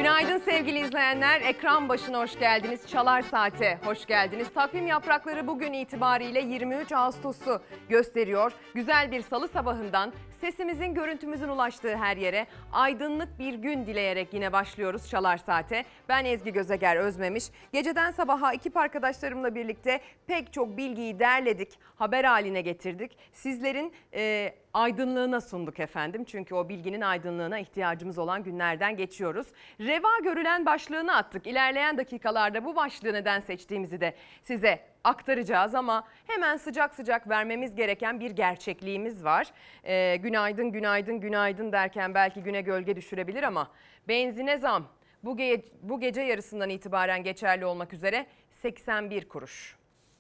Günaydın sevgili izleyenler. Ekran başına hoş geldiniz. Çalar Saat'e hoş geldiniz. Takvim yaprakları bugün itibariyle 23 Ağustos'u gösteriyor. Güzel bir salı sabahından sesimizin, görüntümüzün ulaştığı her yere aydınlık bir gün dileyerek yine başlıyoruz Çalar Saat'e. Ben Ezgi Gözeger Özmemiş. Geceden sabaha ekip arkadaşlarımla birlikte pek çok bilgiyi derledik, haber haline getirdik. Sizlerin aydınlığına sunduk efendim. Çünkü o bilginin aydınlığına ihtiyacımız olan günlerden geçiyoruz. Reva görülen başlığını attık. İlerleyen dakikalarda bu başlığı neden seçtiğimizi de size aktaracağız ama hemen sıcak sıcak vermemiz gereken bir gerçekliğimiz var. Günaydın, günaydın, günaydın derken belki güne gölge düşürebilir ama benzine zam bu gece yarısından itibaren geçerli olmak üzere 81 kuruş.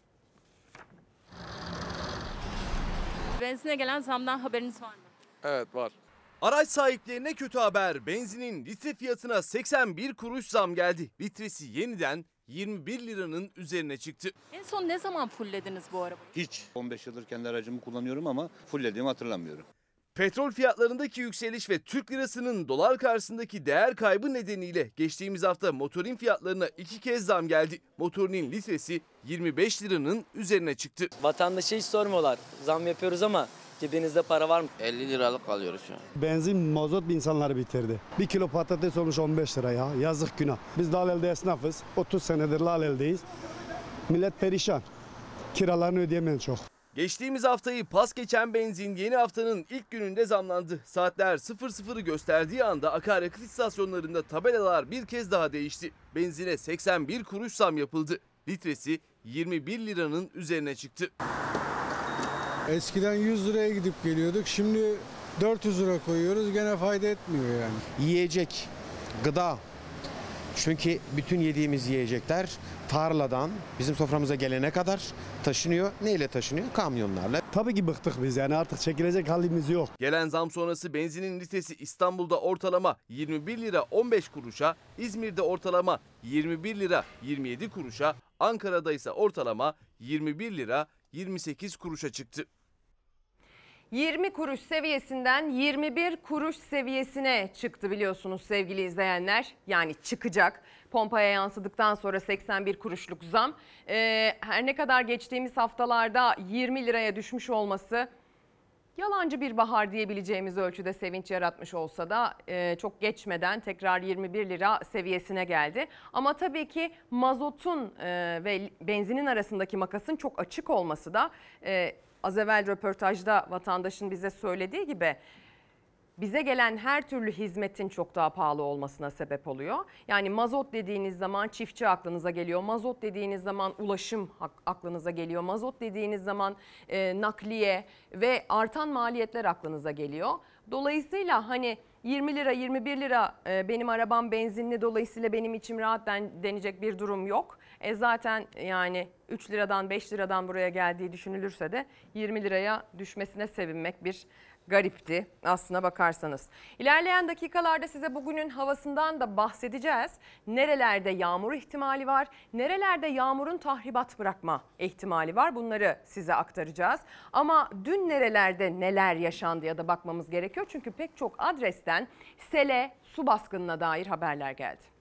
Benzine gelen zamdan haberiniz var mı? Evet, var. Araç sahiplerine kötü haber. Benzinin litre fiyatına 81 kuruş zam geldi. Litresi yeniden 21 liranın üzerine çıktı. En son ne zaman fullediniz bu arabayı? Hiç. 15 yıldır kendi aracımı kullanıyorum ama fullediğimi hatırlamıyorum. Petrol fiyatlarındaki yükseliş ve Türk lirasının dolar karşısındaki değer kaybı nedeniyle geçtiğimiz hafta motorin fiyatlarına 2 kez zam geldi. Motorinin litresi 25 liranın üzerine çıktı. Vatandaşa hiç sormuyorlar. Zam yapıyoruz ama cebinizde para var mı? 50 liralık alıyoruz şu an. Benzin, mazot insanları bitirdi. 1 kilo patates olmuş 15 lira ya. Yazık günah. Biz Laleli'de esnafız. 30 senedir Laleli'deyiz. Millet perişan. Kiralarını ödeyemeyen çok. Geçtiğimiz haftayı pas geçen benzin yeni haftanın ilk gününde zamlandı. Saatler 00'ı gösterdiği anda akaryakıt istasyonlarında tabelalar bir kez daha değişti. Benzine 81 kuruş zam yapıldı. Litresi 21 liranın üzerine çıktı. Eskiden 100 liraya gidip geliyorduk. Şimdi 400 lira koyuyoruz. Gene fayda etmiyor yani. Yiyecek, gıda. Çünkü bütün yediğimiz yiyecekler tarladan bizim soframıza gelene kadar taşınıyor. Neyle taşınıyor? Kamyonlarla. Tabii ki bıktık biz yani artık çekilecek halimiz yok. Gelen zam sonrası benzinin litresi İstanbul'da ortalama 21 lira 15 kuruşa, İzmir'de ortalama 21 lira 27 kuruşa, Ankara'da ise ortalama 21 lira 28 kuruşa çıktı. 20 kuruş seviyesinden 21 kuruş seviyesine çıktı biliyorsunuz sevgili izleyenler. Yani çıkacak. Pompaya yansıdıktan sonra 81 kuruşluk zam. Her ne kadar geçtiğimiz haftalarda 20 liraya düşmüş olması yalancı bir bahar diyebileceğimiz ölçüde sevinç yaratmış olsa da çok geçmeden tekrar 21 lira seviyesine geldi. Ama tabii ki mazotun ve benzinin arasındaki makasın çok açık olması da az evvel röportajda vatandaşın bize söylediği gibi bize gelen her türlü hizmetin çok daha pahalı olmasına sebep oluyor. Yani mazot dediğiniz zaman çiftçi aklınıza geliyor. Mazot dediğiniz zaman ulaşım aklınıza geliyor. Mazot dediğiniz zaman nakliye ve artan maliyetler aklınıza geliyor. Dolayısıyla hani 20 lira 21 lira benim arabam benzinli dolayısıyla benim içim rahat denecek bir durum yok. Zaten yani 3 liradan 5 liradan buraya geldiği düşünülürse de 20 liraya düşmesine sevinmek bir garipti aslına bakarsanız. İlerleyen dakikalarda size bugünün havasından da bahsedeceğiz. Nerelerde yağmur ihtimali var, nerelerde yağmurun tahribat bırakma ihtimali var bunları size aktaracağız. Ama dün nerelerde neler yaşandı ya da bakmamız gerekiyor. Çünkü pek çok adresten sele, su baskınına dair haberler geldi.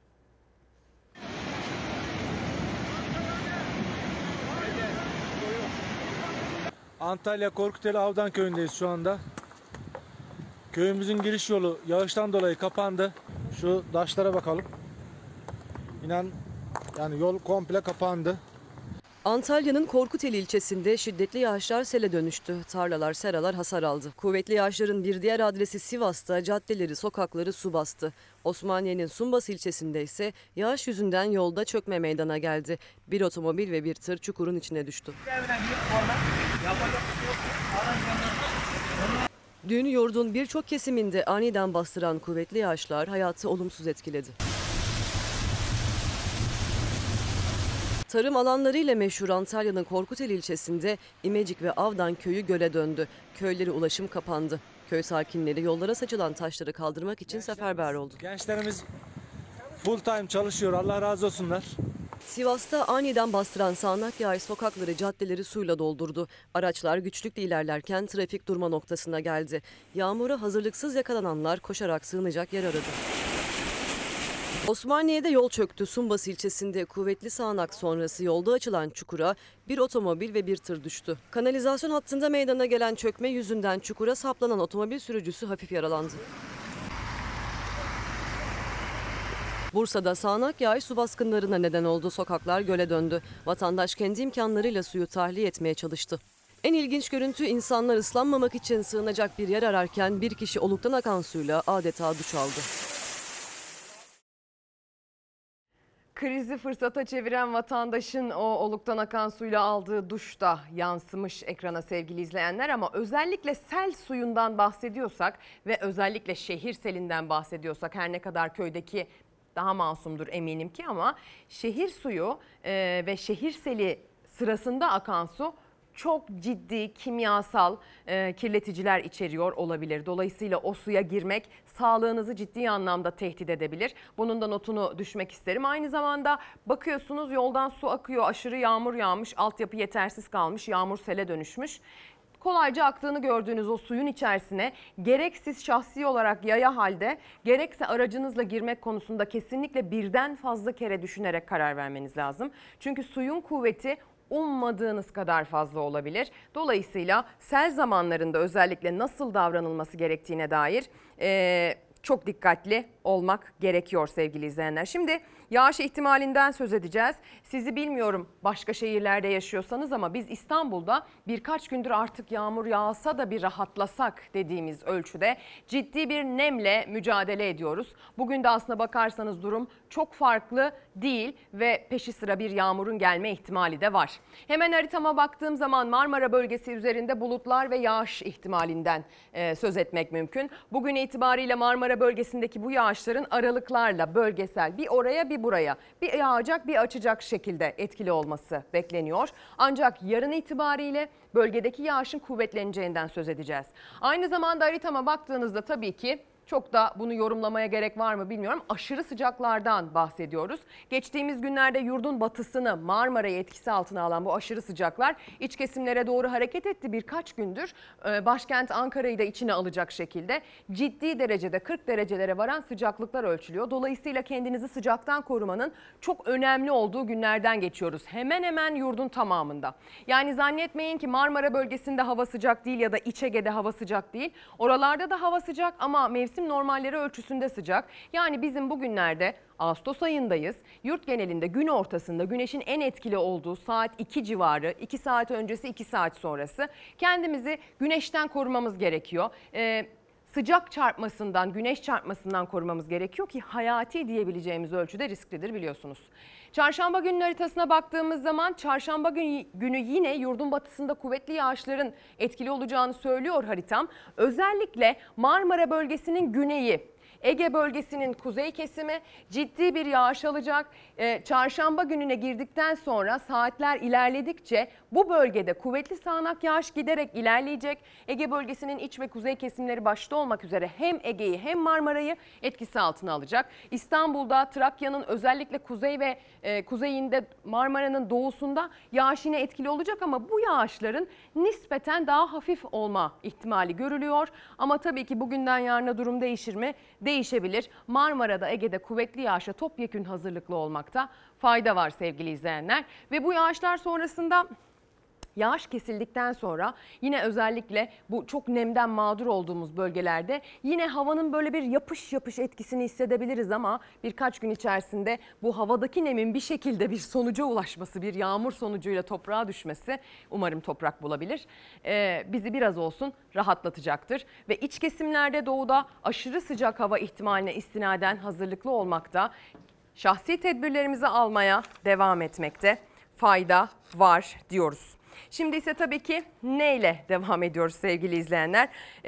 Antalya Korkuteli Avdan köyündeyiz şu anda. Köyümüzün giriş yolu yağıştan dolayı kapandı. Şu taşlara bakalım. İnan yani yol komple kapandı. Antalya'nın Korkuteli ilçesinde şiddetli yağışlar sele dönüştü. Tarlalar, seralar hasar aldı. Kuvvetli yağışların bir diğer adresi Sivas'ta caddeleri, sokakları su bastı. Osmaniye'nin Sumbas ilçesinde ise yağış yüzünden yolda çökme meydana geldi. Bir otomobil ve bir tır çukurun içine düştü. Dün yurdun birçok kesiminde aniden bastıran kuvvetli yağışlar hayatı olumsuz etkiledi. Tarım alanlarıyla meşhur Antalya'nın Korkuteli ilçesinde İmecik ve Avdan köyü göle döndü. Köylere ulaşım kapandı. Köy sakinleri yollara saçılan taşları kaldırmak için seferber oldu. Gençlerimiz full time çalışıyor. Allah razı olsunlar. Sivas'ta aniden bastıran sağanak yağış sokakları, caddeleri suyla doldurdu. Araçlar güçlükle ilerlerken trafik durma noktasına geldi. Yağmura hazırlıksız yakalananlar koşarak sığınacak yer aradı. Osmaniye'de yol çöktü. Sumbas ilçesinde kuvvetli sağanak sonrası yolda açılan çukura bir otomobil ve bir tır düştü. Kanalizasyon hattında meydana gelen çökme yüzünden çukura saplanan otomobil sürücüsü hafif yaralandı. Bursa'da sağanak yağış su baskınlarına neden oldu. Sokaklar göle döndü. Vatandaş kendi imkanlarıyla suyu tahliye etmeye çalıştı. En ilginç görüntü, insanlar ıslanmamak için sığınacak bir yer ararken bir kişi oluktan akan suyla adeta duş aldı. Krizi fırsata çeviren vatandaşın o oluktan akan suyla aldığı duş da yansımış ekrana sevgili izleyenler. Ama özellikle sel suyundan bahsediyorsak ve özellikle şehir selinden bahsediyorsak, her ne kadar köydeki daha masumdur eminim ki, ama şehir suyu ve şehir seli sırasında akan su çok ciddi kimyasal kirleticiler içeriyor olabilir. Dolayısıyla o suya girmek sağlığınızı ciddi anlamda tehdit edebilir. Bunun da notunu düşmek isterim. Aynı zamanda bakıyorsunuz yoldan su akıyor, aşırı yağmur yağmış, altyapı yetersiz kalmış, yağmur sele dönüşmüş. Kolayca aktığını gördüğünüz o suyun içerisine gerek siz şahsi olarak yaya halde gerekse aracınızla girmek konusunda kesinlikle birden fazla kere düşünerek karar vermeniz lazım. Çünkü suyun kuvveti ummadığınız kadar fazla olabilir. Dolayısıyla sel zamanlarında özellikle nasıl davranılması gerektiğine dair çok dikkatli olmak gerekiyor sevgili izleyenler. Şimdi yağış ihtimalinden söz edeceğiz. Sizi bilmiyorum başka şehirlerde yaşıyorsanız ama biz İstanbul'da birkaç gündür artık yağmur yağsa da bir rahatlasak dediğimiz ölçüde ciddi bir nemle mücadele ediyoruz. Bugün de aslına bakarsanız durum çok farklı değil ve peşi sıra bir yağmurun gelme ihtimali de var. Hemen haritama baktığım zaman Marmara bölgesi üzerinde bulutlar ve yağış ihtimalinden söz etmek mümkün. Bugün itibariyle Marmara bölgesindeki bu yağışların aralıklarla bölgesel bir oraya bir buraya, bir yağacak bir açacak şekilde etkili olması bekleniyor. Ancak yarın itibariyle bölgedeki yağışın kuvvetleneceğinden söz edeceğiz. Aynı zamanda haritama baktığınızda tabii ki çok da bunu yorumlamaya gerek var mı bilmiyorum. Aşırı sıcaklardan bahsediyoruz. Geçtiğimiz günlerde yurdun batısını, Marmara'yı etkisi altına alan bu aşırı sıcaklar iç kesimlere doğru hareket etti. Birkaç gündür başkent Ankara'yı da içine alacak şekilde ciddi derecede 40 derecelere varan sıcaklıklar ölçülüyor. Dolayısıyla kendinizi sıcaktan korumanın çok önemli olduğu günlerden geçiyoruz. Hemen hemen yurdun tamamında. Yani zannetmeyin ki Marmara bölgesinde hava sıcak değil ya da İç Ege'de hava sıcak değil. Oralarda da hava sıcak ama mevsim normalleri ölçüsünde sıcak. Yani bizim bugünlerde Ağustos ayındayız. Yurt genelinde gün ortasında güneşin en etkili olduğu saat 2 civarı, 2 saat öncesi, 2 saat sonrası kendimizi güneşten korumamız gerekiyor. Sıcak çarpmasından, güneş çarpmasından korumamız gerekiyor ki hayati diyebileceğimiz ölçüde risklidir biliyorsunuz. Çarşamba günü haritasına baktığımız zaman çarşamba günü yine yurdun batısında kuvvetli yağışların etkili olacağını söylüyor haritam. Özellikle Marmara bölgesinin güneyi, Ege bölgesinin kuzey kesimi ciddi bir yağış alacak. Çarşamba gününe girdikten sonra saatler ilerledikçe bu bölgede kuvvetli sağanak yağış giderek ilerleyecek. Ege bölgesinin iç ve kuzey kesimleri başta olmak üzere hem Ege'yi hem Marmara'yı etkisi altına alacak. İstanbul'da, Trakya'nın özellikle kuzey ve kuzeyinde, Marmara'nın doğusunda yağış yine etkili olacak ama bu yağışların nispeten daha hafif olma ihtimali görülüyor. Ama tabii ki bugünden yarına durum değişir mi? Değişebilir. Marmara'da, Ege'de kuvvetli yağışa topyekün hazırlıklı olmakta fayda var sevgili izleyenler. Ve bu yağışlar sonrasında yağış kesildikten sonra yine özellikle bu çok nemden mağdur olduğumuz bölgelerde yine havanın böyle bir yapış yapış etkisini hissedebiliriz ama birkaç gün içerisinde bu havadaki nemin bir şekilde bir sonuca ulaşması, bir yağmur sonucuyla toprağa düşmesi, umarım toprak bulabilir, bizi biraz olsun rahatlatacaktır. Ve iç kesimlerde doğuda aşırı sıcak hava ihtimaline istinaden hazırlıklı olmakta, şahsi tedbirlerimizi almaya devam etmekte fayda var diyoruz. Şimdi ise tabii ki neyle devam ediyoruz sevgili izleyenler?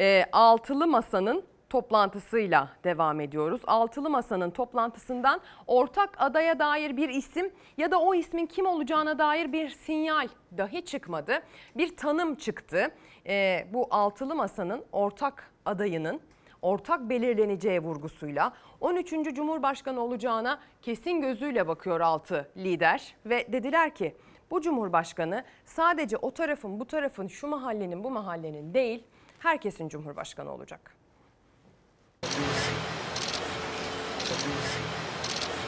Altılı Masa'nın toplantısıyla devam ediyoruz. Altılı Masa'nın toplantısından ortak adaya dair bir isim ya da o ismin kim olacağına dair bir sinyal dahi çıkmadı. Bir tanım çıktı. Bu Altılı Masa'nın ortak adayının ortak belirleneceği vurgusuyla 13. Cumhurbaşkanı olacağına kesin gözüyle bakıyor 6 lider ve dediler ki bu Cumhurbaşkanı sadece o tarafın, bu tarafın, şu mahallenin, bu mahallenin değil, herkesin Cumhurbaşkanı olacak.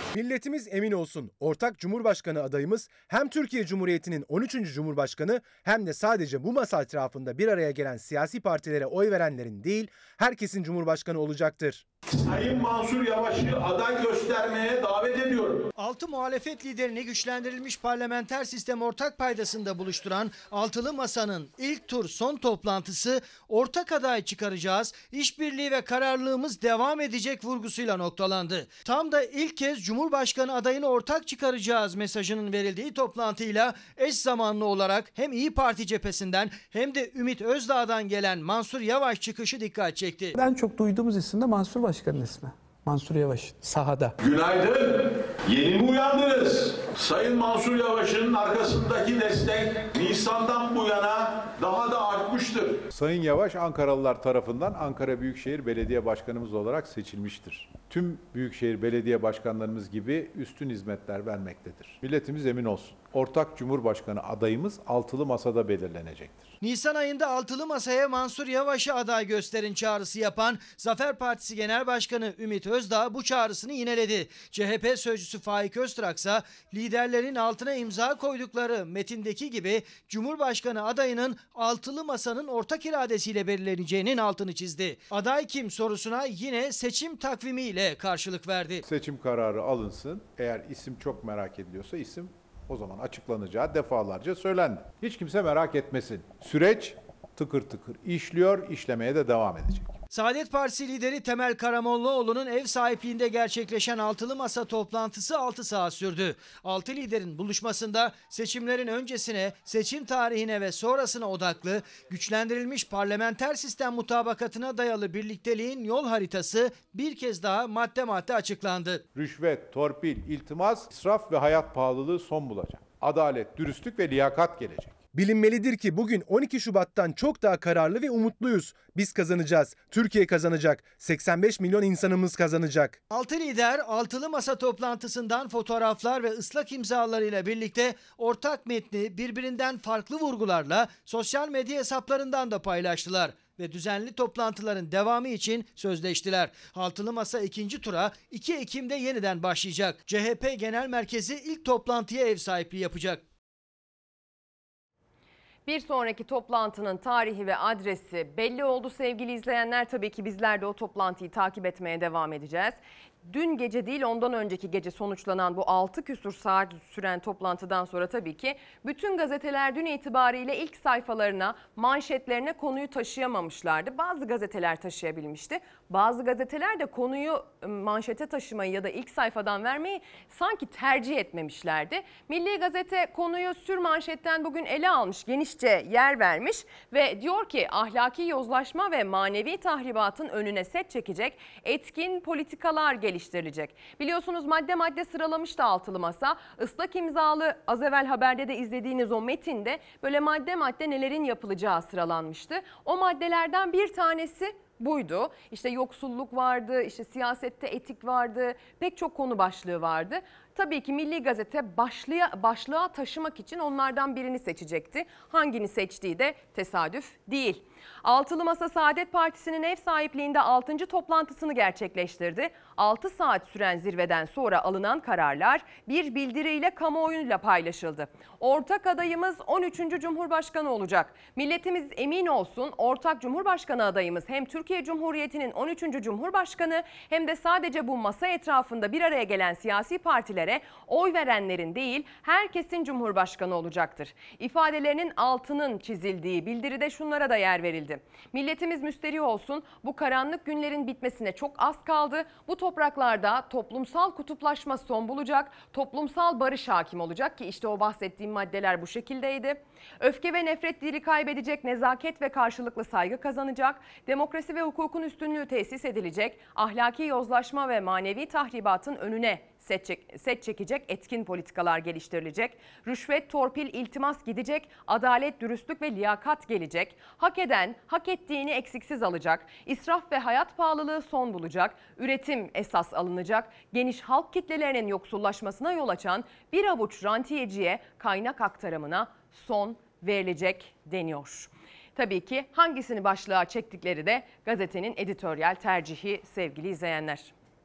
Milletimiz emin olsun, ortak Cumhurbaşkanı adayımız hem Türkiye Cumhuriyeti'nin 13. Cumhurbaşkanı hem de sadece bu masa etrafında bir araya gelen siyasi partilere oy verenlerin değil, herkesin Cumhurbaşkanı olacaktır. Sayın Mansur Yavaş'ı aday göstermeye davet ediyorum. 6 muhalefet liderini güçlendirilmiş parlamenter sistem ortak paydasında buluşturan Altılı Masa'nın ilk tur son toplantısı ortak aday çıkaracağız, işbirliği ve kararlılığımız devam edecek vurgusuyla noktalandı. Tam da ilk kez Cumhurbaşkanı adayını ortak çıkaracağız mesajının verildiği toplantıyla eş zamanlı olarak hem İYİ Parti cephesinden hem de Ümit Özdağ'dan gelen Mansur Yavaş çıkışı dikkat çekti. En çok duyduğumuz isim de Mansur Başkan'ın ismi. Mansur Yavaş sahada. Günaydın. Yeni mi uyandınız? Sayın Mansur Yavaş'ın arkasındaki destek Nisan'dan bu yana daha da artmıştır. Sayın Yavaş Ankaralılar tarafından Ankara Büyükşehir Belediye Başkanımız olarak seçilmiştir. Tüm büyükşehir belediye başkanlarımız gibi üstün hizmetler vermektedir. Milletimiz emin olsun. Ortak Cumhurbaşkanı adayımız altılı masada belirlenecektir. Nisan ayında Altılı Masa'ya Mansur Yavaş'ı aday gösterin çağrısı yapan Zafer Partisi Genel Başkanı Ümit Özdağ bu çağrısını yineledi. CHP sözcüsü Faik Öztrak ise liderlerin altına imza koydukları metindeki gibi Cumhurbaşkanı adayının Altılı Masa'nın ortak iradesiyle belirleneceğinin altını çizdi. Aday kim sorusuna yine seçim takvimiyle karşılık verdi. Seçim kararı alınsın. Eğer isim çok merak ediliyorsa isim o zaman açıklanacağı defalarca söylendi. Hiç kimse merak etmesin. Süreç tıkır tıkır işliyor, işlemeye de devam edecek. Saadet Partisi lideri Temel Karamollaoğlu'nun ev sahipliğinde gerçekleşen Altılı Masa toplantısı 6 saat sürdü. 6 liderin buluşmasında seçimlerin öncesine, seçim tarihine ve sonrasına odaklı güçlendirilmiş parlamenter sistem mutabakatına dayalı birlikteliğin yol haritası bir kez daha madde madde açıklandı. Rüşvet, torpil, iltimas, israf ve hayat pahalılığı son bulacak. Adalet, dürüstlük ve liyakat gelecek. Bilinmelidir ki bugün 12 Şubat'tan çok daha kararlı ve umutluyuz. Biz kazanacağız. Türkiye kazanacak. 85 milyon insanımız kazanacak. 6 lider Altılı Masa toplantısından fotoğraflar ve ıslak imzalarıyla birlikte ortak metni birbirinden farklı vurgularla sosyal medya hesaplarından da paylaştılar ve düzenli toplantıların devamı için sözleştiler. Altılı Masa ikinci tura 2 Ekim'de yeniden başlayacak. CHP Genel Merkezi ilk toplantıya ev sahipliği yapacak. Bir sonraki toplantının tarihi ve adresi belli oldu sevgili izleyenler. Tabii ki bizler de o toplantıyı takip etmeye devam edeceğiz. Dün gece değil ondan önceki gece sonuçlanan bu 6 küsur saat süren toplantıdan sonra tabii ki bütün gazeteler dün itibariyle ilk sayfalarına, manşetlerine konuyu taşıyamamışlardı. Bazı gazeteler taşıyabilmişti. Bazı gazeteler de konuyu manşete taşımayı ya da ilk sayfadan vermeyi sanki tercih etmemişlerdi. Milli Gazete konuyu sür manşetten bugün ele almış, genişçe yer vermiş ve diyor ki ahlaki yozlaşma ve manevi tahribatın önüne set çekecek etkin politikalar geliştirilecek. Biliyorsunuz madde madde sıralamıştı Altılı Masa. Islak imzalı az evvel haberde de izlediğiniz o metinde böyle madde madde nelerin yapılacağı sıralanmıştı. O maddelerden bir tanesi buydu. İşte yoksulluk vardı, işte siyasette etik vardı, pek çok konu başlığı vardı. Tabii ki Milli Gazete başlığa taşımak için onlardan birini seçecekti. Hangini seçtiği de tesadüf değil. Altılı Masa Saadet Partisi'nin ev sahipliğinde 6. toplantısını gerçekleştirdi. 6 saat süren zirveden sonra alınan kararlar bir bildiriyle kamuoyuyla paylaşıldı. Ortak adayımız 13. Cumhurbaşkanı olacak. Milletimiz emin olsun ortak Cumhurbaşkanı adayımız hem Türkiye Cumhuriyeti'nin 13. Cumhurbaşkanı hem de sadece bu masa etrafında bir araya gelen siyasi partilere oy verenlerin değil herkesin Cumhurbaşkanı olacaktır. İfadelerinin altının çizildiği bildiride şunlara da yer verildi. Milletimiz müsterih olsun, bu karanlık günlerin bitmesine çok az kaldı. Bu topraklarda toplumsal kutuplaşma son bulacak, toplumsal barış hakim olacak ki işte o bahsettiğim maddeler bu şekildeydi. Öfke ve nefret dili kaybedecek, nezaket ve karşılıklı saygı kazanacak, demokrasi ve hukukun üstünlüğü tesis edilecek, ahlaki yozlaşma ve manevi tahribatın önüne set çekecek etkin politikalar geliştirilecek, rüşvet, torpil, iltimas gidecek, adalet, dürüstlük ve liyakat gelecek, hak eden hak ettiğini eksiksiz alacak, israf ve hayat pahalılığı son bulacak, üretim esas alınacak, geniş halk kitlelerinin yoksullaşmasına yol açan bir avuç rantiyeciye kaynak aktarımına son verilecek deniyor. Tabii ki hangisini başlığa çektikleri de gazetenin editoryal tercihi sevgili izleyenler.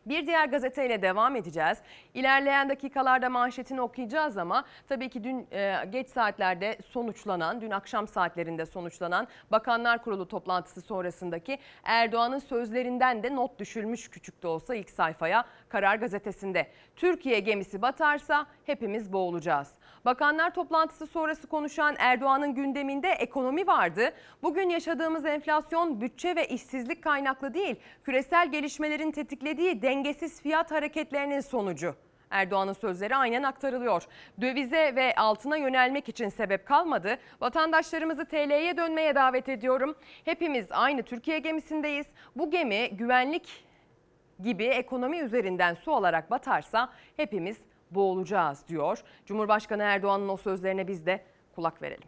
Bir diğer gazeteyle devam edeceğiz. İlerleyen dakikalarda manşetini okuyacağız ama tabii ki dün geç saatlerde sonuçlanan, dün akşam saatlerinde sonuçlanan Bakanlar Kurulu toplantısı sonrasındaki Erdoğan'ın sözlerinden de not düşülmüş küçük de olsa ilk sayfaya Karar Gazetesi'nde. Türkiye gemisi batarsa hepimiz boğulacağız. Bakanlar toplantısı sonrası konuşan Erdoğan'ın gündeminde ekonomi vardı. Bugün yaşadığımız enflasyon bütçe ve işsizlik kaynaklı değil, küresel gelişmelerin tetiklediği dengesiz fiyat hareketlerinin sonucu. Erdoğan'ın sözleri aynen aktarılıyor. Dövize ve altına yönelmek için sebep kalmadı. Vatandaşlarımızı TL'ye dönmeye davet ediyorum. Hepimiz aynı Türkiye gemisindeyiz. Bu gemi güvenlik gibi ekonomi üzerinden su alarak batarsa hepimiz boğulacağız diyor. Cumhurbaşkanı Erdoğan'ın o sözlerine biz de kulak verelim.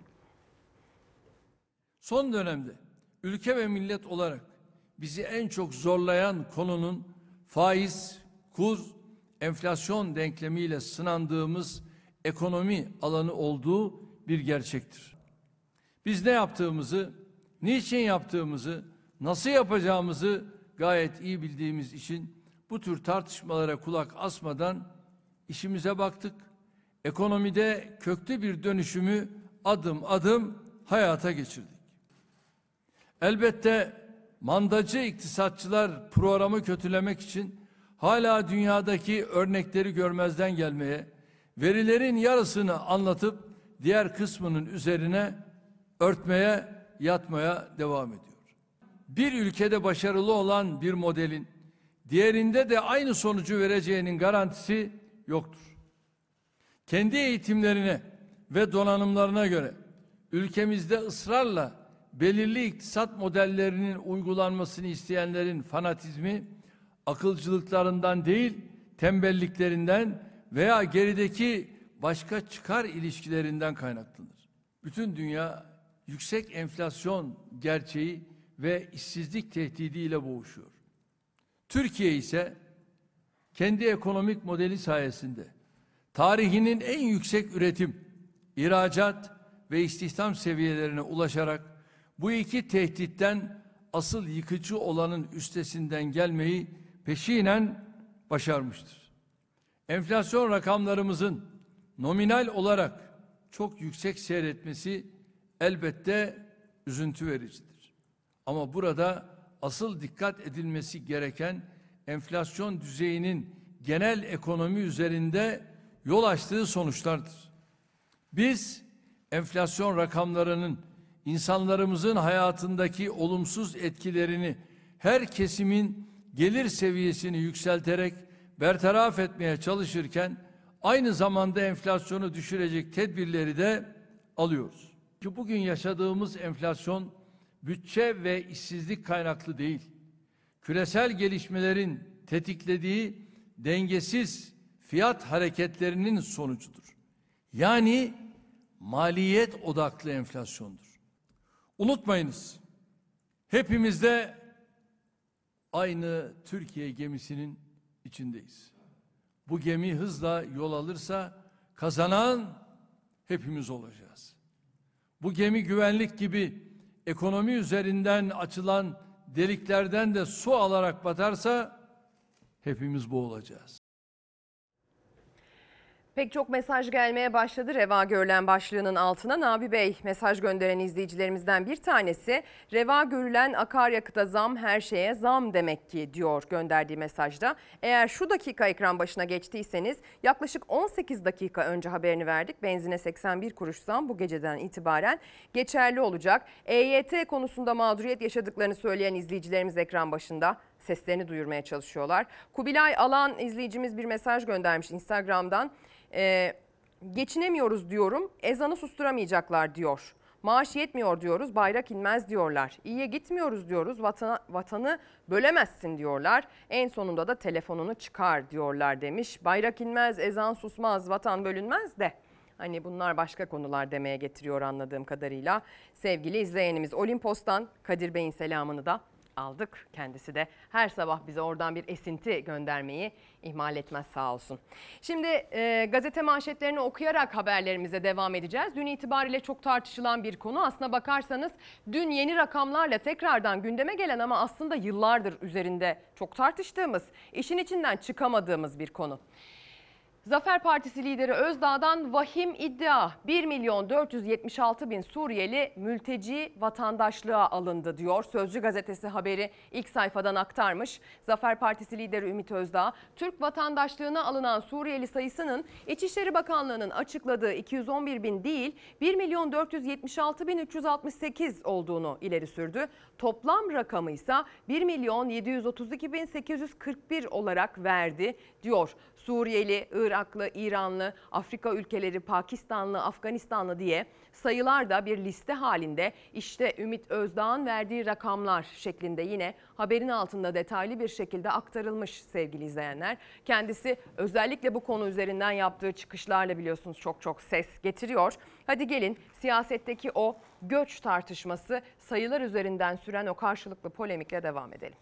Son dönemde ülke ve millet olarak bizi en çok zorlayan konunun faiz, kur, enflasyon denklemiyle sınandığımız ekonomi alanı olduğu bir gerçektir. Biz ne yaptığımızı, niçin yaptığımızı, nasıl yapacağımızı gayet iyi bildiğimiz için bu tür tartışmalara kulak asmadan işimize baktık. Ekonomide köklü bir dönüşümü adım adım hayata geçirdik. Elbette mandacı iktisatçılar programı kötülemek için hala dünyadaki örnekleri görmezden gelmeye, verilerin yarısını anlatıp diğer kısmının üzerine örtmeye, yatmaya devam ediyor. Bir ülkede başarılı olan bir modelin diğerinde de aynı sonucu vereceğinin garantisi yoktur. Kendi eğitimlerine ve donanımlarına göre ülkemizde ısrarla belirli iktisat modellerinin uygulanmasını isteyenlerin fanatizmi, akılcılıklarından değil, tembelliklerinden veya gerideki başka çıkar ilişkilerinden kaynaklanır. Bütün dünya yüksek enflasyon gerçeği ve işsizlik tehdidiyle boğuşuyor. Türkiye ise kendi ekonomik modeli sayesinde tarihinin en yüksek üretim, ihracat ve istihdam seviyelerine ulaşarak bu iki tehditten asıl yıkıcı olanın üstesinden gelmeyi peşinen başarmıştır. Enflasyon rakamlarımızın nominal olarak çok yüksek seyretmesi elbette üzüntü vericidir. Ama burada asıl dikkat edilmesi gereken enflasyon düzeyinin genel ekonomi üzerinde yol açtığı sonuçlardır. Biz enflasyon rakamlarının insanlarımızın hayatındaki olumsuz etkilerini her kesimin gelir seviyesini yükselterek bertaraf etmeye çalışırken aynı zamanda enflasyonu düşürecek tedbirleri de alıyoruz. Ki bugün yaşadığımız enflasyon bütçe ve işsizlik kaynaklı değil, küresel gelişmelerin tetiklediği dengesiz fiyat hareketlerinin sonucudur. Yani maliyet odaklı enflasyondur. Unutmayınız, hepimiz de aynı Türkiye gemisinin içindeyiz. Bu gemi hızla yol alırsa kazanan hepimiz olacağız. Bu gemi güvenlik gibi ekonomi üzerinden açılan deliklerden de su alarak batarsa hepimiz boğulacağız. Pek çok mesaj gelmeye başladı Reva Görülen başlığının altına. Nabi Bey mesaj gönderen izleyicilerimizden bir tanesi. Reva görülen akaryakıta zam, her şeye zam demek ki diyor gönderdiği mesajda. Eğer şu dakika ekran başına geçtiyseniz yaklaşık 18 dakika önce haberini verdik. Benzine 81 kuruş zam bu geceden itibaren geçerli olacak. EYT konusunda mağduriyet yaşadıklarını söyleyen izleyicilerimiz ekran başında seslerini duyurmaya çalışıyorlar. Kubilay Alan izleyicimiz bir mesaj göndermiş Instagram'dan. Geçinemiyoruz diyorum, ezanı susturamayacaklar diyor. Maaş yetmiyor diyoruz, bayrak inmez diyorlar. İyiye gitmiyoruz diyoruz, vatanı bölemezsin diyorlar. En sonunda da telefonunu çıkar diyorlar demiş. Bayrak inmez, ezan susmaz, vatan bölünmez de. Hani bunlar başka konular demeye getiriyor anladığım kadarıyla. Sevgili izleyenimiz Olimpos'tan Kadir Bey'in selamını da aldık. Kendisi de her sabah bize oradan bir esinti göndermeyi ihmal etmez sağ olsun. Şimdi gazete manşetlerini okuyarak haberlerimize devam edeceğiz. Dün itibariyle çok tartışılan bir konu. Aslına bakarsanız dün yeni rakamlarla tekrardan gündeme gelen ama aslında yıllardır üzerinde çok tartıştığımız, işin içinden çıkamadığımız bir konu. Zafer Partisi lideri Özdağ'dan vahim iddia. 1.476.000 Suriyeli mülteci vatandaşlığa alındı diyor. Sözcü gazetesi haberi ilk sayfadan aktarmış. Zafer Partisi lideri Ümit Özdağ, Türk vatandaşlığına alınan Suriyeli sayısının İçişleri Bakanlığı'nın açıkladığı 211.000 değil 1.476.368 olduğunu ileri sürdü. Toplam rakamı ise 1.732.841 olarak verdi diyor. Suriyeli, Iraklı, İranlı, Afrika ülkeleri, Pakistanlı, Afganistanlı diye sayılar da bir liste halinde. İşte Ümit Özdağ'ın verdiği rakamlar şeklinde yine haberin altında detaylı bir şekilde aktarılmış sevgili izleyenler. Kendisi özellikle bu konu üzerinden yaptığı çıkışlarla biliyorsunuz çok ses getiriyor. Hadi gelin siyasetteki o göç tartışması, sayılar üzerinden süren o karşılıklı polemikle devam edelim.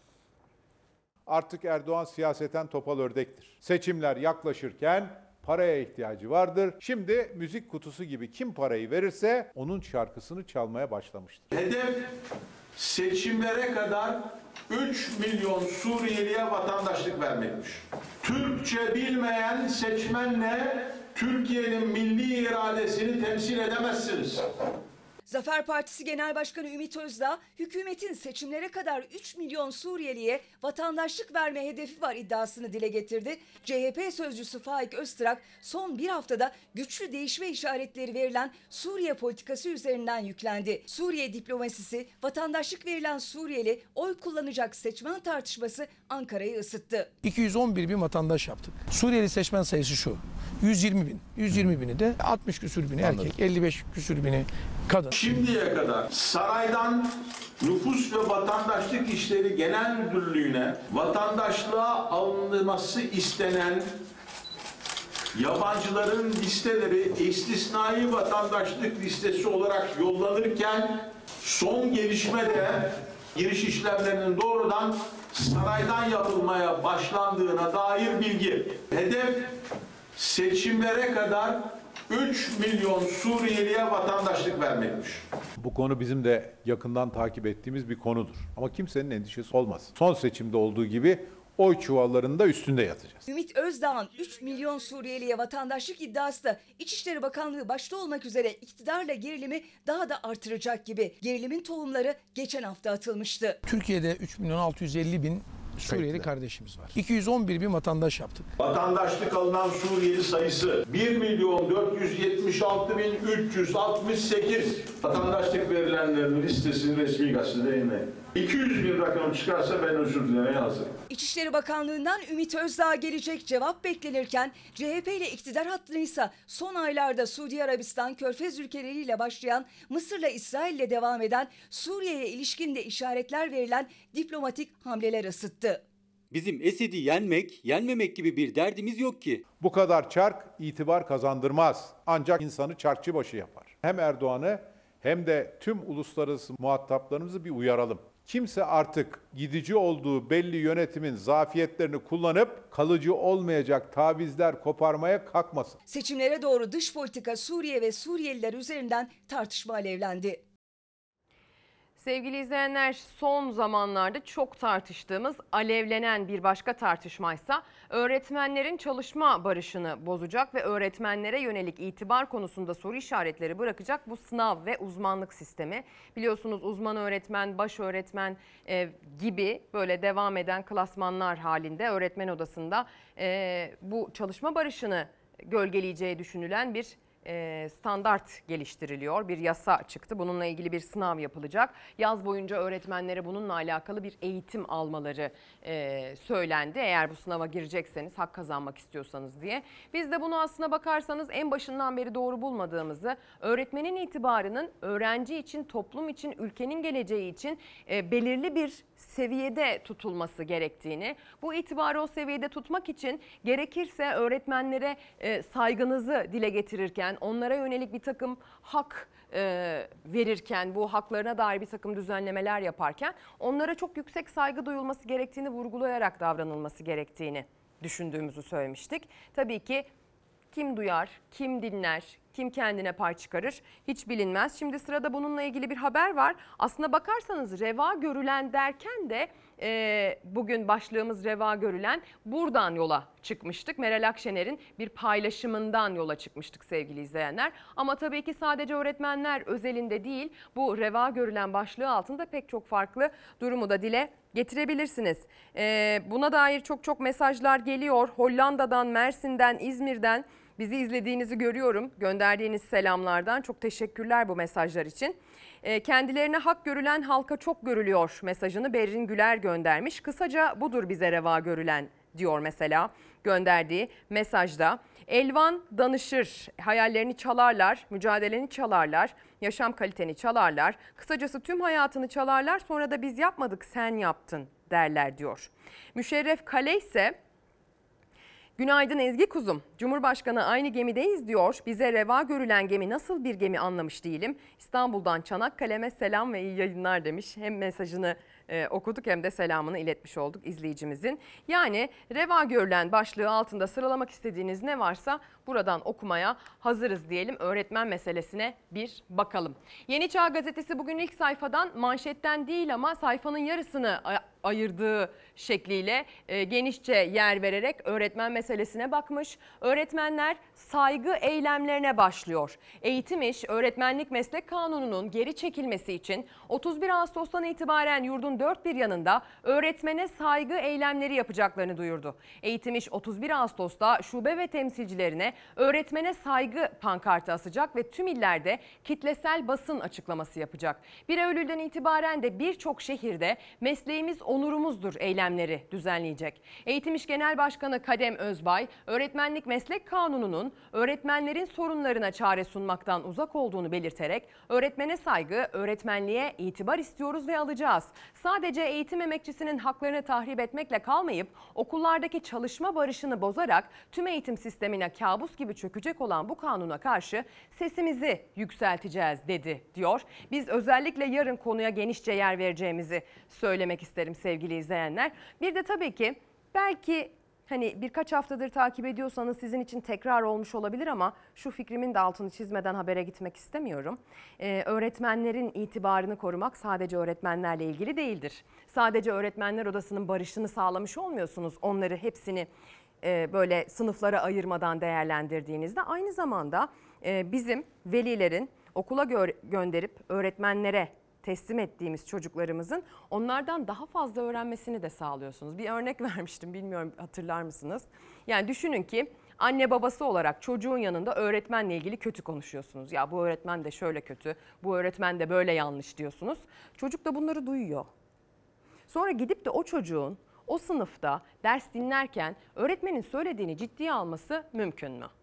Artık Erdoğan siyaseten topal ördektir. Seçimler yaklaşırken paraya ihtiyacı vardır. Şimdi müzik kutusu gibi kim parayı verirse onun şarkısını çalmaya başlamıştır. Hedef seçimlere kadar 3 milyon Suriyeliye vatandaşlık vermekmiş. Türkçe bilmeyen seçmenle Türkiye'nin milli iradesini temsil edemezsiniz. Zafer Partisi Genel Başkanı Ümit Özdağ, hükümetin seçimlere kadar 3 milyon Suriyeliye vatandaşlık verme hedefi var iddiasını dile getirdi. CHP sözcüsü Faik Öztrak, son bir haftada güçlü değişme işaretleri verilen Suriye politikası üzerinden yüklendi. Suriye diplomasisi, vatandaşlık verilen Suriyeli oy kullanacak seçmen tartışması Ankara'yı ısıttı. 211 bin vatandaş yaptık. Suriyeli seçmen sayısı şu: 120 bin. 120 bini de 60 küsür bini erkek, 55 küsür bini kadın. Şimdiye kadar saraydan Nüfus ve Vatandaşlık İşleri Genel Müdürlüğü'ne vatandaşlığa alınması istenen yabancıların listeleri istisnai vatandaşlık listesi olarak yollanırken son gelişme de giriş işlemlerinin doğrudan saraydan yapılmaya başlandığına dair bilgi. Hedef seçimlere kadar 3 milyon Suriyeliye vatandaşlık vermekmiş. Bu konu bizim de yakından takip ettiğimiz bir konudur. Ama kimsenin endişesi olmaz. Son seçimde olduğu gibi oy çuvallarının da üstünde yatacağız. Ümit Özdağ'ın 3 milyon Suriyeliye vatandaşlık iddiası da İçişleri Bakanlığı başta olmak üzere iktidarla gerilimi daha da artıracak gibi. Gerilimin tohumları geçen hafta atılmıştı. Türkiye'de 3 milyon 650 bin Suriyeli kardeşimiz var. 211 bin vatandaş yaptık. Vatandaşlık alınan Suriyeli sayısı 1.476.368. Vatandaşlık verilenlerin listesini resmi gazetede yayınlayın. 200 bin rakam çıkarsa ben özür dilemeye hazırım. İçişleri Bakanlığı'ndan Ümit Özdağ'a gelecek cevap beklenirken CHP ile iktidar hattıysa son aylarda Suudi Arabistan, Körfez ülkeleriyle başlayan Mısır'la İsrail'le devam eden Suriye'ye ilişkin de işaretler verilen diplomatik hamleler ısıttı. Bizim Esed'i yenmemek gibi bir derdimiz yok ki. Bu kadar çark itibar kazandırmaz. Ancak insanı çarkçıbaşı yapar. Hem Erdoğan'ı hem de tüm uluslararası muhataplarımızı bir uyaralım. Kimse artık gidici olduğu belli yönetimin zafiyetlerini kullanıp kalıcı olmayacak tavizler koparmaya kalkmasın. Seçimlere doğru dış politika Suriye ve Suriyeliler üzerinden tartışma alevlendi. Sevgili izleyenler, son zamanlarda çok tartıştığımız, alevlenen bir başka tartışmaysa öğretmenlerin çalışma barışını bozacak ve öğretmenlere yönelik itibar konusunda soru işaretleri bırakacak bu sınav ve uzmanlık sistemi. Biliyorsunuz uzman öğretmen, baş öğretmen gibi böyle devam eden klasmanlar halinde öğretmen odasında bu çalışma barışını gölgeleyeceği düşünülen bir standart geliştiriliyor. Bir yasa çıktı. Bununla ilgili bir sınav yapılacak. Yaz boyunca öğretmenlere bununla alakalı bir eğitim almaları söylendi. Eğer bu sınava girecekseniz, hak kazanmak istiyorsanız diye. Biz de bunu aslına bakarsanız en başından beri doğru bulmadığımızı, öğretmenin itibarının öğrenci için, toplum için, ülkenin geleceği için belirli bir seviyede tutulması gerektiğini, bu itibarı o seviyede tutmak için gerekirse öğretmenlere saygınızı dile getirirken, verirken, onlara yönelik bir takım hak verirken, bu haklarına dair bir takım düzenlemeler yaparken onlara çok yüksek saygı duyulması gerektiğini vurgulayarak davranılması gerektiğini düşündüğümüzü söylemiştik. Tabii ki kim duyar, kim dinler, kim kendine pay çıkarır hiç bilinmez. Şimdi sırada bununla ilgili bir haber var. Aslına bakarsanız reva görülen derken de bugün başlığımız reva görülen, buradan yola çıkmıştık. Meral Akşener'in bir paylaşımından yola çıkmıştık sevgili izleyenler. Ama tabii ki sadece öğretmenler özelinde değil, bu reva görülen başlığı altında pek çok farklı durumu da dile getirebilirsiniz. Buna dair çok mesajlar geliyor. Hollanda'dan, Mersin'den, İzmir'den bizi izlediğinizi görüyorum. Gönderdiğiniz selamlardan çok teşekkürler bu mesajlar için. Kendilerine hak görülen halka çok görülüyor mesajını Berrin Güler göndermiş. Kısaca budur bize reva görülen diyor mesela gönderdiği mesajda. Elvan danışır, hayallerini çalarlar, mücadeleni çalarlar, yaşam kaliteni çalarlar. Kısacası tüm hayatını çalarlar, sonra da biz yapmadık sen yaptın derler diyor. Müşerref Kale ise günaydın Ezgi kuzum. Cumhurbaşkanı aynı gemideyiz diyor. Bize reva görülen gemi nasıl bir gemi anlamış değilim. İstanbul'dan Çanakkale'me selam ve iyi yayınlar demiş. Hem mesajını okuduk hem de selamını iletmiş olduk izleyicimizin. Yani reva görülen başlığı altında sıralamak istediğiniz ne varsa buradan okumaya hazırız diyelim. Öğretmen meselesine bir bakalım. Yeni Çağ Gazetesi bugün ilk sayfadan manşetten değil ama sayfanın yarısını ayırdığı şekliyle genişçe yer vererek öğretmen meselesine bakmış. Öğretmenler saygı eylemlerine başlıyor. Eğitim İş Öğretmenlik Meslek Kanunu'nun geri çekilmesi için 31 Ağustos'tan itibaren yurdun dört bir yanında öğretmene saygı eylemleri yapacaklarını duyurdu. Eğitim İş 31 Ağustos'ta şube ve temsilcilerine öğretmene saygı pankartı asacak ve tüm illerde kitlesel basın açıklaması yapacak. 1 Eylül'den itibaren de birçok şehirde mesleğimiz onurumuzdur eylemleri düzenleyecek. Eğitim İş Genel Başkanı Kadem Özbay, Öğretmenlik Meslek Kanunu'nun öğretmenlerin sorunlarına çare sunmaktan uzak olduğunu belirterek öğretmene saygı, öğretmenliğe itibar istiyoruz ve alacağız. Sadece eğitim emekçisinin haklarını tahrip etmekle kalmayıp okullardaki çalışma barışını bozarak tüm eğitim sistemine kabus gibi çökecek olan bu kanuna karşı sesimizi yükselteceğiz dedi diyor. Biz özellikle yarın konuya genişçe yer vereceğimizi söylemek isterim sevgili izleyenler. Bir de tabii ki belki birkaç haftadır takip ediyorsanız sizin için tekrar olmuş olabilir ama şu fikrimin de altını çizmeden habere gitmek istemiyorum. Öğretmenlerin itibarını korumak sadece öğretmenlerle ilgili değildir. Sadece öğretmenler odasının barışını sağlamış olmuyorsunuz. Onları hepsini böyle sınıflara ayırmadan değerlendirdiğinizde aynı zamanda bizim velilerin okula gönderip öğretmenlere teslim ettiğimiz çocuklarımızın onlardan daha fazla öğrenmesini de sağlıyorsunuz. Bir örnek vermiştim, bilmiyorum hatırlar mısınız? Yani düşünün ki anne babası olarak çocuğun yanında öğretmenle ilgili kötü konuşuyorsunuz. Ya bu öğretmen de şöyle kötü, bu öğretmen de böyle yanlış diyorsunuz. Çocuk da bunları duyuyor. Sonra gidip de o çocuğun o sınıfta ders dinlerken öğretmenin söylediğini ciddiye alması mümkün mü?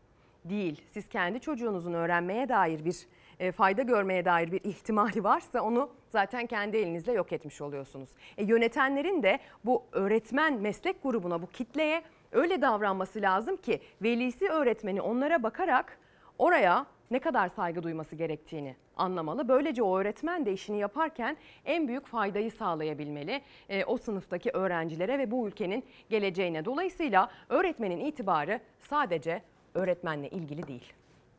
Değil. Siz kendi çocuğunuzun öğrenmeye dair bir fayda görmeye dair bir ihtimali varsa onu zaten kendi elinizle yok etmiş oluyorsunuz. Yönetenlerin de bu öğretmen meslek grubuna, bu kitleye öyle davranması lazım ki velisi öğretmeni onlara bakarak oraya ne kadar saygı duyması gerektiğini anlamalı. Böylece o öğretmen de işini yaparken en büyük faydayı sağlayabilmeli o sınıftaki öğrencilere ve bu ülkenin geleceğine. Dolayısıyla öğretmenin itibarı sadece öğretmenle ilgili değil.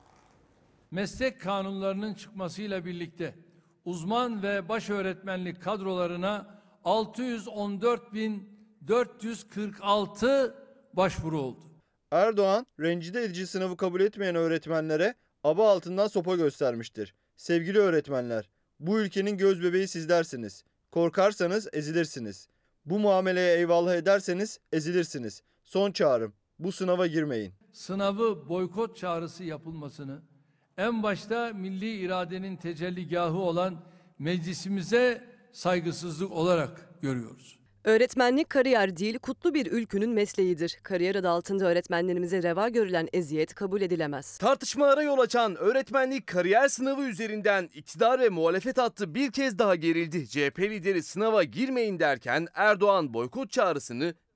Meslek kanunlarının çıkmasıyla birlikte uzman ve baş öğretmenlik kadrolarına 614.446 başvuru oldu. Erdoğan, rencide edici sınavı kabul etmeyen öğretmenlere aba altından sopa göstermiştir. Sevgili öğretmenler, bu ülkenin gözbebeği sizlersiniz. Korkarsanız ezilirsiniz. Bu muameleye eyvallah ederseniz ezilirsiniz. Son çağrım, bu sınava girmeyin. Sınavı boykot çağrısı yapılmasını en başta milli iradenin tecelligahı olan meclisimize saygısızlık olarak görüyoruz. Öğretmenlik kariyer değil, kutlu bir ülkünün mesleğidir. Kariyer adı altında öğretmenlerimize reva görülen eziyet kabul edilemez. Tartışmalara yol açan öğretmenlik kariyer sınavı üzerinden iktidar ve muhalefet hattı bir kez daha gerildi. CHP lideri sınava girmeyin derken Erdoğan boykot çağrısını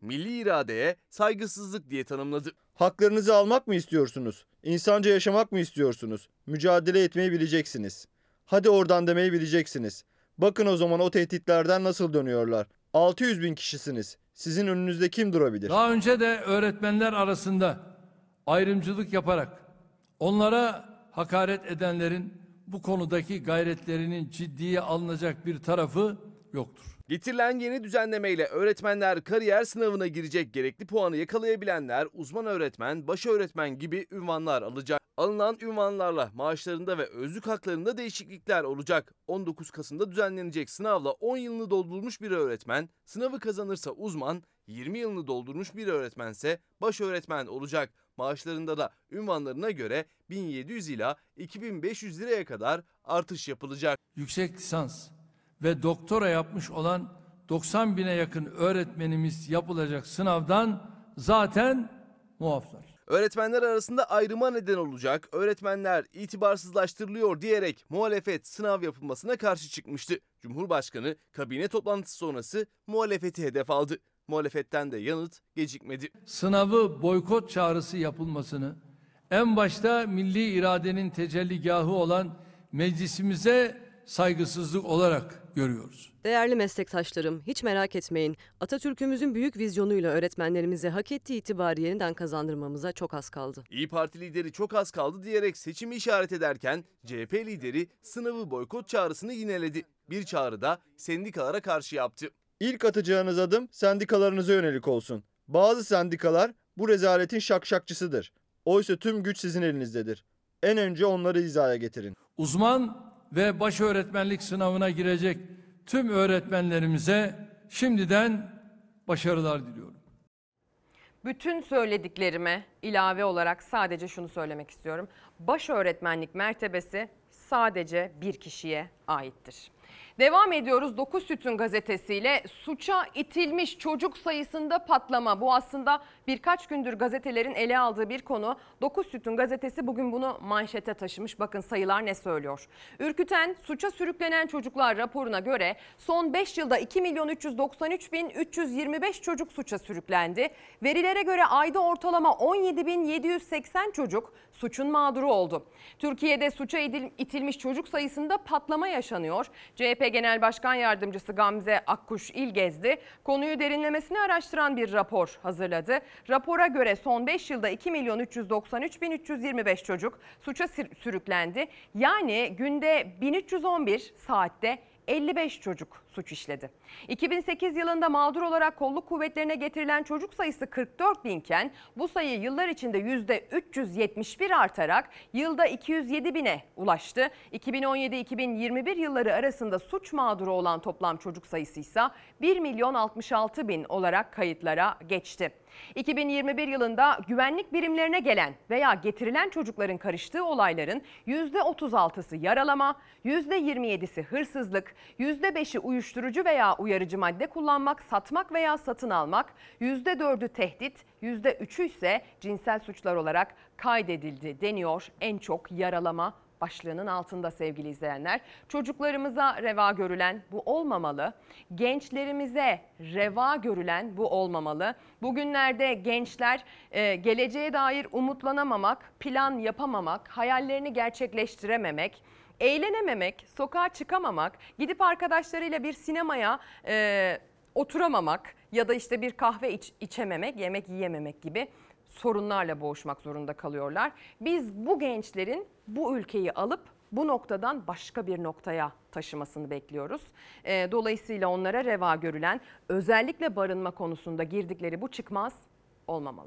milli iradeye saygısızlık diye tanımladı. Haklarınızı almak mı istiyorsunuz? İnsanca yaşamak mı istiyorsunuz? Mücadele etmeyi bileceksiniz. Hadi oradan demeyi bileceksiniz. Bakın o zaman o tehditlerden nasıl dönüyorlar. 600 bin kişisiniz. Sizin önünüzde kim durabilir? Daha önce de öğretmenler arasında ayrımcılık yaparak onlara hakaret edenlerin bu konudaki gayretlerinin ciddiye alınacak bir tarafı yoktur. Getirilen yeni düzenlemeyle öğretmenler kariyer sınavına girecek, gerekli puanı yakalayabilenler uzman öğretmen, baş öğretmen gibi ünvanlar alacak. Alınan ünvanlarla maaşlarında ve özlük haklarında değişiklikler olacak. 19 Kasım'da düzenlenecek sınavla 10 yılını doldurmuş bir öğretmen, sınavı kazanırsa uzman, 20 yılını doldurmuş bir öğretmense baş öğretmen olacak. Maaşlarında da ünvanlarına göre 1700 ila 2500 liraya kadar artış yapılacak. Yüksek lisans ve doktora yapmış olan 90 bine yakın öğretmenimiz yapılacak sınavdan zaten muaflar. Öğretmenler arasında ayrıma neden olacak, öğretmenler itibarsızlaştırılıyor diyerek muhalefet sınav yapılmasına karşı çıkmıştı. Cumhurbaşkanı kabine toplantısı sonrası muhalefeti hedef aldı. Muhalefetten de yanıt gecikmedi. Sınavı boykot çağrısı yapılmasını en başta milli iradenin tecelligahı olan meclisimize saygısızlık olarak görüyoruz. Değerli meslektaşlarım, hiç merak etmeyin. Atatürk'ümüzün büyük vizyonuyla öğretmenlerimize hak ettiği itibarı yeniden kazandırmamıza çok az kaldı. İYİ Parti lideri çok az kaldı diyerek seçimi işaret ederken CHP lideri sınavı boykot çağrısını yineledi. Bir çağrı da sendikalara karşı yaptı. İlk atacağınız adım sendikalarınıza yönelik olsun. Bazı sendikalar bu rezaletin şakşakçısıdır. Oysa tüm güç sizin elinizdedir. En önce onları hizaya getirin. Uzman ve baş öğretmenlik sınavına girecek tüm öğretmenlerimize şimdiden başarılar diliyorum. Bütün söylediklerime ilave olarak sadece şunu söylemek istiyorum. Baş öğretmenlik mertebesi sadece bir kişiye aittir. Devam ediyoruz 9 Sütun gazetesiyle. Suça itilmiş çocuk sayısında patlama. Bu aslında birkaç gündür gazetelerin ele aldığı bir konu. 9 Sütun gazetesi bugün bunu manşete taşımış. Bakın sayılar ne söylüyor. Ürküten suça sürüklenen çocuklar raporuna göre son 5 yılda 2.393.325 çocuk suça sürüklendi. Verilere göre ayda ortalama 17.780 çocuk suçun mağduru oldu. Türkiye'de suça itilmiş çocuk sayısında patlama yaşanıyor. CHP Genel Başkan Yardımcısı Gamze Akkuş İlgezdi konuyu derinlemesine araştıran bir rapor hazırladı. Rapora göre son 5 yılda 2.393.325 çocuk suça sürüklendi. Yani günde 1311 saatte 55 çocuk suç işledi. 2008 yılında mağdur olarak kolluk kuvvetlerine getirilen çocuk sayısı 44 binken bu sayı yıllar içinde %371 artarak yılda 207 bine ulaştı. 2017-2021 yılları arasında suç mağduru olan toplam çocuk sayısı ise 1.066.000 olarak kayıtlara geçti. 2021 yılında güvenlik birimlerine gelen veya getirilen çocukların karıştığı olayların %36'sı yaralama, %27'si hırsızlık, %5'i uyuşturucu veya uyarıcı madde kullanmak, satmak veya satın almak, %4'ü tehdit, %3'ü ise cinsel suçlar olarak kaydedildi deniyor. En çok yaralama başlığının altında sevgili izleyenler. Çocuklarımıza reva görülen bu olmamalı. Gençlerimize reva görülen bu olmamalı. Bugünlerde gençler geleceğe dair umutlanamamak, plan yapamamak, hayallerini gerçekleştirememek, eğlenememek, sokağa çıkamamak, gidip arkadaşlarıyla bir sinemaya oturamamak ya da işte bir kahve içememek, yemek yiyememek gibi sorunlarla boğuşmak zorunda kalıyorlar. Biz bu gençlerin bu ülkeyi alıp bu noktadan başka bir noktaya taşımasını bekliyoruz. Dolayısıyla onlara reva görülen, özellikle barınma konusunda girdikleri bu çıkmaz olmamalı.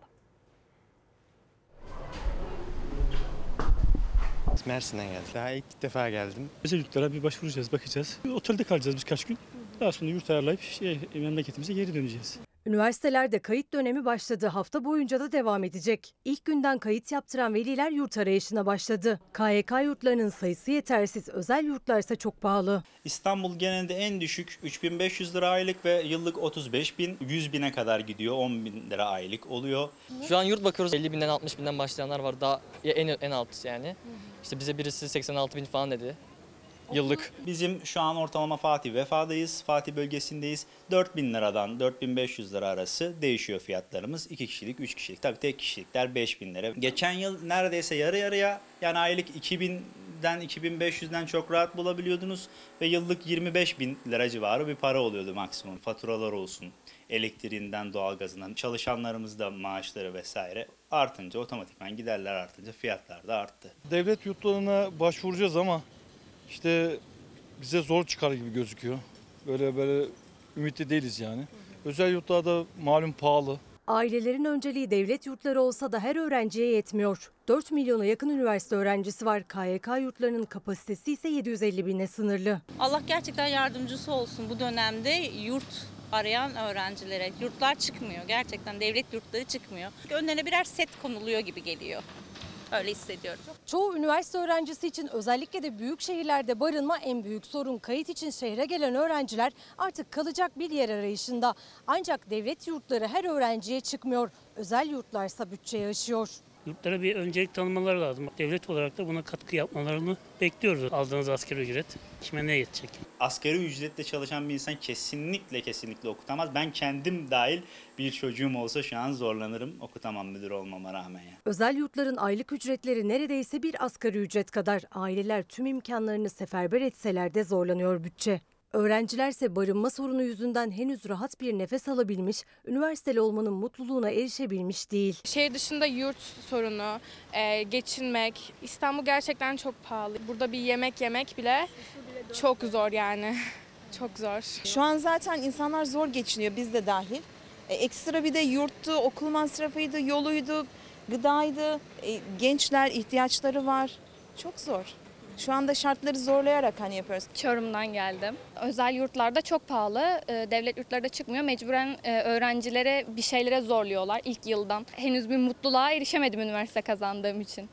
Mersin'den geldim. Daha ilk defa geldim. Özel yurtlara bir başvuracağız, bakacağız. Otelde kalacağız birkaç gün. Daha sonra yurt ayarlayıp memleketimize geri döneceğiz. Üniversitelerde kayıt dönemi başladı. Hafta boyunca da devam edecek. İlk günden kayıt yaptıran veliler yurt arayışına başladı. KYK yurtlarının sayısı yetersiz, özel yurtlar ise çok pahalı. İstanbul genelinde en düşük 3.500 lira aylık ve yıllık 35.000, 100.000'e kadar gidiyor. 10.000 lira aylık oluyor. Şu an yurt bakıyoruz. 50.000'den 60.000'den başlayanlar var. Daha en alt yani. İşte bize birisi 86.000 falan dedi. yıllık. Bizim şu an ortalama Fatih Vefa'dayız. Fatih bölgesindeyiz. 4.000 liradan 4.500 lira arası değişiyor fiyatlarımız. 2 kişilik, 3 kişilik. Tabii tek kişilikler 5.000 lira. Geçen yıl neredeyse yarı yarıya, yani aylık 2.000'den 2.500'den çok rahat bulabiliyordunuz. Ve yıllık 25.000 lira civarı bir para oluyordu maksimum. Faturalar olsun, elektriğinden, doğalgazından, çalışanlarımız da maaşları vesaire artınca, otomatikman giderler artınca fiyatlar da arttı. Devlet yurtlarına başvuracağız ama işte bize zor çıkar gibi gözüküyor. Böyle ümitli değiliz yani. Özel yurtlarda malum pahalı. Ailelerin önceliği devlet yurtları olsa da her öğrenciye yetmiyor. 4 milyona yakın üniversite öğrencisi var. KYK yurtlarının kapasitesi ise 750 bine sınırlı. Allah gerçekten yardımcısı olsun bu dönemde yurt arayan öğrencilere. Yurtlar çıkmıyor. Gerçekten devlet yurtları çıkmıyor. Önlerine birer set konuluyor gibi geliyor. Öyle hissediyorum. Çoğu üniversite öğrencisi için özellikle de büyük şehirlerde barınma en büyük sorun. Kayıt için şehre gelen öğrenciler artık kalacak bir yer arayışında. Ancak devlet yurtları her öğrenciye çıkmıyor. Özel yurtlarsa bütçeyi aşıyor. Yurtlara bir öncelik tanımaları lazım. Devlet olarak da buna katkı yapmalarını bekliyoruz. Aldığınız asgari ücret kime ne yetecek? Asgari ücretle çalışan bir insan kesinlikle okutamaz. Ben kendim dahil bir çocuğum olsa şu an zorlanırım. Okutamam müdür olmama rağmen ya. Özel yurtların aylık ücretleri neredeyse bir asgari ücret kadar. Aileler tüm imkanlarını seferber etseler de zorlanıyor bütçe. Öğrencilerse barınma sorunu yüzünden henüz rahat bir nefes alabilmiş, üniversiteli olmanın mutluluğuna erişebilmiş değil. Şehir dışında yurt sorunu, geçinmek, İstanbul gerçekten çok pahalı. Burada bir yemek yemek bile çok zor yani. Çok zor. Şu an zaten insanlar zor geçiniyor, biz de dahil. Ekstra bir de yurttu, okul masrafıydı, yoluydu, gıdaydı. Gençler ihtiyaçları var. Çok zor. Şu anda şartları zorlayarak yapıyoruz. Çorum'dan geldim. Özel yurtlarda çok pahalı, devlet yurtlarda çıkmıyor. Mecburen öğrencilere bir şeylere zorluyorlar ilk yıldan. Henüz bir mutluluğa erişemedim üniversite kazandığım için.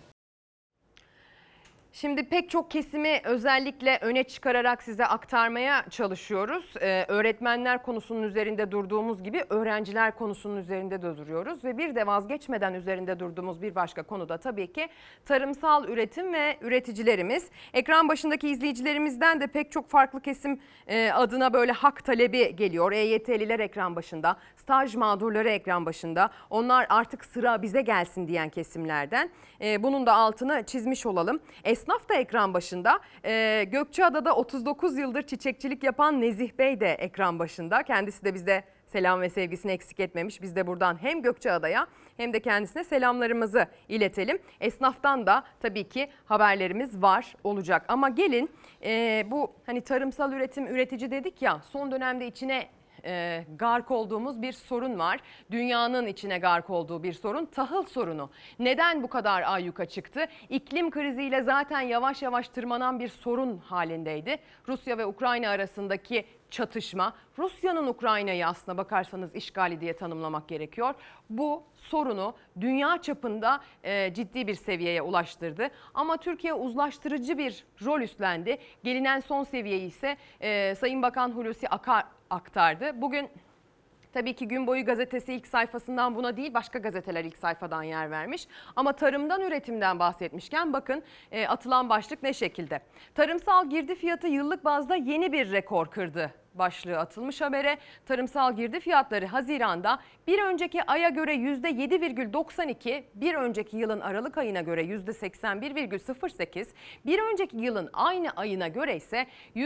Şimdi pek çok kesimi özellikle öne çıkararak size aktarmaya çalışıyoruz. Öğretmenler konusunun üzerinde durduğumuz gibi öğrenciler konusunun üzerinde de duruyoruz. Ve bir de vazgeçmeden üzerinde durduğumuz bir başka konu da tabii ki tarımsal üretim ve üreticilerimiz. Ekran başındaki izleyicilerimizden de pek çok farklı kesim adına böyle hak talebi geliyor. EYT'liler ekran başında, staj mağdurları ekran başında. Onlar artık sıra bize gelsin diyen kesimlerden. Bunun da altını çizmiş olalım. Esnaf da ekran başında. Gökçeada'da 39 yıldır çiçekçilik yapan Nezih Bey de ekran başında. Kendisi de bize selam ve sevgisini eksik etmemiş. Biz de buradan hem Gökçeada'ya hem de kendisine selamlarımızı iletelim. Esnaftan da tabii ki haberlerimiz var olacak. Ama gelin bu hani tarımsal üretim, üretici dedik ya, son dönemde içine gark olduğumuz bir sorun var. Dünyanın içine gark olduğu bir sorun, tahıl sorunu. Neden bu kadar ayyuka çıktı? İklim kriziyle zaten yavaş yavaş tırmanan bir sorun halindeydi. Rusya ve Ukrayna arasındaki çatışma, Rusya'nın Ukrayna'yı aslına bakarsanız işgali diye tanımlamak gerekiyor. Bu sorunu dünya çapında ciddi bir seviyeye ulaştırdı. Ama Türkiye uzlaştırıcı bir rol üstlendi. Gelinen son seviyeyi ise Sayın Bakan Hulusi Akar aktardı. Bugün tabii ki Gün Boyu gazetesi ilk sayfasından buna değil, başka gazeteler ilk sayfadan yer vermiş. Ama tarımdan, üretimden bahsetmişken bakın atılan başlık ne şekilde? Tarımsal girdi fiyatı yıllık bazda yeni bir rekor kırdı başlığı atılmış habere. Tarımsal girdi fiyatları Haziran'da bir önceki aya göre %7,92, bir önceki yılın Aralık ayına göre %81,08, bir önceki yılın aynı ayına göre ise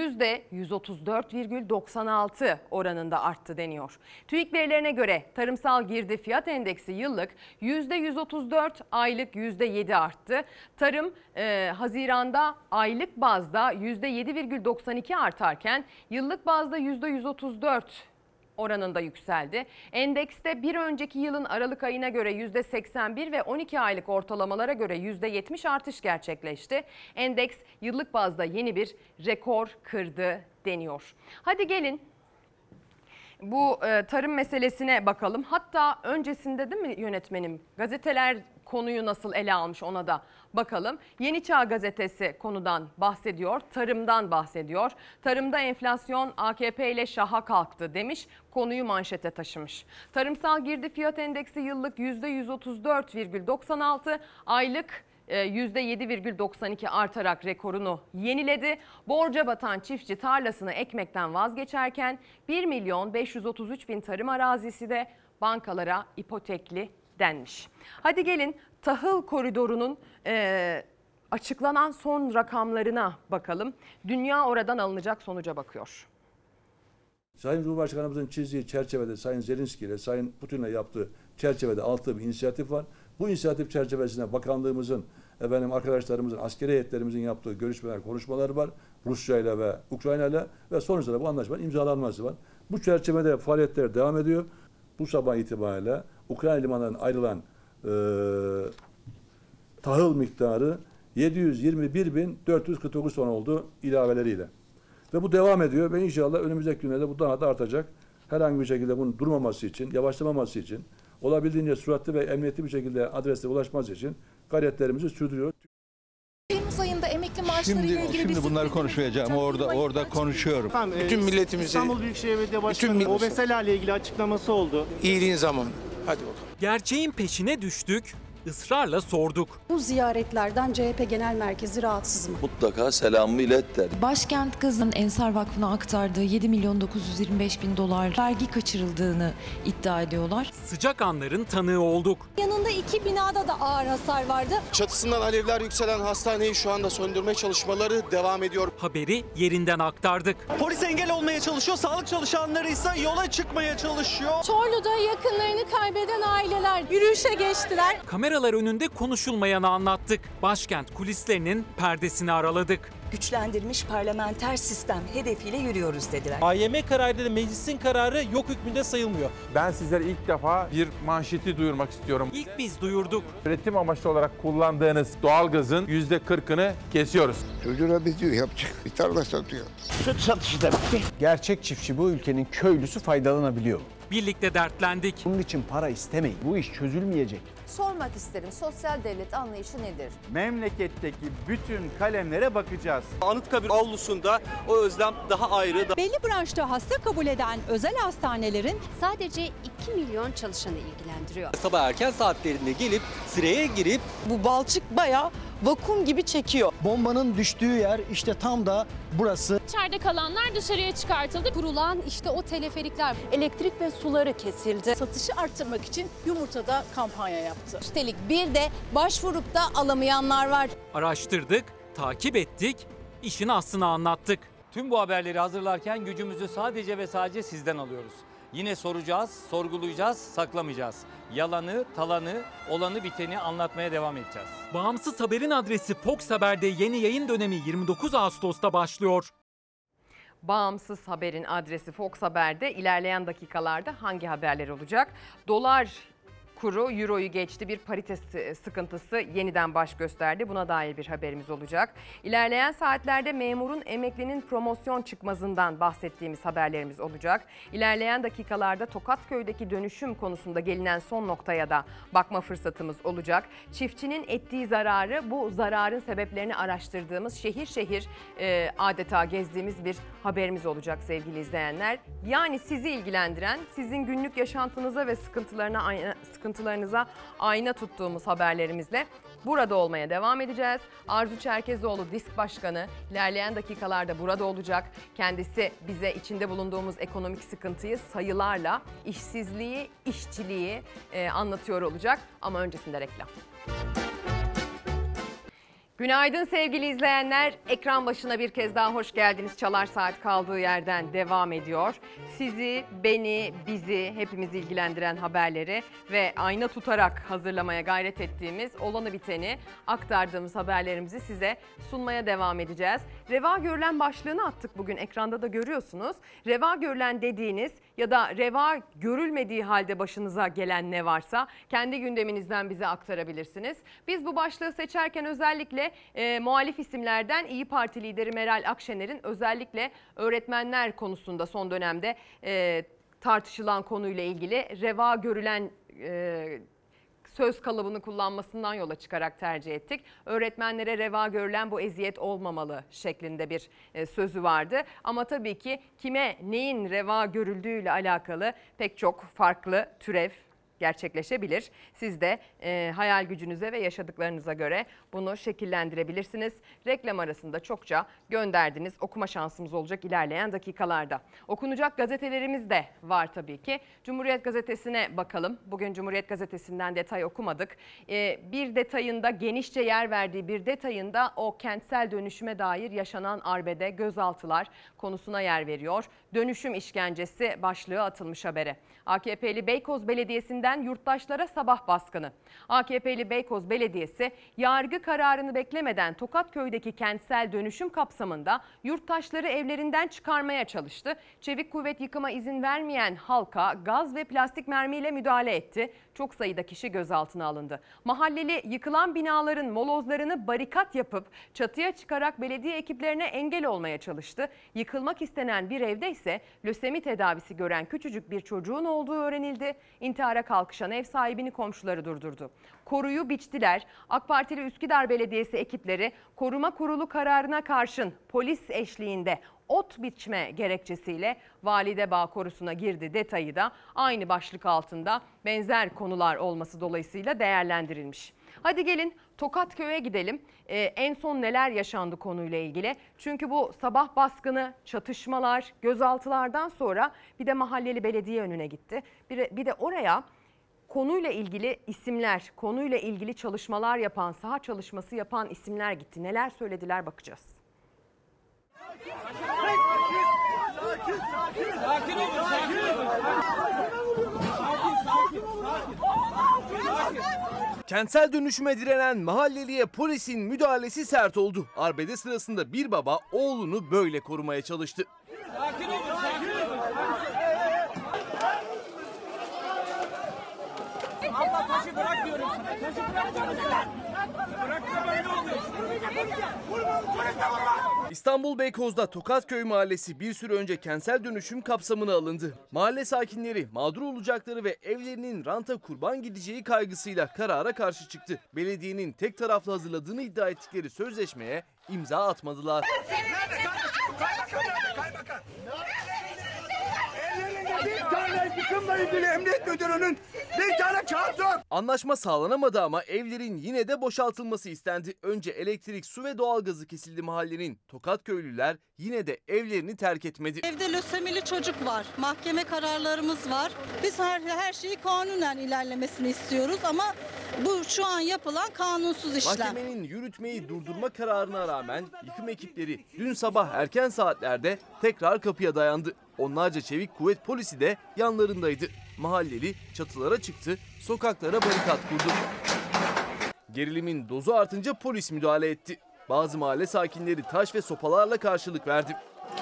%134,96 oranında arttı deniyor. TÜİK verilerine göre tarımsal girdi fiyat endeksi yıllık %134, aylık %7 arttı. Tarım Haziran'da aylık bazda %7,92 artarken yıllık bazda %134 oranında yükseldi. Endekste bir önceki yılın Aralık ayına göre %81 ve 12 aylık ortalamalara göre %70 artış gerçekleşti. Endeks yıllık bazda yeni bir rekor kırdı deniyor. Hadi gelin bu tarım meselesine bakalım. Hatta öncesinde değil mi yönetmenim, gazeteler konuyu nasıl ele almış ona da bakalım. Yeni Çağ gazetesi konudan bahsediyor, tarımdan bahsediyor. Tarımda enflasyon AKP ile şaha kalktı demiş, konuyu manşete taşımış. Tarımsal girdi fiyat endeksi yıllık %134,96, aylık %7,92 artarak rekorunu yeniledi. Borca batan çiftçi tarlasını ekmekten vazgeçerken 1.533.000 tarım arazisi de bankalara ipotekli denmiş. Hadi gelin tahıl koridorunun açıklanan son rakamlarına bakalım. Dünya oradan alınacak sonuca bakıyor. Sayın Cumhurbaşkanımızın çizdiği çerçevede Sayın Zelenski ile Sayın Putin'le yaptığı çerçevede altığı bir inisiyatif var. Bu inisiyatif çerçevesinde bakanlığımızın, arkadaşlarımızın, askeri heyetlerimizin yaptığı görüşmeler, konuşmalar var. Rusya ile ve Ukrayna ile ve sonuçta da bu anlaşmanın imzalanması var. Bu çerçevede faaliyetler devam ediyor. Bu sabah itibariyle Ukrayna limanından ayrılan tahıl miktarı 721.449 ton oldu ilaveleriyle. Ve bu devam ediyor ve inşallah önümüzdeki günlerde bu daha da artacak. Herhangi bir şekilde bunun durmaması için, yavaşlamaması için, olabildiğince süratli ve emniyetli bir şekilde adrese ulaşması için gayretlerimizi sürdürüyoruz. Temmuz ayında emekli maaşları ile ilgili Şimdi bunları konuşmayacağım. Orada konuşuyorum. Bütün milletimizi, İstanbul Büyükşehir Belediye Başkanı'nın o meseleyle ilgili açıklaması oldu. iyiliğin zamanı. Hadi bakalım. Gerçeğin peşine düştük, ısrarla sorduk. Bu ziyaretlerden CHP Genel Merkezi rahatsız mı? Mutlaka selamımı ilet der. Başkent Gaz'ın Ensar Vakfı'na aktardığı 7.925.000 dolar vergi kaçırıldığını iddia ediyorlar. Sıcak anların tanığı olduk. Yanında 2 binada da ağır hasar vardı. Çatısından alevler yükselen hastaneyi şu anda söndürme çalışmaları devam ediyor. Haberi yerinden aktardık. Polis engel olmaya çalışıyor, sağlık çalışanları ise yola çıkmaya çalışıyor. Çorlu'da yakınlarını kaybeden aileler yürüyüşe geçtiler. Kameralar önünde konuşulmayanı anlattık. Başkent kulislerinin perdesini araladık. Güçlendirilmiş parlamenter sistem hedefiyle yürüyoruz dediler. AYM kararıyla da meclisin kararı yok hükmünde sayılmıyor. Ben sizlere ilk defa bir manşeti duyurmak istiyorum. İlk biz duyurduk. Üretim amaçlı olarak kullandığınız doğalgazın %40'ını kesiyoruz. Çocuğuna diyor yapacak bir tarla satıyor. Süt satışı da bitti. Gerçek çiftçi bu ülkenin köylüsü faydalanabiliyor. Birlikte dertlendik. Bunun için para istemeyin. Bu iş çözülmeyecek. Sormak isterim, sosyal devlet anlayışı nedir? Memleketteki bütün kalemlere bakacağız. Anıtkabir avlusunda o özlem daha ayrı. Belli branşta hasta kabul eden özel hastanelerin Sadece 2 milyon çalışanı ilgilendiriyor. Sabah erken saatlerinde gelip sıraya girip bu balçık bayağı vakum gibi çekiyor. Bombanın düştüğü yer işte tam da burası. İçeride kalanlar dışarıya çıkartıldı. Kurulan işte o teleferikler. Elektrik ve suları kesildi. Satışı arttırmak için yumurtada kampanya yaptı. Üstelik bir de başvurup da alamayanlar var. Araştırdık, takip ettik, işin aslını anlattık. tüm bu haberleri hazırlarken gücümüzü sadece ve sadece sizden alıyoruz. Yine soracağız, sorgulayacağız, saklamayacağız. Yalanı, talanı, olanı biteni anlatmaya devam edeceğiz. Bağımsız Haber'in adresi Fox Haber'de yeni yayın dönemi 29 Ağustos'ta başlıyor. Bağımsız Haber'in adresi Fox Haber'de ilerleyen dakikalarda hangi haberler olacak? Dolar kuru Euro'yu geçti, bir parite sıkıntısı yeniden baş gösterdi. Buna dair bir haberimiz olacak. İlerleyen saatlerde memurun, emeklinin promosyon çıkmazından bahsettiğimiz haberlerimiz olacak. İlerleyen dakikalarda Tokatköy'deki dönüşüm konusunda gelinen son noktaya da bakma fırsatımız olacak. Çiftçinin ettiği zararı, bu zararın sebeplerini araştırdığımız, şehir şehir adeta gezdiğimiz bir haberimiz olacak sevgili izleyenler. Yani sizi ilgilendiren, sizin günlük yaşantınıza ve sıkıntılarınıza ayna tuttuğumuz haberlerimizle burada olmaya devam edeceğiz. Arzu Çerkezoğlu Disk Başkanı ilerleyen dakikalarda burada olacak. Kendisi bize içinde bulunduğumuz ekonomik sıkıntıyı sayılarla, işsizliği, işçiliği anlatıyor olacak. Ama öncesinde reklam. Günaydın sevgili izleyenler. Ekran başına bir kez daha hoş geldiniz. Çalar Saat kaldığı yerden devam ediyor. Sizi, beni, bizi, hepimizi ilgilendiren haberleri ve ayna tutarak hazırlamaya gayret ettiğimiz, olanı biteni aktardığımız haberlerimizi size sunmaya devam edeceğiz. Reva görülen başlığını attık bugün, ekranda da görüyorsunuz. Reva görülen dediğiniz ya da reva görülmediği halde başınıza gelen ne varsa kendi gündeminizden bize aktarabilirsiniz. Biz bu başlığı seçerken özellikle muhalif isimlerden İYİ Parti lideri Meral Akşener'in özellikle öğretmenler konusunda son dönemde tartışılan konuyla ilgili reva görülen söz kalıbını kullanmasından yola çıkarak tercih ettik. Öğretmenlere reva görülen bu eziyet olmamalı şeklinde bir sözü vardı. Ama tabii ki kime neyin reva görüldüğüyle alakalı pek çok farklı türev, gerçekleşebilir. Siz de hayal gücünüze ve yaşadıklarınıza göre bunu şekillendirebilirsiniz. Reklam arasında çokça gönderdiniz. Okuma şansımız olacak ilerleyen dakikalarda. Okunacak gazetelerimiz de var tabii ki. Cumhuriyet Gazetesi'ne bakalım. Bugün Cumhuriyet Gazetesi'nden detay okumadık. Bir detayında, genişçe yer verdiği bir detayında o kentsel dönüşüme dair yaşanan arbede, gözaltılar konusuna yer veriyor. Dönüşüm işkencesi başlığı atılmış habere. AKP'li Beykoz Belediyesi'nden yurttaşlara sabah baskını. AKP'li Beykoz Belediyesi yargı kararını beklemeden Tokatköy'deki kentsel dönüşüm kapsamında yurttaşları evlerinden çıkarmaya çalıştı. Çevik kuvvet yıkıma izin vermeyen halka gaz ve plastik mermiyle müdahale etti. Çok sayıda kişi gözaltına alındı. Mahalleli yıkılan binaların molozlarını barikat yapıp çatıya çıkarak belediye ekiplerine engel olmaya çalıştı. Yıkılmak istenen bir evde ise lösemi tedavisi gören küçücük bir çocuğun olduğu öğrenildi. İntihara kalkışan ev sahibini komşuları durdurdu. Koruyu biçtiler. AK Partili Üsküdar Belediyesi ekipleri koruma kurulu kararına karşın polis eşliğinde ot biçme gerekçesiyle Validebağ korusuna girdi detayı da aynı başlık altında benzer konular olması dolayısıyla değerlendirilmiş. Hadi gelin Tokatköy'e gidelim. En son neler yaşandı konuyla ilgili? Çünkü bu sabah baskını, çatışmalar, gözaltılardan sonra bir de mahalleli belediye önüne gitti. Bir de oraya konuyla ilgili isimler, konuyla ilgili çalışmalar yapan, saha çalışması yapan isimler gitti. Neler söylediler bakacağız. Kentsel dönüşüme direnen mahalleliye polisin müdahalesi sert oldu. Arbede sırasında bir baba oğlunu böyle korumaya çalıştı. Abla taşı bırak diyorum sana. Taşı bırak diyorum sana. Bırak da böyle oluyor. İstanbul Beykoz'da Tokatköy Mahallesi bir süre önce kentsel dönüşüm kapsamına alındı. Mahalle sakinleri mağdur olacakları ve evlerinin ranta kurban gideceği kaygısıyla karara karşı çıktı. Belediyenin tek taraflı hazırladığını iddia ettikleri sözleşmeye imza atmadılar. Bir tane yıkımla ilgili emniyet müdürünün bir tane kağıt yok. Anlaşma sağlanamadı ama evlerin yine de boşaltılması istendi. Önce elektrik, su ve doğalgazı kesildi mahallenin. Tokatköylüler yine de evlerini terk etmedi. Evde lösemili çocuk var. Mahkeme kararlarımız var. Biz her şeyi kanunen ilerlemesini istiyoruz ama bu şu an yapılan kanunsuz işlem. Mahkemenin yürütmeyi durdurma kararına rağmen yıkım ekipleri dün sabah erken saatlerde tekrar kapıya dayandı. Onlarca çevik kuvvet polisi de yanlarındaydı. Mahalleli çatılara çıktı, sokaklara barikat kurdu. Gerilimin dozu artınca polis müdahale etti. Bazı mahalle sakinleri taş ve sopalarla karşılık verdi.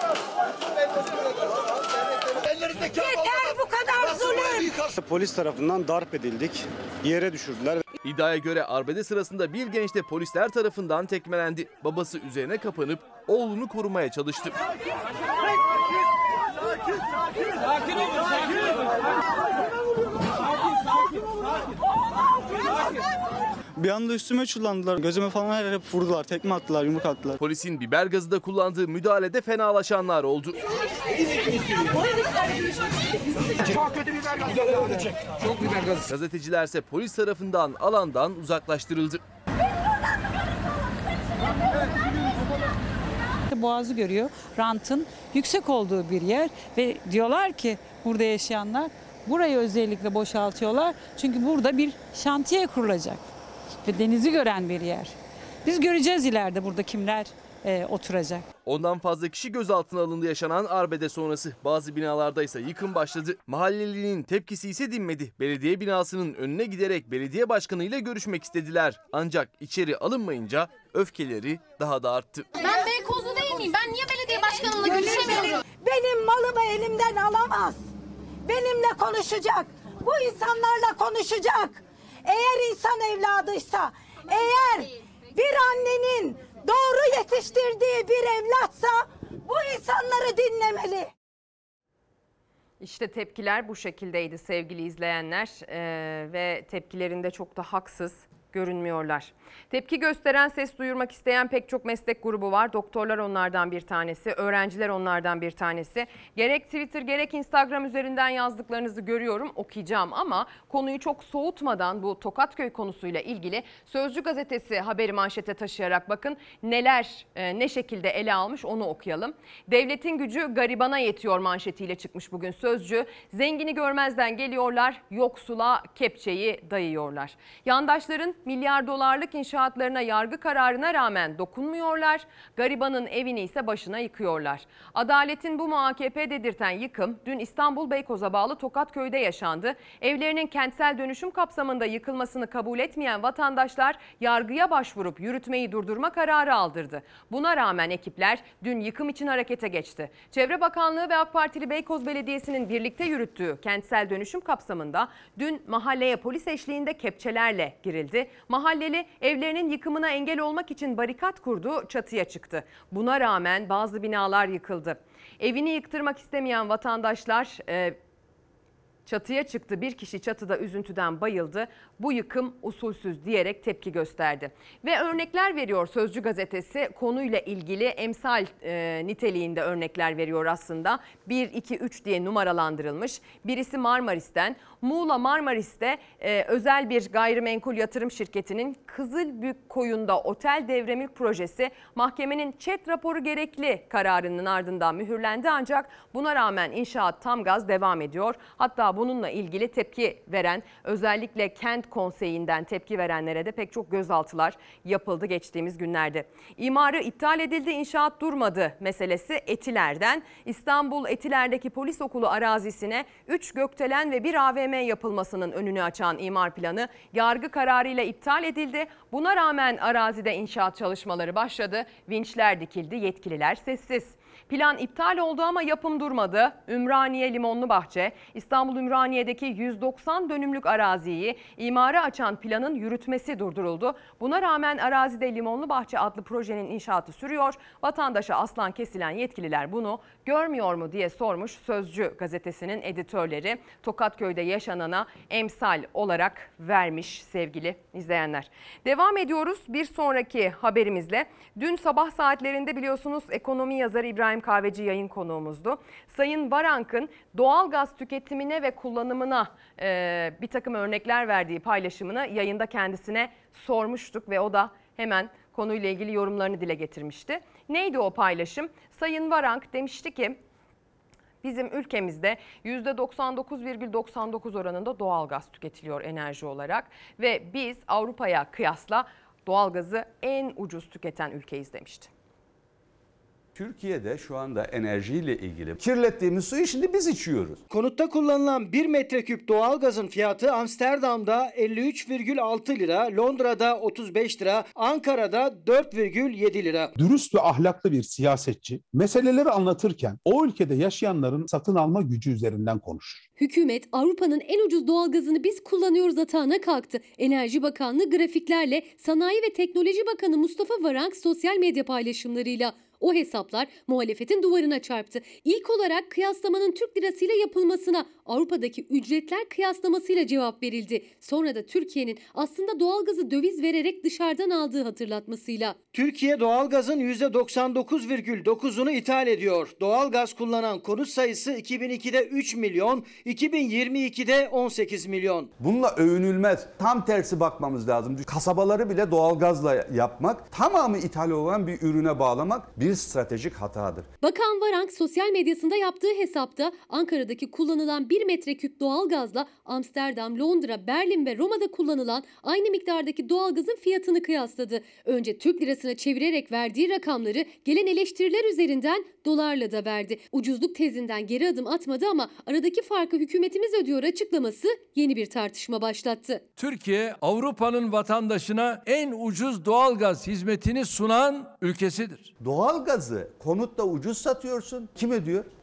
Yeter bu kadar zulüm. Polis tarafından darp edildik. Yere düşürdüler. İddiaya göre arbede sırasında bir genç de polisler tarafından tekmelendi. Babası üzerine kapanıp oğlunu korumaya çalıştı. Sakin olun, sakin olun. Bir anda üstüme çullandılar. Gözüme falan her yere vurdular. Tekme attılar, yumruk attılar. Polisin biber gazı da kullandığı müdahalede fenalaşanlar oldu. Çok kötü biber gazı. Çok biber gazı. Gazetecilerse polis tarafından alandan uzaklaştırıldı. Boğazı görüyor. Rantın yüksek olduğu bir yer ve diyorlar ki burada yaşayanlar burayı özellikle boşaltıyorlar. Çünkü burada bir şantiye kurulacak ve denizi gören bir yer. Biz göreceğiz ileride burada kimler oturacak. Ondan fazla kişi gözaltına alındı yaşanan arbede sonrası. Bazı binalarda ise yıkım başladı. Mahallelinin tepkisi ise dinmedi. Belediye binasının önüne giderek belediye başkanıyla görüşmek istediler. Ancak içeri alınmayınca öfkeleri daha da arttı. Ben Beykozlu değil miyim? Ben niye belediye başkanıyla görüşemiyorum? Benim malımı elimden alamaz. Benimle konuşacak. Bu insanlarla konuşacak. Eğer insan evladıysa, eğer bir annenin doğru yetiştirdiği bir evlatsa bu insanları dinlemeli. İşte tepkiler bu şekildeydi sevgili izleyenler ve tepkilerinde çok da haksız. görünmüyorlar. Tepki gösteren, ses duyurmak isteyen pek çok meslek grubu var. Doktorlar onlardan bir tanesi, öğrenciler onlardan bir tanesi. Gerek Twitter gerek Instagram üzerinden yazdıklarınızı görüyorum, okuyacağım ama konuyu çok soğutmadan bu Tokatköy konusuyla ilgili Sözcü gazetesi haberi manşete taşıyarak bakın neler ne şekilde ele almış onu okuyalım. Devletin gücü garibana yetiyor manşetiyle çıkmış bugün Sözcü. Zengini görmezden geliyorlar, yoksula kepçeyi dayıyorlar. Yandaşların milyar dolarlık inşaatlarına yargı kararına rağmen dokunmuyorlar. Garibanın evini ise başına yıkıyorlar. Adaletin bu mu AKP dedirten yıkım dün İstanbul Beykoz'a bağlı Tokatköy'de yaşandı. Evlerinin kentsel dönüşüm kapsamında yıkılmasını kabul etmeyen vatandaşlar yargıya başvurup yürütmeyi durdurma kararı aldırdı. Buna rağmen ekipler dün yıkım için harekete geçti. Çevre Bakanlığı ve AK Partili Beykoz Belediyesi'nin birlikte yürüttüğü kentsel dönüşüm kapsamında dün mahalleye polis eşliğinde kepçelerle girildi. Mahalleli evlerinin yıkımına engel olmak için barikat kurdu, çatıya çıktı. Buna rağmen bazı binalar yıkıldı. Evini yıktırmak istemeyen vatandaşlar çatıya çıktı. Bir kişi çatıda üzüntüden bayıldı. Bu yıkım usulsüz diyerek tepki gösterdi. Ve örnekler veriyor Sözcü gazetesi. Konuyla ilgili emsal niteliğinde örnekler veriyor aslında. 1, 2, 3 diye numaralandırılmış. Birisi Marmaris'ten. Muğla Marmaris'te özel bir gayrimenkul yatırım şirketinin Kızılbükkoyun'da otel devremülk projesi mahkemenin çet raporu gerekli kararının ardından mühürlendi. Ancak buna rağmen inşaat tam gaz devam ediyor. Hatta bununla ilgili tepki veren, özellikle kent konseyinden tepki verenlere de pek çok gözaltılar yapıldı geçtiğimiz günlerde. İmarı iptal edildi, inşaat durmadı meselesi Etiler'den. İstanbul Etiler'deki polis okulu arazisine 3 gökdelen ve bir AVM yapılmasının önünü açan imar planı yargı kararıyla iptal edildi. Buna rağmen arazide inşaat çalışmaları başladı. Vinçler dikildi, yetkililer sessiz. Plan iptal oldu ama yapım durmadı. Ümraniye Limonlubahçe, İstanbul Ümraniye'deki 190 dönümlük araziyi imara açan planın yürütmesi durduruldu. Buna rağmen arazide Limonlubahçe adlı projenin inşaatı sürüyor. Vatandaşa aslan kesilen yetkililer bunu görmüyor mu diye sormuş Sözcü gazetesinin editörleri. Tokatköy'de yaşanana emsal olarak vermiş sevgili izleyenler. Devam ediyoruz bir sonraki haberimizle. Dün sabah saatlerinde biliyorsunuz ekonomi yazarı İbrahim Kahveci yayın konuğumuzdu. Sayın Varank'ın doğal gaz tüketimine ve kullanımına bir takım örnekler verdiği paylaşımını yayında kendisine sormuştuk ve o da hemen konuyla ilgili yorumlarını dile getirmişti. Neydi o paylaşım? Sayın Varank demişti ki bizim ülkemizde %99,99 oranında doğalgaz tüketiliyor enerji olarak ve biz Avrupa'ya kıyasla doğalgazı en ucuz tüketen ülkeyiz demişti. Türkiye'de şu anda enerjiyle ilgili kirlettiğimiz suyu şimdi biz içiyoruz. Konutta kullanılan 1 metreküp doğalgazın fiyatı Amsterdam'da 53,6 lira, Londra'da 35 lira, Ankara'da 4,7 lira. Dürüst ve ahlaklı bir siyasetçi meseleleri anlatırken o ülkede yaşayanların satın alma gücü üzerinden konuşur. Hükümet Avrupa'nın en ucuz doğalgazını biz kullanıyoruz atağına kalktı. Enerji Bakanlığı grafiklerle, Sanayi ve Teknoloji Bakanı Mustafa Varank sosyal medya paylaşımlarıyla. O hesaplar muhalefetin duvarına çarptı. İlk olarak kıyaslamanın Türk lirasıyla yapılmasına Avrupa'daki ücretler kıyaslamasıyla cevap verildi. Sonra da Türkiye'nin aslında doğalgazı döviz vererek dışarıdan aldığı hatırlatmasıyla. Türkiye doğalgazın %99,9'unu ithal ediyor. Doğalgaz kullanan konut sayısı 2002'de 3 milyon, 2022'de 18 milyon. Bununla övünülmez. Tam tersi bakmamız lazım. Kasabaları bile doğalgazla yapmak, tamamı ithal olan bir ürüne bağlamak bir stratejik hatadır. Bakan Varank sosyal medyasında yaptığı hesapta Ankara'daki kullanılan 1 metreküp doğalgazla Amsterdam, Londra, Berlin ve Roma'da kullanılan aynı miktardaki doğalgazın fiyatını kıyasladı. Önce Türk lirasına çevirerek verdiği rakamları gelen eleştiriler üzerinden dolarla da verdi. Ucuzluk tezinden geri adım atmadı ama aradaki farkı hükümetimiz ödüyor açıklaması yeni bir tartışma başlattı. Türkiye Avrupa'nın vatandaşına en ucuz doğalgaz hizmetini sunan ülkesidir. Doğalgazı konutta ucuz satıyorsun. Kim ödüyor?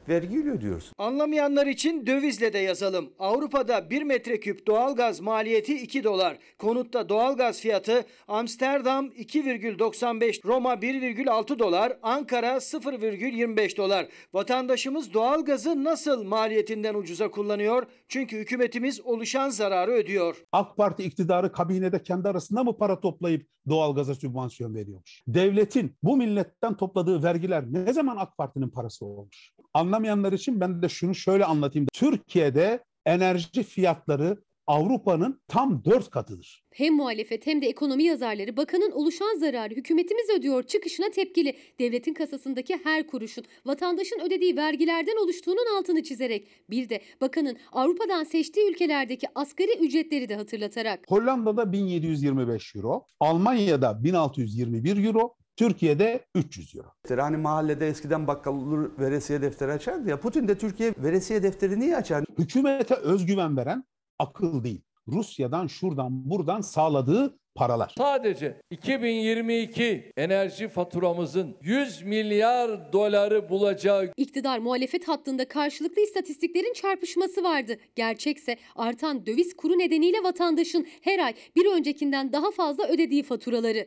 vergiyle ödüyoruz. Anlamayanlar için dövizle de yazalım. Avrupa'da 1 metreküp doğalgaz maliyeti 2 dolar. Konutta doğalgaz fiyatı Amsterdam 2,95, Roma 1,6 dolar, Ankara 0,25 dolar. Vatandaşımız doğalgazı nasıl maliyetinden ucuza kullanıyor? Çünkü hükümetimiz oluşan zararı ödüyor. AK Parti iktidarı kabinede kendi arasında mı para toplayıp doğalgaza sübvansiyon veriyormuş? Devletin bu milletten topladığı vergiler ne zaman AK Parti'nin parası olmuş? Anlamayanlar için ben de şunu şöyle anlatayım. Türkiye'de enerji fiyatları Avrupa'nın tam 4 katıdır. Hem muhalefet hem de ekonomi yazarları bakanın oluşan zararı hükümetimiz ödüyor çıkışına tepkili. Devletin kasasındaki her kuruşun vatandaşın ödediği vergilerden oluştuğunun altını çizerek bir de bakanın Avrupa'dan seçtiği ülkelerdeki asgari ücretleri de hatırlatarak. Hollanda'da 1725 euro, Almanya'da 1621 euro, Türkiye'de 300 euro. Hani mahallede eskiden bakkal olur veresiye defteri açardı ya. Putin de Türkiye veresiye defteri niye açar? Hükümete özgüven veren akıl değil. Rusya'dan şuradan buradan sağladığı paralar. Sadece 2022 enerji faturamızın 100 milyar doları bulacağı. İktidar muhalefet hattında karşılıklı istatistiklerin çarpışması vardı. Gerçekse artan döviz kuru nedeniyle vatandaşın her ay bir öncekinden daha fazla ödediği faturaları.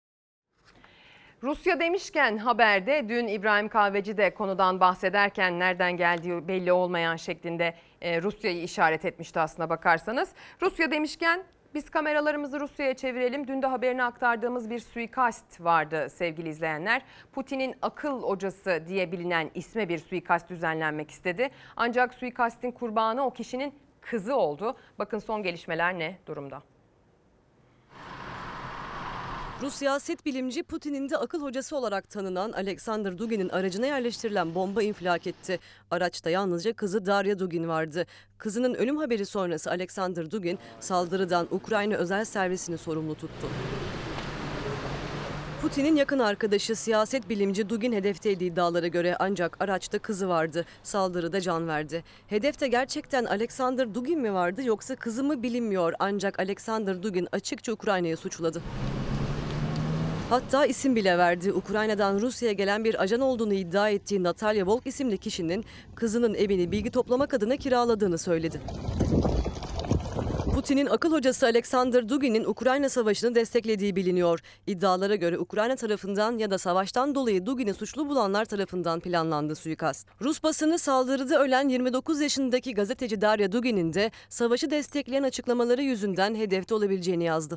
Rusya demişken haberde dün İbrahim Kahveci de konudan bahsederken nereden geldiği belli olmayan şeklinde Rusya'yı işaret etmişti aslına bakarsanız. Rusya demişken biz kameralarımızı Rusya'ya çevirelim. Dün de haberini aktardığımız bir suikast vardı sevgili izleyenler. Putin'in akıl hocası diye bilinen isme bir suikast düzenlenmek istedi. Ancak suikastin kurbanı o kişinin kızı oldu. Bakın son gelişmeler ne durumda? Rus siyaset bilimci Putin'in de akıl hocası olarak tanınan Alexander Dugin'in aracına yerleştirilen bomba infilak etti. Araçta yalnızca kızı Darya Dugin vardı. Kızının ölüm haberi sonrası Alexander Dugin saldırıdan Ukrayna özel servisini sorumlu tuttu. Putin'in yakın arkadaşı siyaset bilimci Dugin hedefteydi iddialara göre ancak araçta kızı vardı. Saldırıda can verdi. Hedefte gerçekten Alexander Dugin mi vardı yoksa kızı mı bilinmiyor ancak Alexander Dugin açıkça Ukrayna'yı suçladı. Hatta isim bile verdi. Ukrayna'dan Rusya'ya gelen bir ajan olduğunu iddia ettiği Natalya Volk isimli kişinin kızının evini bilgi toplamak adına kiraladığını söyledi. Putin'in akıl hocası Alexander Dugin'in Ukrayna Savaşı'nı desteklediği biliniyor. İddialara göre Ukrayna tarafından ya da savaştan dolayı Dugin'i suçlu bulanlar tarafından planlandı suikast. Rus basını saldırıda ölen 29 yaşındaki gazeteci Darya Dugin'in de savaşı destekleyen açıklamaları yüzünden hedefte olabileceğini yazdı.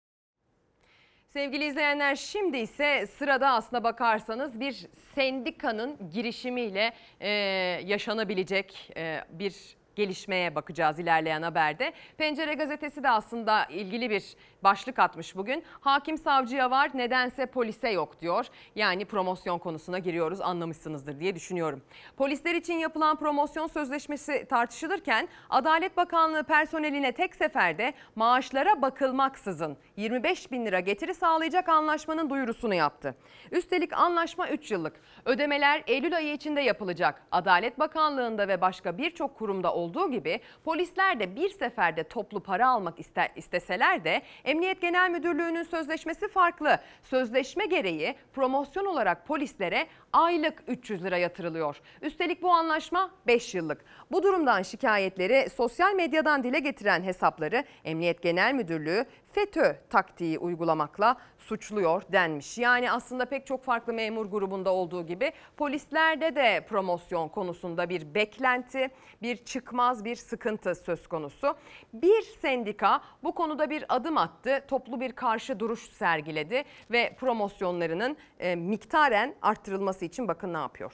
Sevgili izleyenler şimdi ise sırada aslına bakarsanız bir sendikanın girişimiyle yaşanabilecek bir gelişmeye bakacağız ilerleyen haberde. Pencere gazetesi de aslında ilgili bir başlık atmış bugün. Hakim savcıya var, nedense polise yok diyor. Yani promosyon konusuna giriyoruz, anlamışsınızdır diye düşünüyorum. Polisler için yapılan promosyon sözleşmesi tartışılırken Adalet Bakanlığı personeline tek seferde maaşlara bakılmaksızın 25 bin lira getiri sağlayacak anlaşmanın duyurusunu yaptı. Üstelik anlaşma 3 yıllık. Ödemeler Eylül ayı içinde yapılacak. Adalet Bakanlığı'nda ve başka birçok kurumda olduğu gibi polisler de bir seferde toplu para almak isteseler de Emniyet Genel Müdürlüğü'nün sözleşmesi farklı. Sözleşme gereği promosyon olarak polislere aylık 300 lira yatırılıyor. Üstelik bu anlaşma 5 yıllık. Bu durumdan şikayetleri sosyal medyadan dile getiren hesapları Emniyet Genel Müdürlüğü FETÖ taktiği uygulamakla suçluyor denmiş. Yani aslında pek çok farklı memur grubunda olduğu gibi polislerde de promosyon konusunda bir beklenti, bir çıkmaz bir sıkıntı söz konusu. Bir sendika bu konuda bir adım attı, toplu bir karşı duruş sergiledi ve promosyonlarının miktaren arttırılması için bakın ne yapıyor.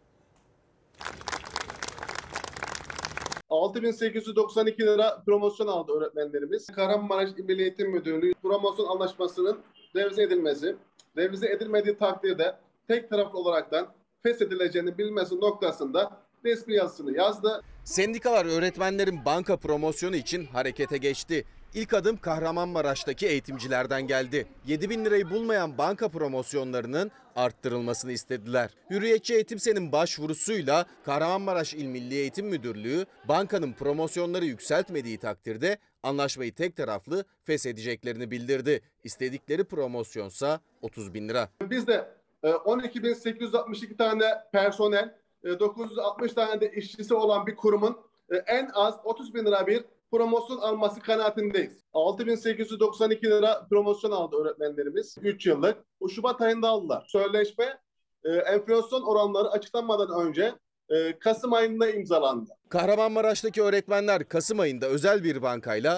6.892 lira promosyon aldı öğretmenlerimiz. Kahramanmaraş İl Milli Eğitim Müdürlüğü promosyon anlaşmasının revize edilmesi, revize edilmediği takdirde tek taraflı olaraktan feshedileceğini bilmesi noktasında resmi yazısını yazdı. Sendikalar öğretmenlerin banka promosyonu için harekete geçti. İlk adım Kahramanmaraş'taki eğitimcilerden geldi. 7 bin lirayı bulmayan banka promosyonlarının arttırılmasını istediler. Hürriyetçi Eğitimsen'in başvurusuyla Kahramanmaraş İl Milli Eğitim Müdürlüğü bankanın promosyonları yükseltmediği takdirde anlaşmayı tek taraflı feshedeceklerini bildirdi. İstedikleri promosyonsa 30 bin lira. Biz de 12.862 tane personel 960 tane de işçisi olan bir kurumun en az 30 bin lira bir promosyon alması kanaatindeyiz. 6.892 lira promosyon aldı öğretmenlerimiz 3 yıllık. Bu Şubat ayında aldılar. Sözleşme enflasyon oranları açıklanmadan önce Kasım ayında imzalandı. Kahramanmaraş'taki öğretmenler Kasım ayında özel bir bankayla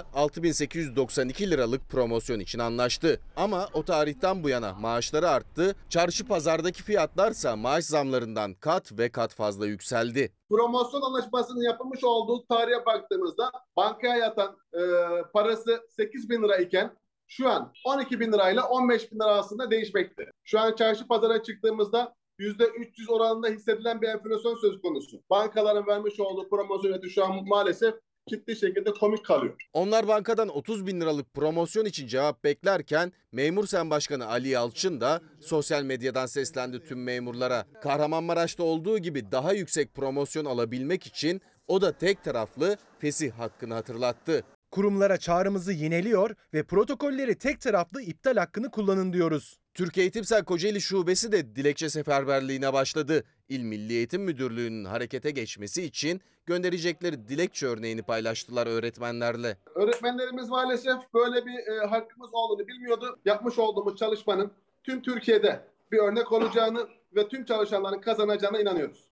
6.892 liralık promosyon için anlaştı. Ama o tarihten bu yana maaşları arttı, çarşı pazardaki fiyatlarsa maaş zamlarından kat ve kat fazla yükseldi. Promosyon anlaşmasının yapılmış olduğu tarihe baktığımızda bankaya yatan parası 8 bin lira iken şu an 12 bin lirayla 15 bin lira arasında değişmekte. Şu an çarşı pazara çıktığımızda %300 oranında hissedilen bir enflasyon söz konusu. Bankaların vermiş olduğu promosyon ücreti şu an maalesef ciddi şekilde komik kalıyor. Onlar bankadan 30 bin liralık promosyon için cevap beklerken Memursen Başkanı Ali Yalçın da sosyal medyadan seslendi tüm memurlara. Kahramanmaraş'ta olduğu gibi daha yüksek promosyon alabilmek için o da tek taraflı fesih hakkını hatırlattı. Kurumlara çağrımızı yineliyor ve protokolleri tek taraflı iptal hakkını kullanın diyoruz. Türkiye Eğitimsel Kocaeli Şubesi de dilekçe seferberliğine başladı. İl Milli Eğitim Müdürlüğü'nün harekete geçmesi için gönderecekleri dilekçe örneğini paylaştılar öğretmenlerle. Öğretmenlerimiz maalesef böyle bir hakkımız olduğunu bilmiyordu. Yapmış olduğumuz çalışmanın tüm Türkiye'de bir örnek olacağını ve tüm çalışanların kazanacağına inanıyoruz.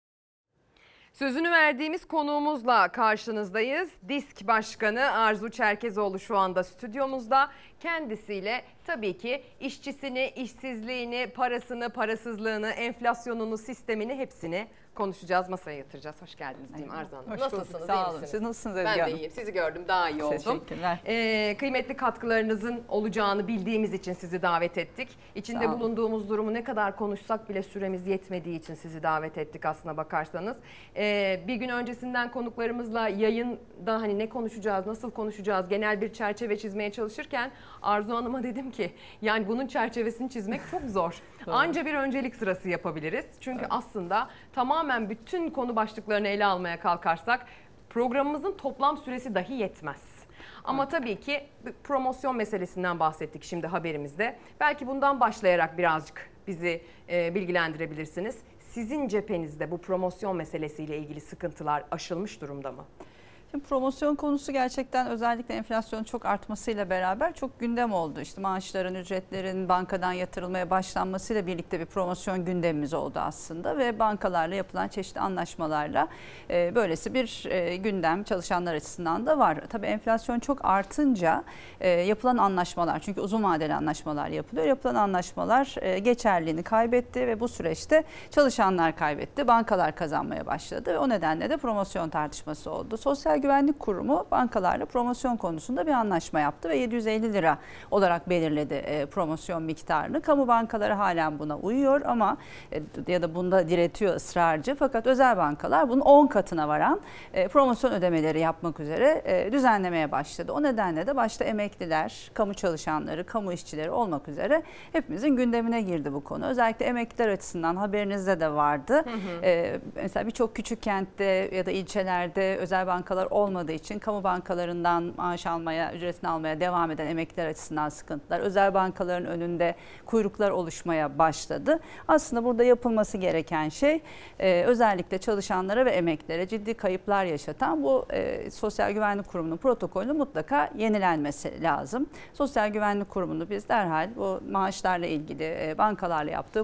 Sözünü verdiğimiz konuğumuzla karşınızdayız. DİSK Başkanı Arzu Çerkezoğlu şu anda stüdyomuzda. Kendisiyle tabii ki işçisini, işsizliğini, parasını, parasızlığını, enflasyonunu, sistemini hepsini konuşacağız, masaya yatıracağız. Hoş geldiniz diyeyim Arzu Hanım. Hoş Nasılsınız? bulduk, sağ olun. Siz nasılsınız Ezgi Hanım? Ben de iyiyim. Sizi gördüm, daha iyi oldum. Teşekkürler. Kıymetli katkılarınızın olacağını bildiğimiz için sizi davet ettik. İçinde bulunduğumuz durumu ne kadar konuşsak bile süremiz yetmediği için sizi davet ettik aslına bakarsanız. Bir gün öncesinden konuklarımızla yayında hani ne konuşacağız, nasıl konuşacağız, genel bir çerçeve çizmeye çalışırken Arzu Hanım'a dedim ki yani bunun çerçevesini çizmek çok zor. Anca bir öncelik sırası yapabiliriz. Çünkü aslında tamamen bütün konu başlıklarını ele almaya kalkarsak programımızın toplam süresi dahi yetmez. Ama tabii ki promosyon meselesinden bahsettik şimdi haberimizde. Belki bundan başlayarak birazcık bizi bilgilendirebilirsiniz. Sizin cephenizde bu promosyon meselesiyle ilgili sıkıntılar aşılmış durumda mı? Şimdi promosyon konusu gerçekten özellikle enflasyonun çok artmasıyla beraber çok gündem oldu. İşte maaşların, ücretlerin bankadan yatırılmaya başlanmasıyla birlikte bir promosyon gündemimiz oldu aslında ve bankalarla yapılan çeşitli anlaşmalarla böylesi bir gündem çalışanlar açısından da var. Tabii enflasyon çok artınca yapılan anlaşmalar, çünkü uzun vadeli anlaşmalar yapılıyor. Yapılan anlaşmalar geçerliliğini kaybetti ve bu süreçte çalışanlar kaybetti, bankalar kazanmaya başladı ve o nedenle de promosyon tartışması oldu. Sosyal Güvenlik Kurumu bankalarla promosyon konusunda bir anlaşma yaptı ve 750 lira olarak belirledi promosyon miktarını. Kamu bankaları halen buna uyuyor ama ya da bunda diretiyor ısrarcı. Fakat özel bankalar bunun 10 katına varan promosyon ödemeleri yapmak üzere düzenlemeye başladı. O nedenle de başta emekliler, kamu çalışanları, kamu işçileri olmak üzere hepimizin gündemine girdi bu konu. Özellikle emekliler açısından haberinizde de vardı. Mesela birçok küçük kentte ya da ilçelerde özel bankalar olmadığı için kamu bankalarından maaş almaya, ücretini almaya devam eden emekliler açısından sıkıntılar. Özel bankaların önünde kuyruklar oluşmaya başladı. Aslında burada yapılması gereken şey özellikle çalışanlara ve emeklilere ciddi kayıplar yaşatan bu Sosyal Güvenlik Kurumu'nun protokolü mutlaka yenilenmesi lazım. Sosyal Güvenlik Kurumu'nu biz derhal bu maaşlarla ilgili bankalarla yaptığı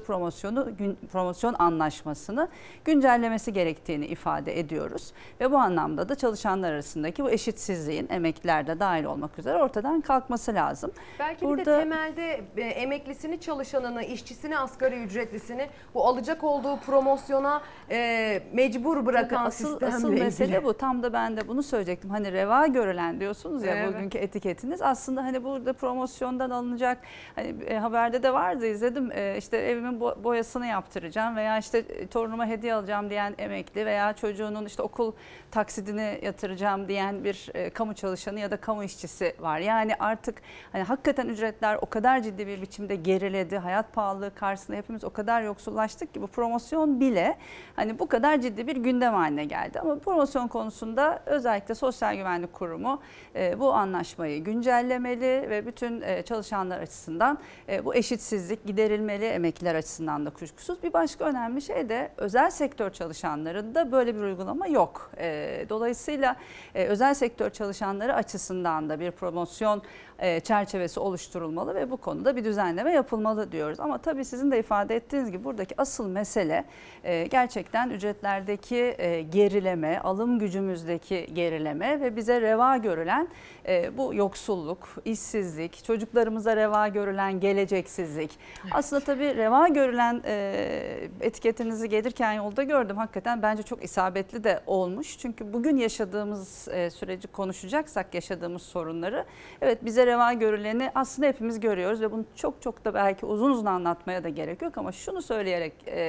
promosyon anlaşmasını güncellemesi gerektiğini ifade ediyoruz. Ve bu anlamda da çalışanlar arasındaki bu eşitsizliğin emekliler de dahil olmak üzere ortadan kalkması lazım. Belki bir de temelde emeklisini, çalışanını, işçisini, asgari ücretlisini bu alacak olduğu promosyona mecbur bırakan sistemle asıl ilgili. mesele bu. Tam da ben de bunu söyleyecektim. Hani reva görülen diyorsunuz ya Evet. bugünkü etiketiniz. Aslında hani burada promosyondan alınacak, hani haberde de vardı, izledim. İşte evimin boyasını yaptıracağım veya işte torunuma hediye alacağım diyen emekli veya çocuğunun işte okul taksidini yatıracağım diyen bir kamu çalışanı ya da kamu işçisi var. Yani artık hani hakikaten ücretler o kadar ciddi bir biçimde geriledi. Hayat pahalılığı karşısında hepimiz o kadar yoksullaştık ki bu promosyon bile hani bu kadar ciddi bir gündem haline geldi. Ama promosyon konusunda özellikle Sosyal Güvenlik Kurumu bu anlaşmayı güncellemeli ve bütün çalışanlar açısından bu eşitsizlik giderilmeli, emekliler açısından da kuşkusuz. Bir başka önemli şey de özel sektör çalışanlarında böyle bir uygulama yok. Dolayısıyla özel sektör çalışanları açısından da bir promosyon çerçevesi oluşturulmalı ve bu konuda bir düzenleme yapılmalı diyoruz. Ama tabii sizin de ifade ettiğiniz gibi buradaki asıl mesele gerçekten ücretlerdeki gerileme, alım gücümüzdeki gerileme ve bize reva görülen bu yoksulluk, işsizlik, çocuklarımıza reva görülen geleceksizlik. Evet. Aslında tabii reva görülen etiketinizi gelirken yolda gördüm. Hakikaten bence çok isabetli de olmuş. Çünkü bugün yaşadığımız süreci konuşacaksak, yaşadığımız sorunları, evet bize reva görüleni aslında hepimiz görüyoruz ve bunu çok da belki uzun uzun anlatmaya da gerek yok ama şunu söyleyerek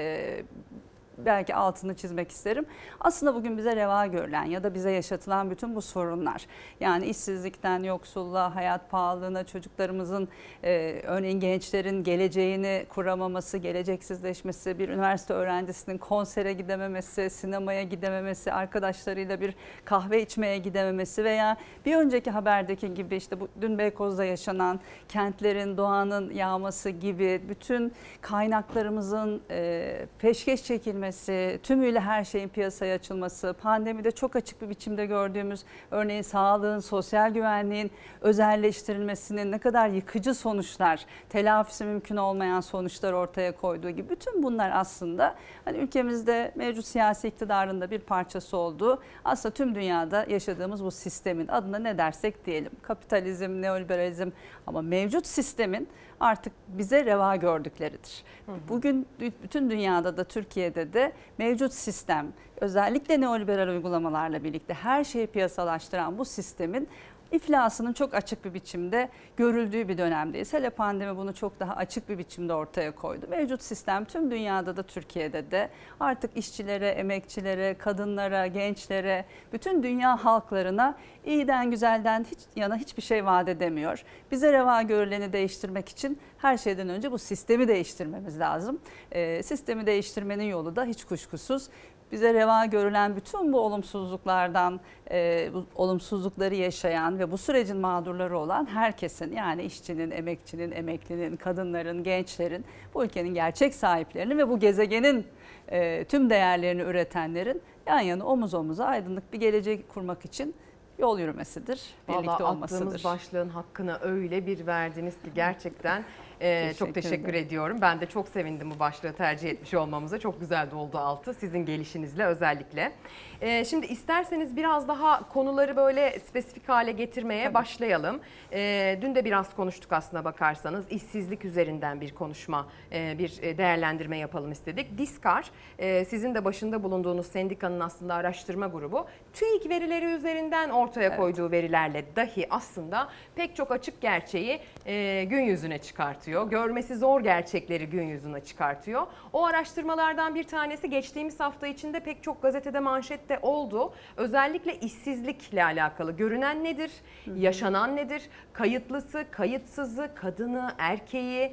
belki altını çizmek isterim. Aslında bugün bize reva görülen ya da bize yaşatılan bütün bu sorunlar, yani işsizlikten yoksulluğa, hayat pahalılığına, çocuklarımızın örneğin gençlerin geleceğini kuramaması, geleceksizleşmesi, bir üniversite öğrencisinin konsere gidememesi, sinemaya gidememesi, arkadaşlarıyla bir kahve içmeye gidememesi veya bir önceki haberdeki gibi işte bu dün Beykoz'da yaşanan kentlerin, doğanın yağması gibi bütün kaynaklarımızın peşkeş çekilmesi, tümüyle her şeyin piyasaya açılması, pandemide çok açık bir biçimde gördüğümüz örneğin sağlığın, sosyal güvenliğin özelleştirilmesinin ne kadar yıkıcı sonuçlar, telafisi mümkün olmayan sonuçlar ortaya koyduğu gibi bütün bunlar aslında hani ülkemizde mevcut siyasi iktidarın da bir parçası olduğu, aslında tüm dünyada yaşadığımız bu sistemin adına ne dersek diyelim, kapitalizm, neoliberalizm, ama mevcut sistemin artık bize reva gördükleridir. Bugün bütün dünyada da Türkiye'de de mevcut sistem, özellikle neoliberal uygulamalarla birlikte her şeyi piyasalaştıran bu sistemin iflasının çok açık bir biçimde görüldüğü bir dönemdeyiz. Hele pandemi bunu çok daha açık bir biçimde ortaya koydu. Mevcut sistem tüm dünyada da Türkiye'de de artık işçilere, emekçilere, kadınlara, gençlere, bütün dünya halklarına iyiden güzelden yana hiçbir şey vaat edemiyor. Bize reva görüleni değiştirmek için her şeyden önce bu sistemi değiştirmemiz lazım. Sistemi değiştirmenin yolu da hiç kuşkusuz bize reva görülen bütün bu olumsuzluklardan, bu olumsuzlukları yaşayan ve bu sürecin mağdurları olan herkesin, yani işçinin, emekçinin, emeklinin, kadınların, gençlerin, bu ülkenin gerçek sahiplerinin ve bu gezegenin tüm değerlerini üretenlerin yan yana omuz omuza aydınlık bir gelecek kurmak için yol yürümesidir, birlikte olmasıdır. Attığımız başlığın hakkını öyle bir verdiniz ki gerçekten çok teşekkür ediyorum. Ben de çok sevindim bu başlığı tercih etmiş olmamıza. Çok güzel de oldu altı sizin gelişinizle özellikle. Şimdi isterseniz biraz daha konuları böyle spesifik hale getirmeye başlayalım. Dün de biraz konuştuk aslına bakarsanız. İşsizlik üzerinden bir konuşma, bir değerlendirme yapalım istedik. Diskar, sizin de başında bulunduğunuz sendikanın aslında araştırma grubu, TÜİK verileri üzerinden ortaya koyduğu verilerle dahi aslında pek çok açık gerçeği gün yüzüne çıkartıyor. Görmesi zor gerçekleri gün yüzüne çıkartıyor. O araştırmalardan bir tanesi geçtiğimiz hafta içinde pek çok gazetede manşette oldu. Özellikle işsizlikle alakalı. Görünen nedir? Yaşanan nedir? Kayıtlısı, kayıtsızı, kadını, erkeği.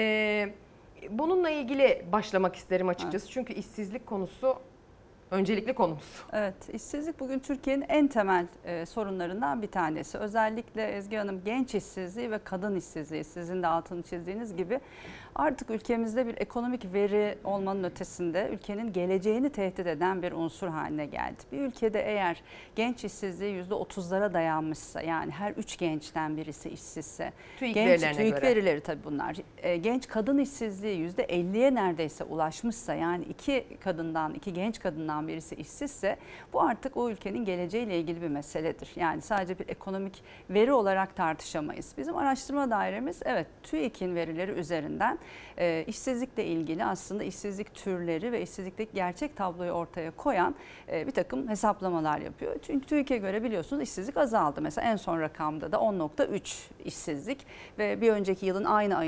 Bununla ilgili başlamak isterim açıkçası. Evet. Çünkü işsizlik konusu öncelikli konumuz. Evet, işsizlik bugün Türkiye'nin en temel sorunlarından bir tanesi. Özellikle Ezgi Hanım, genç işsizliği ve kadın işsizliği, sizin de altını çizdiğiniz gibi artık ülkemizde bir ekonomik veri olmanın ötesinde ülkenin geleceğini tehdit eden bir unsur haline geldi. Bir ülkede eğer genç işsizliği %30'lara dayanmışsa, yani her 3 gençten birisi işsizse, TÜİK verileri tabii bunlar. Genç kadın işsizliği %50'ye neredeyse ulaşmışsa, yani 2 genç kadından birisi işsizse, bu artık o ülkenin geleceğiyle ilgili bir meseledir. Yani sadece bir ekonomik veri olarak tartışamayız. Bizim araştırma dairemiz evet TÜİK'in verileri üzerinden işsizlikle ilgili aslında işsizlik türleri ve işsizlikteki gerçek tabloyu ortaya koyan bir takım hesaplamalar yapıyor. Çünkü TÜİK'e göre biliyorsunuz işsizlik azaldı. Mesela en son rakamda da 10.3 işsizlik ve bir önceki yılın aynı ayına göre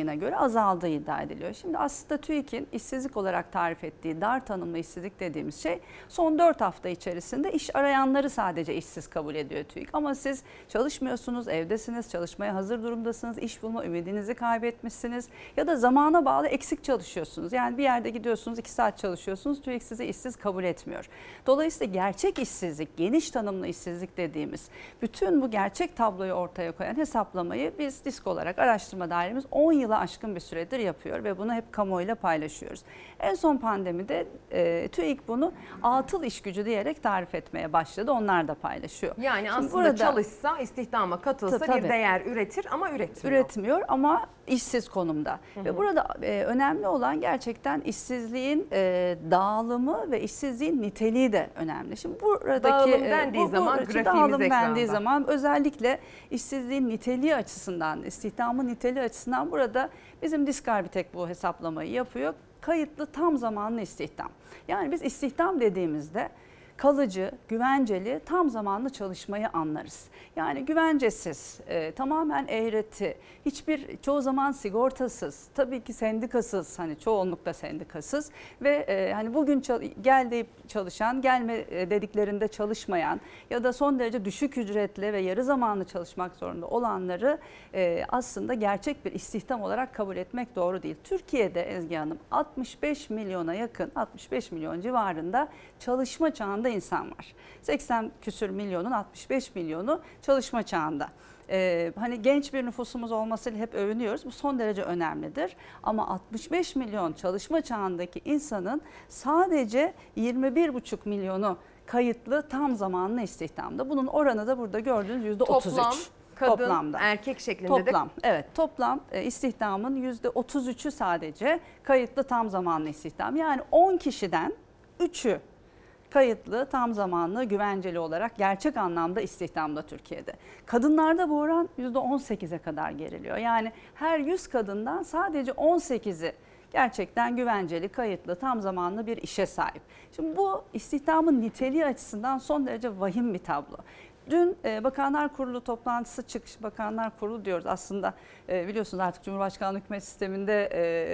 azaldığı iddia ediliyor. Şimdi aslında TÜİK'in işsizlik olarak tarif ettiği dar tanımlı işsizlik dediğimiz şey son 4 hafta içerisinde iş arayanları sadece işsiz kabul ediyor TÜİK. Ama siz çalışmıyorsunuz, evdesiniz, çalışmaya hazır durumdasınız, iş bulma ümidinizi kaybetmişsiniz ya da zamana bağlı eksik çalışıyorsunuz. Yani bir yerde gidiyorsunuz 2 saat çalışıyorsunuz, TÜİK sizi işsiz kabul etmiyor. Dolayısıyla gerçek işsizlik, geniş tanımlı işsizlik dediğimiz bütün bu gerçek tabloyu ortaya koyan hesaplamayı biz DİSK olarak araştırma dairemiz 10 yıla aşkın bir süredir yapıyor ve bunu hep kamuoyuyla paylaşıyoruz. En son pandemide TÜİK bunu atıl iş gücü diyerek tarif etmeye başladı. Onlar da paylaşıyor. Yani Şimdi aslında çalışsa, istihdama katılsa bir değer üretir ama üretmiyor. Üretmiyor ama işsiz konumda. Ve burada önemli olan gerçekten işsizliğin dağılımı ve işsizliğin niteliği de önemli. Şimdi buradaki dağılım dendiği zaman grafiğimiz dağılım ekranda. dendiği zaman özellikle işsizliğin niteliği açısından, istihdamın niteliği açısından burada bizim DİSK Arbitek bu hesaplamayı yapıyor. Kayıtlı tam zamanlı istihdam. Yani biz istihdam dediğimizde kalıcı, güvenceli, tam zamanlı çalışmayı anlarız. Yani güvencesiz, tamamen eğreti, çoğu zaman sigortasız, tabii ki sendikasız, hani çoğunlukla sendikasız ve hani bugün gel deyip çalışan, gelme dediklerinde çalışmayan ya da son derece düşük ücretle ve yarı zamanlı çalışmak zorunda olanları aslında gerçek bir istihdam olarak kabul etmek doğru değil. Türkiye'de Ezgi Hanım 65 milyona yakın, 65 milyon civarında çalışma çağında insan var. 80 küsür milyonun 65 milyonu çalışma çağında. Hani genç bir nüfusumuz olmasıyla hep övünüyoruz. Bu son derece önemlidir. Ama 65 milyon çalışma çağındaki insanın sadece 21,5 milyonu kayıtlı tam zamanlı istihdamda. Bunun oranı da burada gördüğünüz %33. Toplam kadın, Toplamda. erkek şeklinde Toplam, de. evet, toplam istihdamın %33'ü sadece kayıtlı tam zamanlı istihdam. Yani 10 kişiden 3'ü kayıtlı, tam zamanlı, güvenceli olarak gerçek anlamda istihdamda Türkiye'de. Kadınlarda bu oran %18'e kadar geriliyor. Yani her 100 kadından sadece 18'i gerçekten güvenceli, kayıtlı, tam zamanlı bir işe sahip. Şimdi bu istihdamın niteliği açısından son derece vahim bir tablo. Dün Bakanlar Kurulu toplantısı çıkış, Bakanlar Kurulu diyoruz aslında biliyorsunuz artık Cumhurbaşkanlığı hükümet sisteminde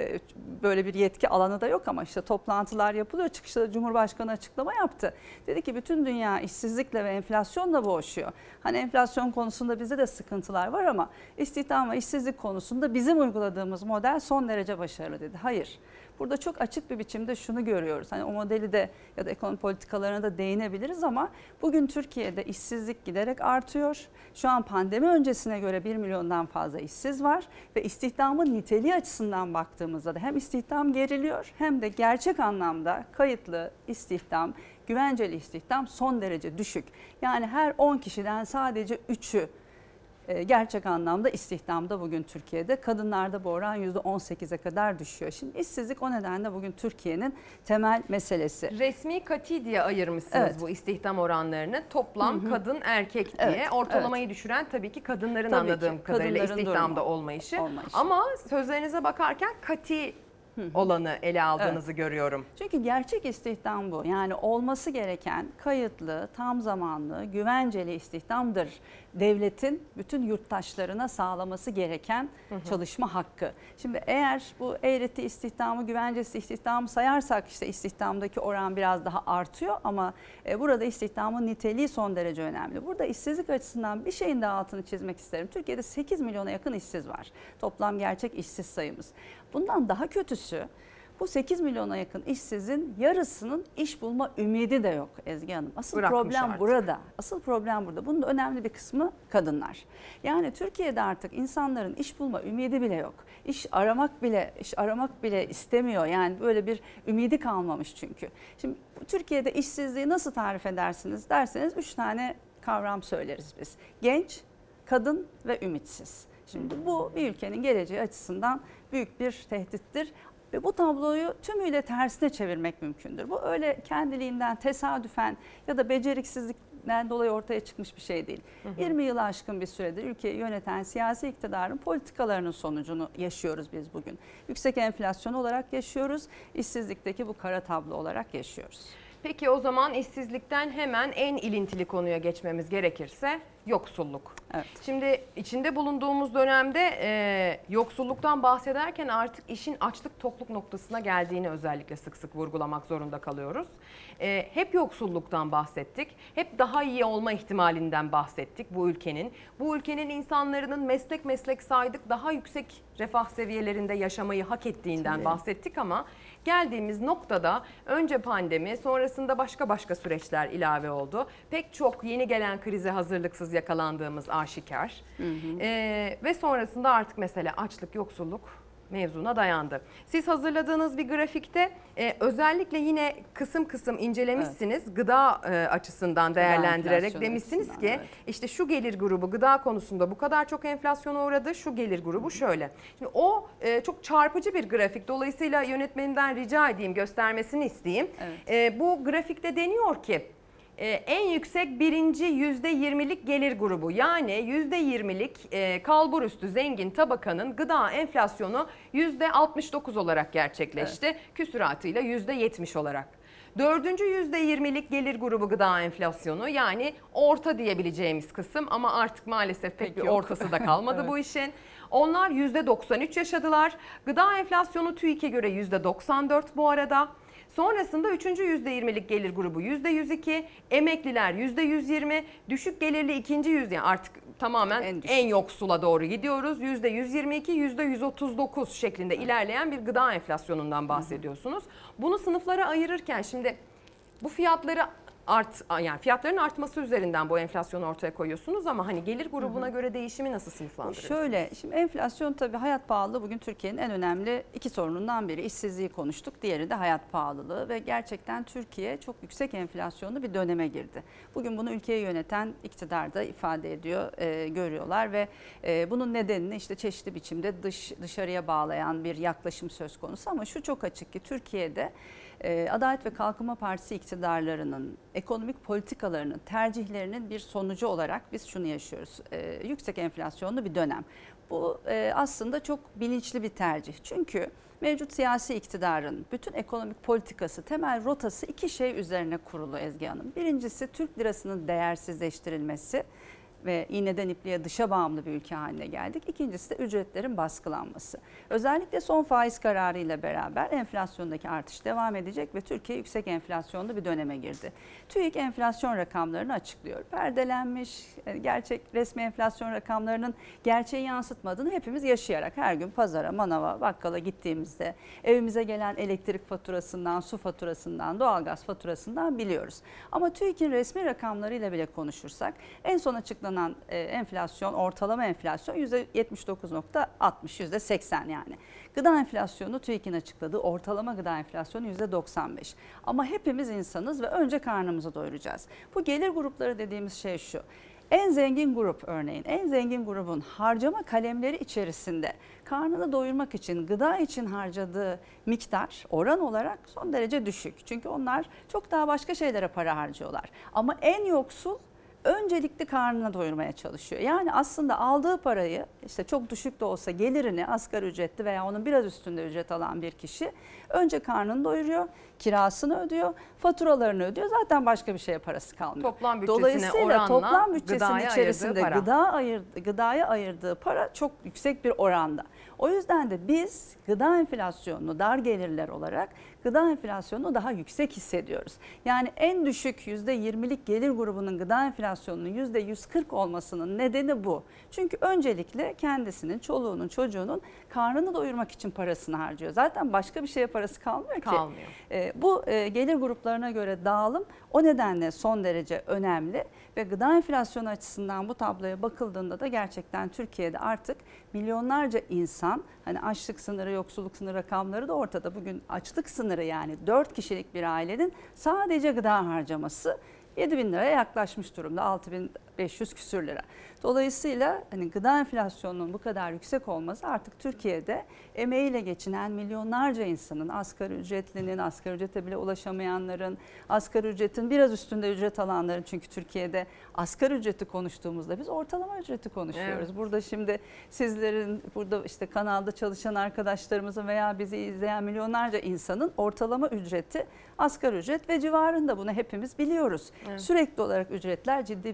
böyle bir yetki alanı da yok ama işte toplantılar yapılıyor. Çıkışta Cumhurbaşkanı açıklama yaptı. Dedi ki bütün dünya işsizlikle ve enflasyonla boğuşuyor. Hani enflasyon konusunda bizde de sıkıntılar var ama istihdam ve işsizlik konusunda bizim uyguladığımız model son derece başarılı dedi. Hayır. Burada çok açık bir biçimde şunu görüyoruz. Hani o modeli de ya da ekonomi politikalarına da değinebiliriz ama bugün Türkiye'de işsizlik giderek artıyor. Şu an pandemi öncesine göre 1 milyondan fazla işsiz var ve istihdamın niteliği açısından baktığımızda da hem istihdam geriliyor hem de gerçek anlamda kayıtlı istihdam, güvenceli istihdam son derece düşük. Yani her 10 kişiden sadece 3'ü gerçek anlamda istihdamda bugün Türkiye'de. Kadınlarda bu oran %18'e kadar düşüyor. Şimdi işsizlik o nedenle bugün Türkiye'nin temel meselesi. Resmi kati diye ayırmışsınız bu istihdam oranlarını. Toplam kadın erkek diye. Ortalamayı düşüren tabii ki kadınların anladığım kadarıyla istihdamda olmayışı. Ama sözlerinize bakarken kati olanı ele aldığınızı görüyorum. Çünkü gerçek istihdam bu. Yani olması gereken kayıtlı, tam zamanlı, güvenceli istihdamdır. Devletin bütün yurttaşlarına sağlaması gereken çalışma hakkı. Şimdi eğer bu eğreti istihdamı, güvencesi istihdamı sayarsak işte istihdamdaki oran biraz daha artıyor ama burada istihdamın niteliği son derece önemli. Burada işsizlik açısından bir şeyin daha altını çizmek isterim. Türkiye'de 8 milyona yakın işsiz var. Toplam gerçek işsiz sayımız. Bundan daha kötüsü bu 8 milyona yakın işsizin yarısının iş bulma ümidi de yok Ezgi Hanım. Asıl problem burada. Asıl problem burada. Bunun da önemli bir kısmı kadınlar. Yani Türkiye'de artık insanların iş bulma ümidi bile yok. İş aramak bile istemiyor. Yani böyle bir ümidi kalmamış çünkü. Şimdi Türkiye'de işsizliği nasıl tarif edersiniz derseniz 3 tane kavram söyleriz biz. Genç, kadın ve ümitsiz. Şimdi bu bir ülkenin geleceği açısından büyük bir tehdittir. Ve bu tabloyu tümüyle tersine çevirmek mümkündür. Bu öyle kendiliğinden, tesadüfen ya da beceriksizlikten dolayı ortaya çıkmış bir şey değil. 20 yılı aşkın bir süredir ülkeyi yöneten siyasi iktidarın politikalarının sonucunu yaşıyoruz biz bugün. Yüksek enflasyon olarak yaşıyoruz, işsizlikteki bu kara tablo olarak yaşıyoruz. Peki o zaman işsizlikten hemen en ilintili konuya geçmemiz gerekirse yoksulluk. Evet. Şimdi içinde bulunduğumuz dönemde yoksulluktan bahsederken artık işin açlık tokluk noktasına geldiğini özellikle sık sık vurgulamak zorunda kalıyoruz. Hep yoksulluktan bahsettik. Hep daha iyi olma ihtimalinden bahsettik bu ülkenin. Bu ülkenin insanların meslek meslek saydık daha yüksek refah seviyelerinde yaşamayı hak ettiğinden bahsettik ama geldiğimiz noktada önce pandemi, sonrasında başka süreçler ilave oldu. Pek çok yeni gelen krize hazırlıksız yakalandığımız aşikar. Ve sonrasında artık mesele açlık, yoksulluk mevzuna dayandı. Siz hazırladığınız bir grafikte özellikle yine kısım kısım incelemişsiniz. Evet. Gıda açısından değerlendirerek demişsiniz ki işte şu gelir grubu gıda konusunda bu kadar çok enflasyona uğradı, şu gelir grubu şöyle. Şimdi o çok çarpıcı bir grafik. Dolayısıyla yönetmenimden rica edeyim, göstermesini isteyeyim. Evet. Bu grafikte deniyor ki en yüksek birinci %20'lik gelir grubu, yani %20'lik kalbur üstü zengin tabakanın gıda enflasyonu %69 olarak gerçekleşti. Evet. Küsuratıyla %70 olarak. Dördüncü %20'lik gelir grubu gıda enflasyonu, yani orta diyebileceğimiz kısım ama artık maalesef pek bir ortası da kalmadı. Evet. Bu işin. Onlar %93 yaşadılar. Gıda enflasyonu TÜİK'e göre %94 bu arada. Sonrasında 3. %20'lik gelir grubu %102, emekliler %120, düşük gelirli ikinci yani artık tamamen en yoksula doğru gidiyoruz. %122, %139 şeklinde ilerleyen bir gıda enflasyonundan bahsediyorsunuz. Bunu sınıflara ayırırken şimdi bu fiyatları yani fiyatların artması üzerinden bu enflasyonu ortaya koyuyorsunuz ama hani gelir grubuna göre değişimi nasıl sınıflandırıyorsunuz? Şöyle, şimdi enflasyon tabii hayat pahalılığı bugün Türkiye'nin en önemli iki sorunundan biri. İşsizliği konuştuk, diğeri de hayat pahalılığı ve gerçekten Türkiye çok yüksek enflasyonlu bir döneme girdi. Bugün bunu ülkeyi yöneten iktidar da ifade ediyor, görüyorlar ve bunun nedenini işte çeşitli biçimde dışarıya bağlayan bir yaklaşım söz konusu ama şu çok açık ki Türkiye'de Adalet ve Kalkınma Partisi iktidarlarının ekonomik politikalarının, tercihlerinin bir sonucu olarak biz şunu yaşıyoruz. Yüksek enflasyonlu bir dönem. Bu aslında çok bilinçli bir tercih. Çünkü mevcut siyasi iktidarın bütün ekonomik politikası, temel rotası iki şey üzerine kurulu Ezgi Hanım. Birincisi Türk lirasının değersizleştirilmesi ve iğneden ipliğe dışa bağımlı bir ülke haline geldik. İkincisi de ücretlerin baskılanması. Özellikle son faiz kararı ile beraber enflasyondaki artış devam edecek ve Türkiye yüksek enflasyonlu bir döneme girdi. TÜİK enflasyon rakamlarını açıklıyor. Perdelenmiş, gerçek resmi enflasyon rakamlarının gerçeği yansıtmadığını hepimiz yaşayarak her gün pazara, manava, bakkala gittiğimizde evimize gelen elektrik faturasından, su faturasından, doğalgaz faturasından biliyoruz. Ama TÜİK'in resmi rakamlarıyla bile konuşursak en son açıklanan enflasyon, ortalama enflasyon %79.60, %80 yani. Gıda enflasyonu TÜİK'in açıkladığı ortalama gıda enflasyonu %95. Ama hepimiz insanız ve önce karnımızı doyuracağız. Bu gelir grupları dediğimiz şey şu. En zengin grup örneğin, en zengin grubun harcama kalemleri içerisinde karnını doyurmak için, gıda için harcadığı miktar oran olarak son derece düşük. Çünkü onlar çok daha başka şeylere para harcıyorlar. Ama en yoksul öncelikli karnına doyurmaya çalışıyor. Yani aslında aldığı parayı işte çok düşük de olsa gelirini asgari ücretli veya onun biraz üstünde ücret alan bir kişi önce karnını doyuruyor, kirasını ödüyor, faturalarını ödüyor. Zaten başka bir şeye parası kalmıyor. Toplam bütçesine Dolayısıyla oranla toplam bütçesinin içerisinde para. gıdaya ayırdığı para çok yüksek bir oranda. O yüzden de biz gıda enflasyonunu dar gelirler olarak gıda enflasyonunu daha yüksek hissediyoruz. Yani en düşük %20'lik gelir grubunun gıda enflasyonunun %140 olmasının nedeni bu. Çünkü öncelikle kendisinin, çoluğunun, çocuğunun karnını doyurmak için parasını harcıyor. Zaten başka bir şeye parası kalmıyor ki. Kalmıyor. Bu gelir gruplarına göre dağılım o nedenle son derece önemli ve gıda enflasyonu açısından bu tabloya bakıldığında da gerçekten Türkiye'de artık milyonlarca insan, hani açlık sınırı, yoksulluk sınırı rakamları da ortada. Bugün açlık sınırı, yani 4 kişilik bir ailenin sadece gıda harcaması 7.000 liraya yaklaşmış durumda, 6.500 küsür lira. Dolayısıyla hani gıda enflasyonunun bu kadar yüksek olması artık Türkiye'de emeğiyle geçinen milyonlarca insanın, asgari ücretlinin, asgari ücrete bile ulaşamayanların, asgari ücretin biraz üstünde ücret alanların, çünkü Türkiye'de asgari ücreti konuştuğumuzda biz ortalama ücreti konuşuyoruz. Evet. Burada şimdi sizlerin, burada işte kanalda çalışan arkadaşlarımızın veya bizi izleyen milyonlarca insanın ortalama ücreti asgari ücret ve civarında, bunu hepimiz biliyoruz. Evet. Sürekli olarak ücretler ciddi bir biçimde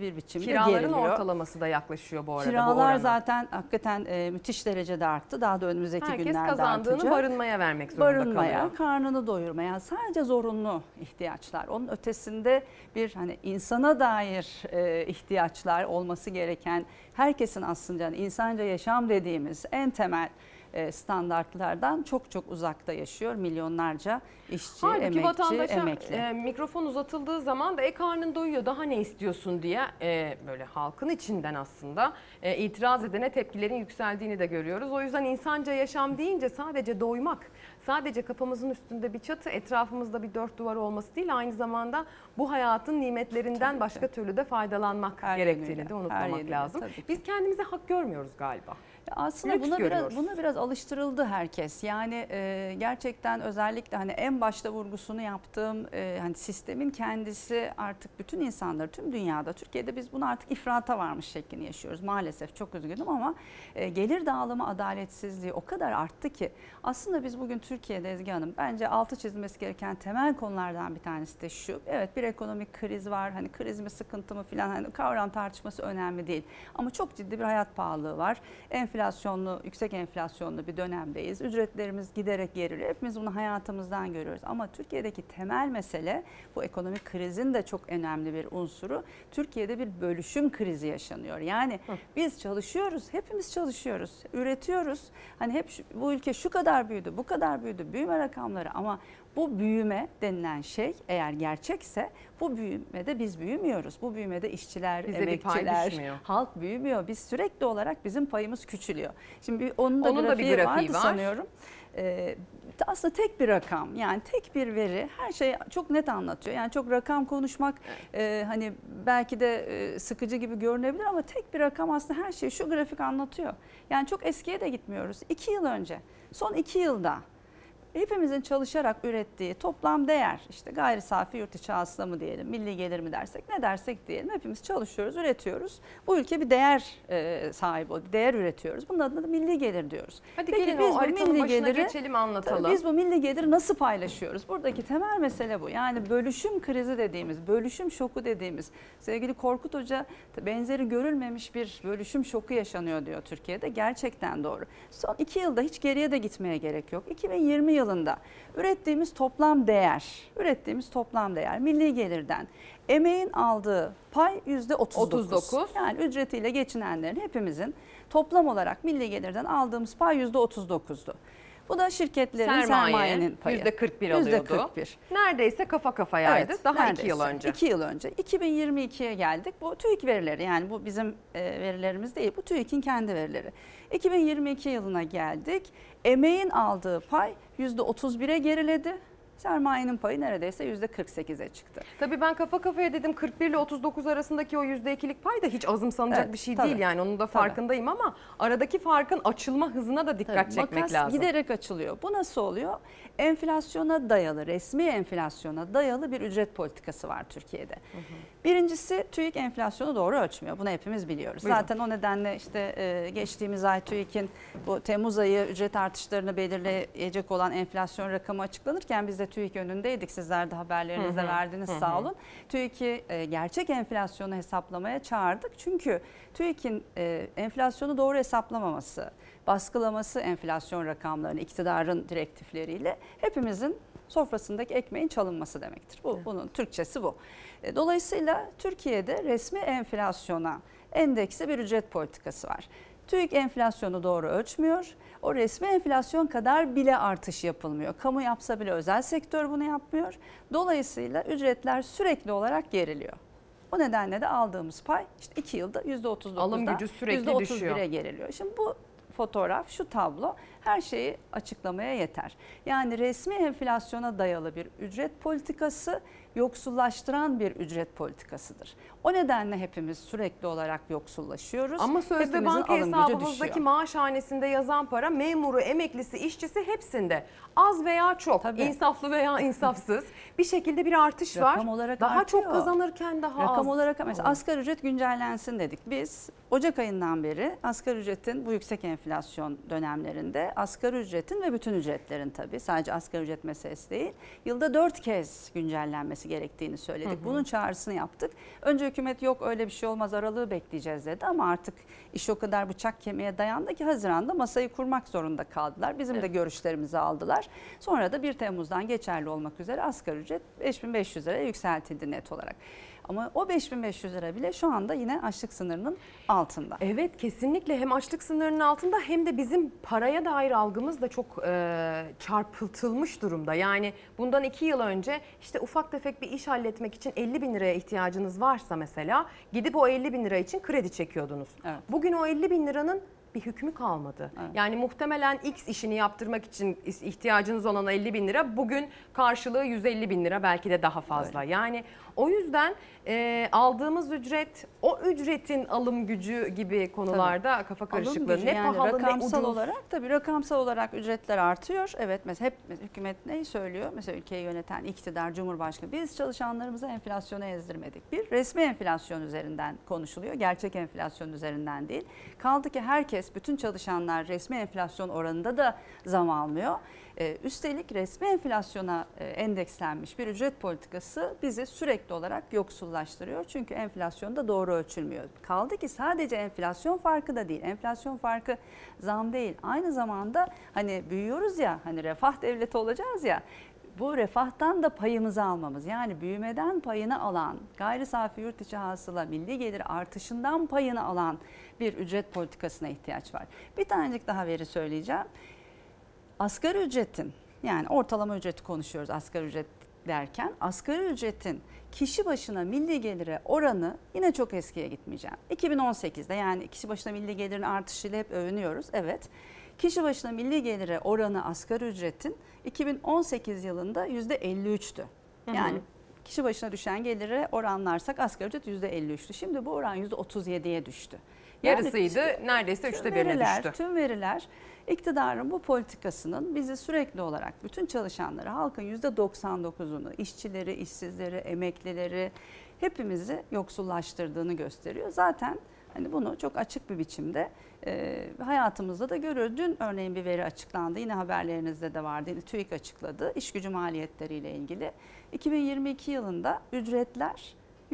Kiraların geriliyor. ortalaması da yaklaşıyor bu arada. Kiralar bu zaten hakikaten müthiş derecede arttı. Daha da önümüzdeki Herkes günlerde kazandığını artacak. barınmaya vermek zorunda Barınmaya, kalıyor. karnını doyurmaya, sadece zorunlu ihtiyaçlar. Onun ötesinde bir hani insana dair ihtiyaçlar olması gereken, herkesin aslında yani insanca yaşam dediğimiz en temel standartlardan çok çok uzakta yaşıyor milyonlarca işçi, Halbuki emekçi, vatandaşa emekli. mikrofon uzatıldığı zaman da karnın doyuyor, daha ne istiyorsun diye böyle halkın içinden aslında itiraz edene tepkilerin yükseldiğini de görüyoruz. O yüzden insanca yaşam deyince sadece doymak, sadece kafamızın üstünde bir çatı, etrafımızda bir dört duvar olması değil, aynı zamanda bu hayatın nimetlerinden başka türlü de faydalanmak gerektiğini de unutmamak lazım. Biz kendimize hak görmüyoruz galiba. Aslında Lüks görüyoruz. buna biraz alıştırıldı herkes. Yani gerçekten özellikle hani en başta vurgusunu yaptığım hani sistemin kendisi artık bütün insanları tüm dünyada, Türkiye'de biz bunu artık ifrata varmış şeklini yaşıyoruz. Maalesef çok üzgünüm ama gelir dağılımı adaletsizliği o kadar arttı ki aslında biz bugün Türkiye'de Ezgi Hanım bence altı çizilmesi gereken temel konulardan bir tanesi de şu. Evet, bir ekonomik kriz var. Hani kriz mi sıkıntı mı filan hani kavram tartışması önemli değil. Ama çok ciddi bir hayat pahalılığı var. Enflasyonlu, yüksek enflasyonlu bir dönemdeyiz. Ücretlerimiz giderek geriliyor. Hepimiz bunu hayatımızdan görüyoruz. Ama Türkiye'deki temel mesele, bu ekonomik krizin de çok önemli bir unsuru. Türkiye'de bir bölüşüm krizi yaşanıyor. Yani biz çalışıyoruz, hepimiz çalışıyoruz, üretiyoruz. Hani hep bu ülke şu kadar büyüdü, bu kadar büyüdü, büyüme rakamları ama bu büyüme denilen şey eğer gerçekse bu büyümede biz büyümüyoruz. Bu büyümede işçiler, bize emekçiler, halk büyümüyor. Biz sürekli olarak bizim payımız küçülüyor. Şimdi onun da grafiği vardı sanıyorum. Aslında tek bir rakam, yani tek bir veri her şeyi çok net anlatıyor. Yani çok rakam konuşmak hani belki de sıkıcı gibi görünebilir ama tek bir rakam aslında her şeyi şu grafik anlatıyor. Yani çok eskiye de gitmiyoruz. 2 yıl önce, son 2 yılda hepimizin çalışarak ürettiği toplam değer, işte gayri safi yurt içi hasıla mı diyelim, milli gelir mi dersek, ne dersek diyelim, hepimiz çalışıyoruz, üretiyoruz. Bu ülke bir değer sahibi, bir değer üretiyoruz. Bunun adına da milli gelir diyoruz. Hadi peki gelin biz o haritanın başına geçelim, anlatalım. Biz bu milli geliri nasıl paylaşıyoruz? Buradaki temel mesele bu. Yani bölüşüm krizi dediğimiz, bölüşüm şoku dediğimiz, sevgili Korkut Hoca benzeri görülmemiş bir bölüşüm şoku yaşanıyor diyor Türkiye'de. Gerçekten doğru. Son 2 yılda hiç geriye de gitmeye gerek yok. 2020 yılında ürettiğimiz toplam değer milli gelirden emeğin aldığı pay %39. Yani ücretiyle geçinenlerin, hepimizin toplam olarak milli gelirden aldığımız pay %39'du. Bu da şirketlerin sermayenin payı. %41 alıyordu. Neredeyse kafa kafayaydı. Evet, daha 2 yıl önce. 2 yıl önce. 2022'ye geldik. Bu TÜİK verileri, yani bu bizim verilerimiz değil. Bu TÜİK'in kendi verileri. 2022 yılına geldik. Emeğin aldığı pay %31'e geriledi. Sermayenin payı neredeyse %48'e çıktı. Tabii ben kafa kafaya dedim, 41 ile 39 arasındaki o %2'lik pay da hiç azımsanacak bir şey değil, yani onun da farkındayım ama aradaki farkın açılma hızına da dikkat çekmek makas lazım. Giderek açılıyor. Bu nasıl oluyor? Enflasyona dayalı, resmi enflasyona dayalı bir ücret politikası var Türkiye'de. Birincisi, TÜİK enflasyonu doğru ölçmüyor. Bunu hepimiz biliyoruz. Buyurun. Zaten o nedenle işte geçtiğimiz ay TÜİK'in bu Temmuz ayı ücret artışlarını belirleyecek olan enflasyon rakamı açıklanırken biz de TÜİK önündeydik. Sizler de haberlerinizde verdiniz, sağ olun. TÜİK'i gerçek enflasyonu hesaplamaya çağırdık. Çünkü TÜİK'in enflasyonu doğru hesaplamaması, baskılaması enflasyon rakamlarını iktidarın direktifleriyle hepimizin sofrasındaki ekmeğin çalınması demektir. Bunun Türkçesi bu. Dolayısıyla Türkiye'de resmi enflasyona endeksli bir ücret politikası var. TÜİK enflasyonu doğru ölçmüyor. O resmi enflasyon kadar bile artış yapılmıyor. Kamu yapsa bile özel sektör bunu yapmıyor. Dolayısıyla ücretler sürekli olarak geriliyor. O nedenle de aldığımız pay işte 2 yılda %39'dan alım gücü sürekli düşüyor. %31'e geriliyor. Şimdi bu fotoğraf, şu tablo her şeyi açıklamaya yeter. Yani resmi enflasyona dayalı bir ücret politikası yoksullaştıran bir ücret politikasıdır. O nedenle hepimiz sürekli olarak yoksullaşıyoruz. Ama sözde hepimizin banka alım gücü hesabımızdaki düşüyor. maaş hanesinde yazan para memuru, emeklisi, işçisi hepsinde az veya çok, insaflı veya insafsız bir şekilde bir artış var. Olarak daha artıyor. çok kazanırken daha az. Rakam olarak mesela asgari ücret güncellensin dedik. Biz Ocak ayından beri asgari ücretin bu yüksek enflasyon dönemlerinde asgari ücretin ve bütün ücretlerin, tabii sadece asgari ücret meselesi değil, yılda 4 kez güncellenmesi edilmesi gerektiğini söyledik. Bunun çağrısını yaptık. Önce hükümet yok öyle bir şey olmaz, aralığı bekleyeceğiz dedi ama artık iş o kadar bıçak kemiğe dayandı ki Haziran'da masayı kurmak zorunda kaldılar. Bizim de görüşlerimizi aldılar. Sonra da 1 Temmuz'dan geçerli olmak üzere asgari ücret 5.500 liraya yükseltildi net olarak. Ama o 5.500 lira bile şu anda yine açlık sınırının altında. Evet, kesinlikle hem açlık sınırının altında hem de bizim paraya dair algımız da çok çarpıtılmış durumda. Yani bundan 2 yıl önce işte ufak tefek bir iş halletmek için 50 bin liraya ihtiyacınız varsa mesela gidip o 50 bin lira için kredi çekiyordunuz. Evet. Bugün o 50 bin liranın bir hükmü kalmadı. Evet. Yani muhtemelen X işini yaptırmak için ihtiyacınız olan 50 bin lira bugün karşılığı 150 bin lira, belki de daha fazla. Öyle. Yani o yüzden aldığımız ücret, o ücretin alım gücü gibi konularda kafa karışıklığı. Ne yani pahalı rakamsal ne ucuz. olarak tabii rakamsal olarak ücretler artıyor. Evet, mesela hep hükümet neyi söylüyor? Mesela ülkeyi yöneten iktidar, Cumhurbaşkanı, biz çalışanlarımıza enflasyonu ezdirmedik. Bir resmi enflasyon üzerinden konuşuluyor. Gerçek enflasyon üzerinden değil. Kaldı ki herkes, bütün çalışanlar resmi enflasyon oranında da zam almıyor. Üstelik resmi enflasyona endekslenmiş bir ücret politikası bizi sürekli olarak yoksullaştırıyor. Çünkü enflasyon da doğru ölçülmüyor. Kaldı ki sadece enflasyon farkı da değil. Enflasyon farkı zam değil. Aynı zamanda hani büyüyoruz ya, hani refah devleti olacağız ya. Bu refahtan da payımızı almamız, yani büyümeden payını alan, gayri safi yurt içi hasıla, milli gelir artışından payını alan bir ücret politikasına ihtiyaç var. Bir tanecik daha veri söyleyeceğim. Asgari ücretin, yani ortalama ücreti konuşuyoruz asgari ücret derken, asgari ücretin kişi başına milli gelire oranı yine çok eskiye gitmeyeceğim. 2018'de, yani kişi başına milli gelirin artışıyla hep övünüyoruz, evet. Kişi başına milli gelire oranı asgari ücretin 2018 yılında %53'tü. Yani kişi başına düşen gelire oranlarsak asgari ücret %53'tü. Şimdi bu oran %37'ye düştü. Yarısıydı, neredeyse 1/3'e düştü. Tüm veriler iktidarın bu politikasının bizi sürekli olarak bütün çalışanları, halkın %99'unu, işçileri, işsizleri, emeklileri, hepimizi yoksullaştırdığını gösteriyor. Zaten hani bunu çok açık bir biçimde hayatımızda da görüyoruz. Dün örneğin bir veri açıklandı. Yine haberlerinizde de vardı. Yine TÜİK açıkladı. İş gücü maliyetleriyle ilgili. 2022 yılında ücretler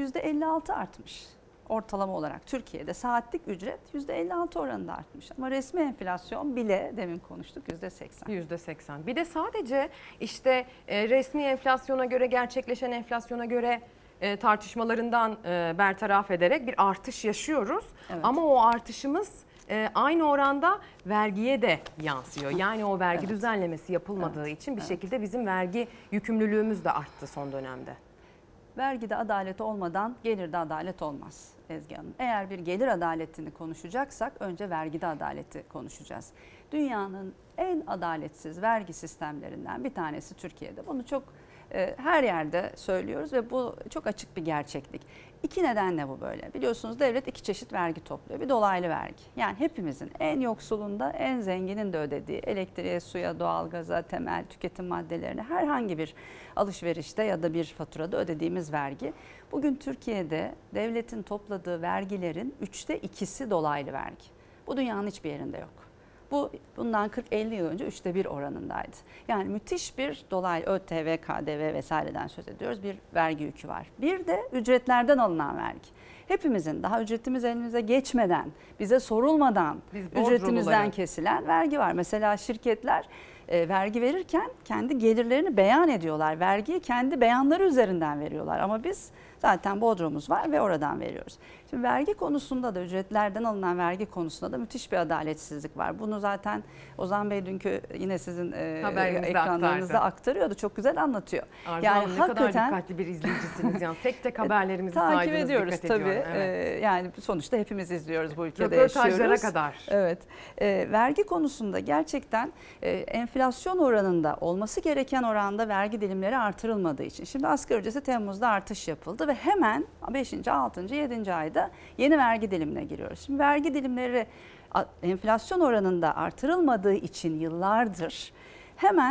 %56 artmış. Ortalama olarak Türkiye'de saatlik ücret %56 oranında artmış. Ama resmi enflasyon bile demin konuştuk %80. %80. Bir de sadece işte resmi enflasyona göre, gerçekleşen enflasyona göre tartışmalarından bertaraf ederek bir artış yaşıyoruz. Evet. Ama o artışımız aynı oranda vergiye de yansıyor. Yani o vergi düzenlemesi yapılmadığı için bir şekilde bizim vergi yükümlülüğümüz de arttı son dönemde. Vergide adalet olmadan gelirde adalet olmaz Ezgi Hanım. Eğer bir gelir adaletini konuşacaksak önce vergide adaleti konuşacağız. Dünyanın en adaletsiz vergi sistemlerinden bir tanesi Türkiye'de. Bunu çok her yerde söylüyoruz ve bu çok açık bir gerçeklik. İki nedenle bu böyle. Biliyorsunuz devlet 2 çeşit vergi topluyor. Bir dolaylı vergi. Yani hepimizin, en yoksulunda en zenginin de ödediği elektriğe, suya, doğalgaza, temel tüketim maddelerine herhangi bir alışverişte ya da bir faturada ödediğimiz vergi. Bugün Türkiye'de devletin topladığı vergilerin 3'te 2'si dolaylı vergi. Bu dünyanın hiçbir yerinde yok. Bu bundan 40-50 yıl önce 3'te 1 oranındaydı. Yani müthiş bir dolaylı ÖTV, KDV vesaireden söz ediyoruz. Bir vergi yükü var. Bir de ücretlerden alınan vergi. Hepimizin daha ücretimiz elimize geçmeden, bize sorulmadan ücretimizden kesilen vergi var. Mesela şirketler vergi verirken kendi gelirlerini beyan ediyorlar. Vergiyi kendi beyanları üzerinden veriyorlar. Ama biz zaten bodrumumuz var ve oradan veriyoruz. Şimdi vergi konusunda da, ücretlerden alınan vergi konusunda da müthiş bir adaletsizlik var. Bunu zaten Ozan Bey dünkü yine sizin ekranlarınızda aktarıyordu. Çok güzel anlatıyor. Arzu Hanım, ne kadar dikkatli bir izleyicisiniz. Yani tek tek haberlerimizi takip ediyoruz tabii. Evet. Yani sonuçta hepimiz izliyoruz, bu ülkede röportajlara yaşıyoruz. Kadar. Evet. Vergi konusunda gerçekten enflasyon oranında, olması gereken oranda vergi dilimleri artırılmadığı için. Şimdi asgari ücreti Temmuz'da artış yapıldı ve hemen 5. 6. 7. ayda yeni vergi dilimine giriyoruz. Şimdi vergi dilimleri enflasyon oranında artırılmadığı için yıllardır hemen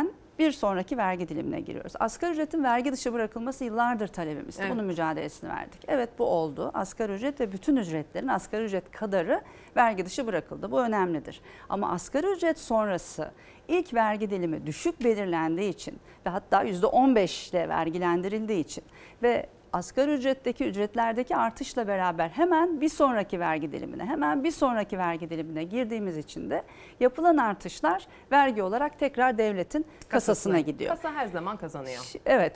bir sonraki vergi dilimine giriyoruz. Asgari ücretin vergi dışı bırakılması yıllardır talebimizdi. Evet. Bunun mücadelesini verdik. Evet, bu oldu. Asgari ücret ve bütün ücretlerin asgari ücret kadarı vergi dışı bırakıldı. Bu önemlidir. Ama asgari ücret sonrası ilk vergi dilimi düşük belirlendiği için ve hatta %15 ile vergilendirildiği için ve asgari ücretteki ücretlerdeki artışla beraber hemen bir sonraki vergi dilimine girdiğimiz için de yapılan artışlar vergi olarak tekrar devletin kasasına gidiyor. Kasa her zaman kazanıyor. Evet,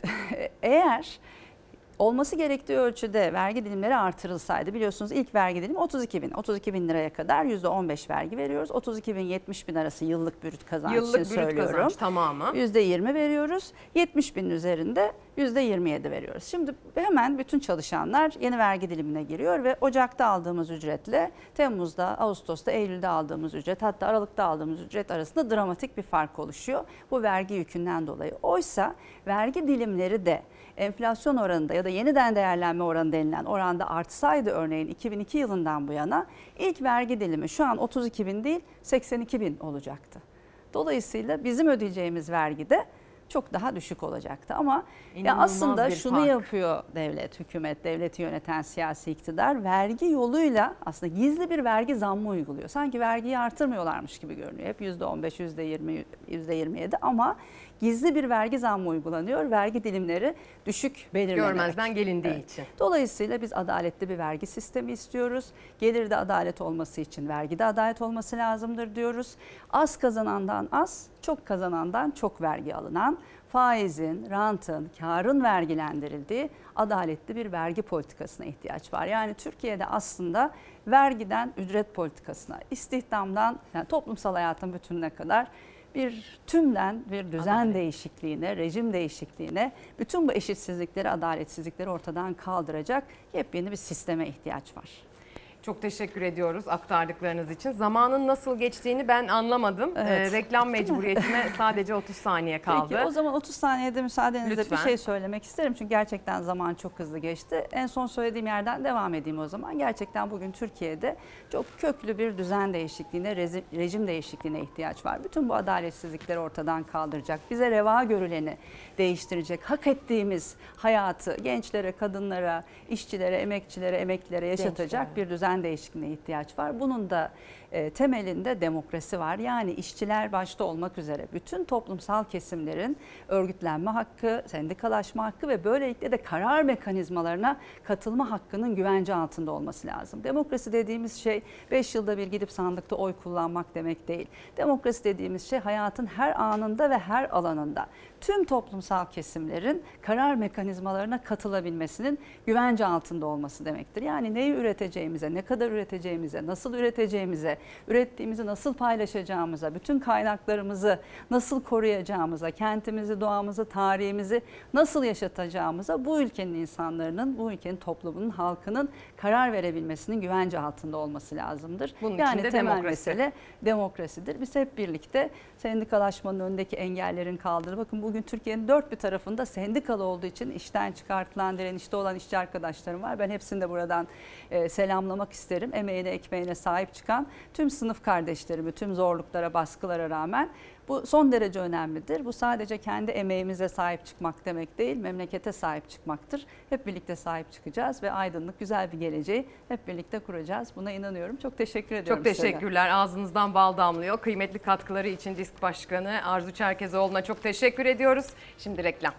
eğer olması gerektiği ölçüde vergi dilimleri artırılsaydı, biliyorsunuz ilk vergi dilimi 32 bin liraya kadar %15 vergi veriyoruz. 32 bin 70 bin arası yıllık brüt kazanç için söylüyorum. Kazanç tamamı. %20 veriyoruz. 70 binin üzerinde %27 veriyoruz. Şimdi hemen bütün çalışanlar yeni vergi dilimine giriyor ve Ocak'ta aldığımız ücretle Temmuz'da, Ağustos'ta, Eylül'de aldığımız ücret, hatta Aralık'ta aldığımız ücret arasında dramatik bir fark oluşuyor. Bu vergi yükünden dolayı. Oysa vergi dilimleri de enflasyon oranında ya da yeniden değerlenme oranı denilen oranda artsaydı, örneğin 2002 yılından bu yana ilk vergi dilimi şu an 32 bin değil 82 bin olacaktı. Dolayısıyla bizim ödeyeceğimiz vergi de çok daha düşük olacaktı. Ama ya aslında şunu yapıyor devlet, hükümet, devleti yöneten siyasi iktidar, vergi yoluyla aslında gizli bir vergi zammı uyguluyor. Sanki vergiyi artırmıyorlarmış gibi görünüyor. Hep %15, %20, %27 ama gizli bir vergi zammı uygulanıyor. Vergi dilimleri düşük belirlenerek. Görmezden gelindiği için. Dolayısıyla biz adaletli bir vergi sistemi istiyoruz. Gelirde adalet olması için vergide adalet olması lazımdır diyoruz. Az kazanandan az, çok kazanandan çok vergi alınan, faizin, rantın, karın vergilendirildiği adaletli bir vergi politikasına ihtiyaç var. Yani Türkiye'de aslında vergiden ücret politikasına, istihdamdan yani toplumsal hayatın bütününe kadar bir tümden bir düzen değişikliğine, rejim değişikliğine, bütün bu eşitsizlikleri, adaletsizlikleri ortadan kaldıracak yepyeni bir sisteme ihtiyaç var. Çok teşekkür ediyoruz aktardıklarınız için. Zamanın nasıl geçtiğini ben anlamadım. Evet. Reklam mecburiyetine sadece 30 saniye kaldı. Peki o zaman 30 saniyede müsaadenizle Lütfen. bir şey söylemek isterim. Çünkü gerçekten zaman çok hızlı geçti. En son söylediğim yerden devam edeyim o zaman. Gerçekten bugün Türkiye'de çok köklü bir düzen değişikliğine, rejim değişikliğine ihtiyaç var. Bütün bu adaletsizlikleri ortadan kaldıracak, bize reva görüleni değiştirecek, hak ettiğimiz hayatı gençlere, kadınlara, işçilere, emekçilere, emeklilere yaşatacak bir düzen değişikliğine ihtiyaç var. Bunun da temelinde demokrasi var. Yani işçiler başta olmak üzere bütün toplumsal kesimlerin örgütlenme hakkı, sendikalaşma hakkı ve böylelikle de karar mekanizmalarına katılma hakkının güvence altında olması lazım. Demokrasi dediğimiz şey 5 yılda bir gidip sandıkta oy kullanmak demek değil. Demokrasi dediğimiz şey hayatın her anında ve her alanında tüm toplumsal kesimlerin karar mekanizmalarına katılabilmesinin güvence altında olması demektir. Yani neyi üreteceğimize, ne kadar üreteceğimize, nasıl üreteceğimize, ürettiğimizi nasıl paylaşacağımıza, bütün kaynaklarımızı nasıl koruyacağımıza, kentimizi, doğamızı, tarihimizi nasıl yaşatacağımıza bu ülkenin insanların, bu ülkenin toplumunun, halkının karar verebilmesinin güvence altında olması lazımdır. Bunun yani için de temel demokrasi. mesele demokrasidir. Biz hep birlikte sendikalaşmanın önündeki engellerin kaldırılması. Bakın bugün Türkiye'nin dört bir tarafında sendikalı olduğu için işten çıkartılan, direnişte olan işçi arkadaşlarım var. Ben hepsini de buradan selamlamak isterim. Emeğine, ekmeğine sahip çıkan tüm sınıf kardeşlerimi, tüm zorluklara, baskılara rağmen bu son derece önemlidir. Bu sadece kendi emeğimize sahip çıkmak demek değil, memlekete sahip çıkmaktır. Hep birlikte sahip çıkacağız ve aydınlık, güzel bir geleceği hep birlikte kuracağız. Buna inanıyorum. Çok teşekkür ediyorum. Çok teşekkürler. Ağzınızdan bal damlıyor. Kıymetli katkıları için Disk Başkanı Arzu Çerkezoğlu'na çok teşekkür ediyoruz. Şimdi reklam.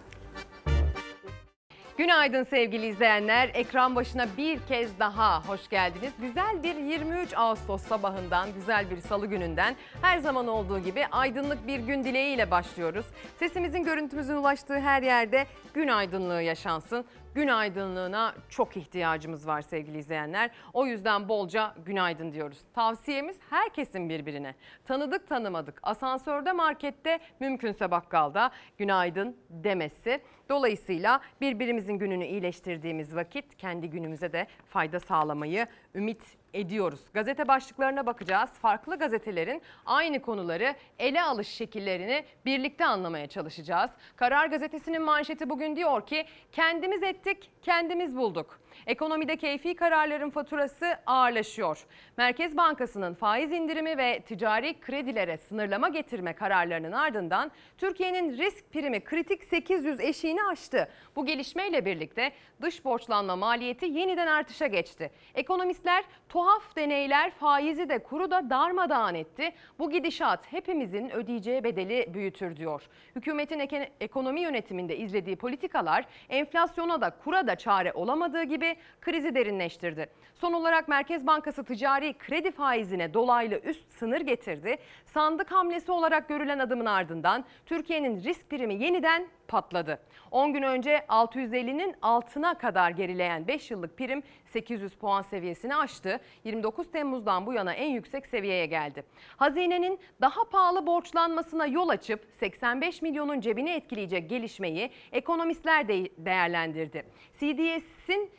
Günaydın sevgili izleyenler. Ekran başına bir kez daha hoş geldiniz. Güzel bir 23 Ağustos sabahından, güzel bir salı gününden her zaman olduğu gibi aydınlık bir gün dileğiyle başlıyoruz. Sesimizin, görüntümüzün ulaştığı her yerde gün aydınlığı yaşansın. Gün aydınlığına çok ihtiyacımız var sevgili izleyenler. O yüzden bolca günaydın diyoruz. Tavsiyemiz herkesin birbirine. Tanıdık tanımadık, asansörde, markette, mümkünse bakkalda günaydın demesi. Dolayısıyla birbirimizin gününü iyileştirdiğimiz vakit kendi günümüze de fayda sağlamayı ümit ediyoruz. Gazete başlıklarına bakacağız. Farklı gazetelerin aynı konuları ele alış şekillerini birlikte anlamaya çalışacağız. Karar Gazetesi'nin manşeti bugün diyor ki kendimiz ettik, kendimiz bulduk. Ekonomide keyfi kararların faturası ağırlaşıyor. Merkez Bankası'nın faiz indirimi ve ticari kredilere sınırlama getirme kararlarının ardından Türkiye'nin risk primi kritik 800 eşiğini aştı. Bu gelişmeyle birlikte dış borçlanma maliyeti yeniden artışa geçti. Ekonomistler tuhaf deneyler faizi de kuru da darmadağın etti. Bu gidişat hepimizin ödeyeceği bedeli büyütür diyor. Hükümetin ekonomi yönetiminde izlediği politikalar enflasyona da kura da çare olamadığı gibi krizi derinleştirdi. Son olarak Merkez Bankası ticari kredi faizine dolaylı üst sınır getirdi. Sandık hamlesi olarak görülen adımın ardından Türkiye'nin risk primi yeniden patladı. 10 gün önce 650'nin altına kadar gerileyen 5 yıllık prim 800 puan seviyesini aştı. 29 Temmuz'dan bu yana en yüksek seviyeye geldi. Hazinenin daha pahalı borçlanmasına yol açıp 85 milyonun cebini etkileyecek gelişmeyi ekonomistler de değerlendirdi. CDS'in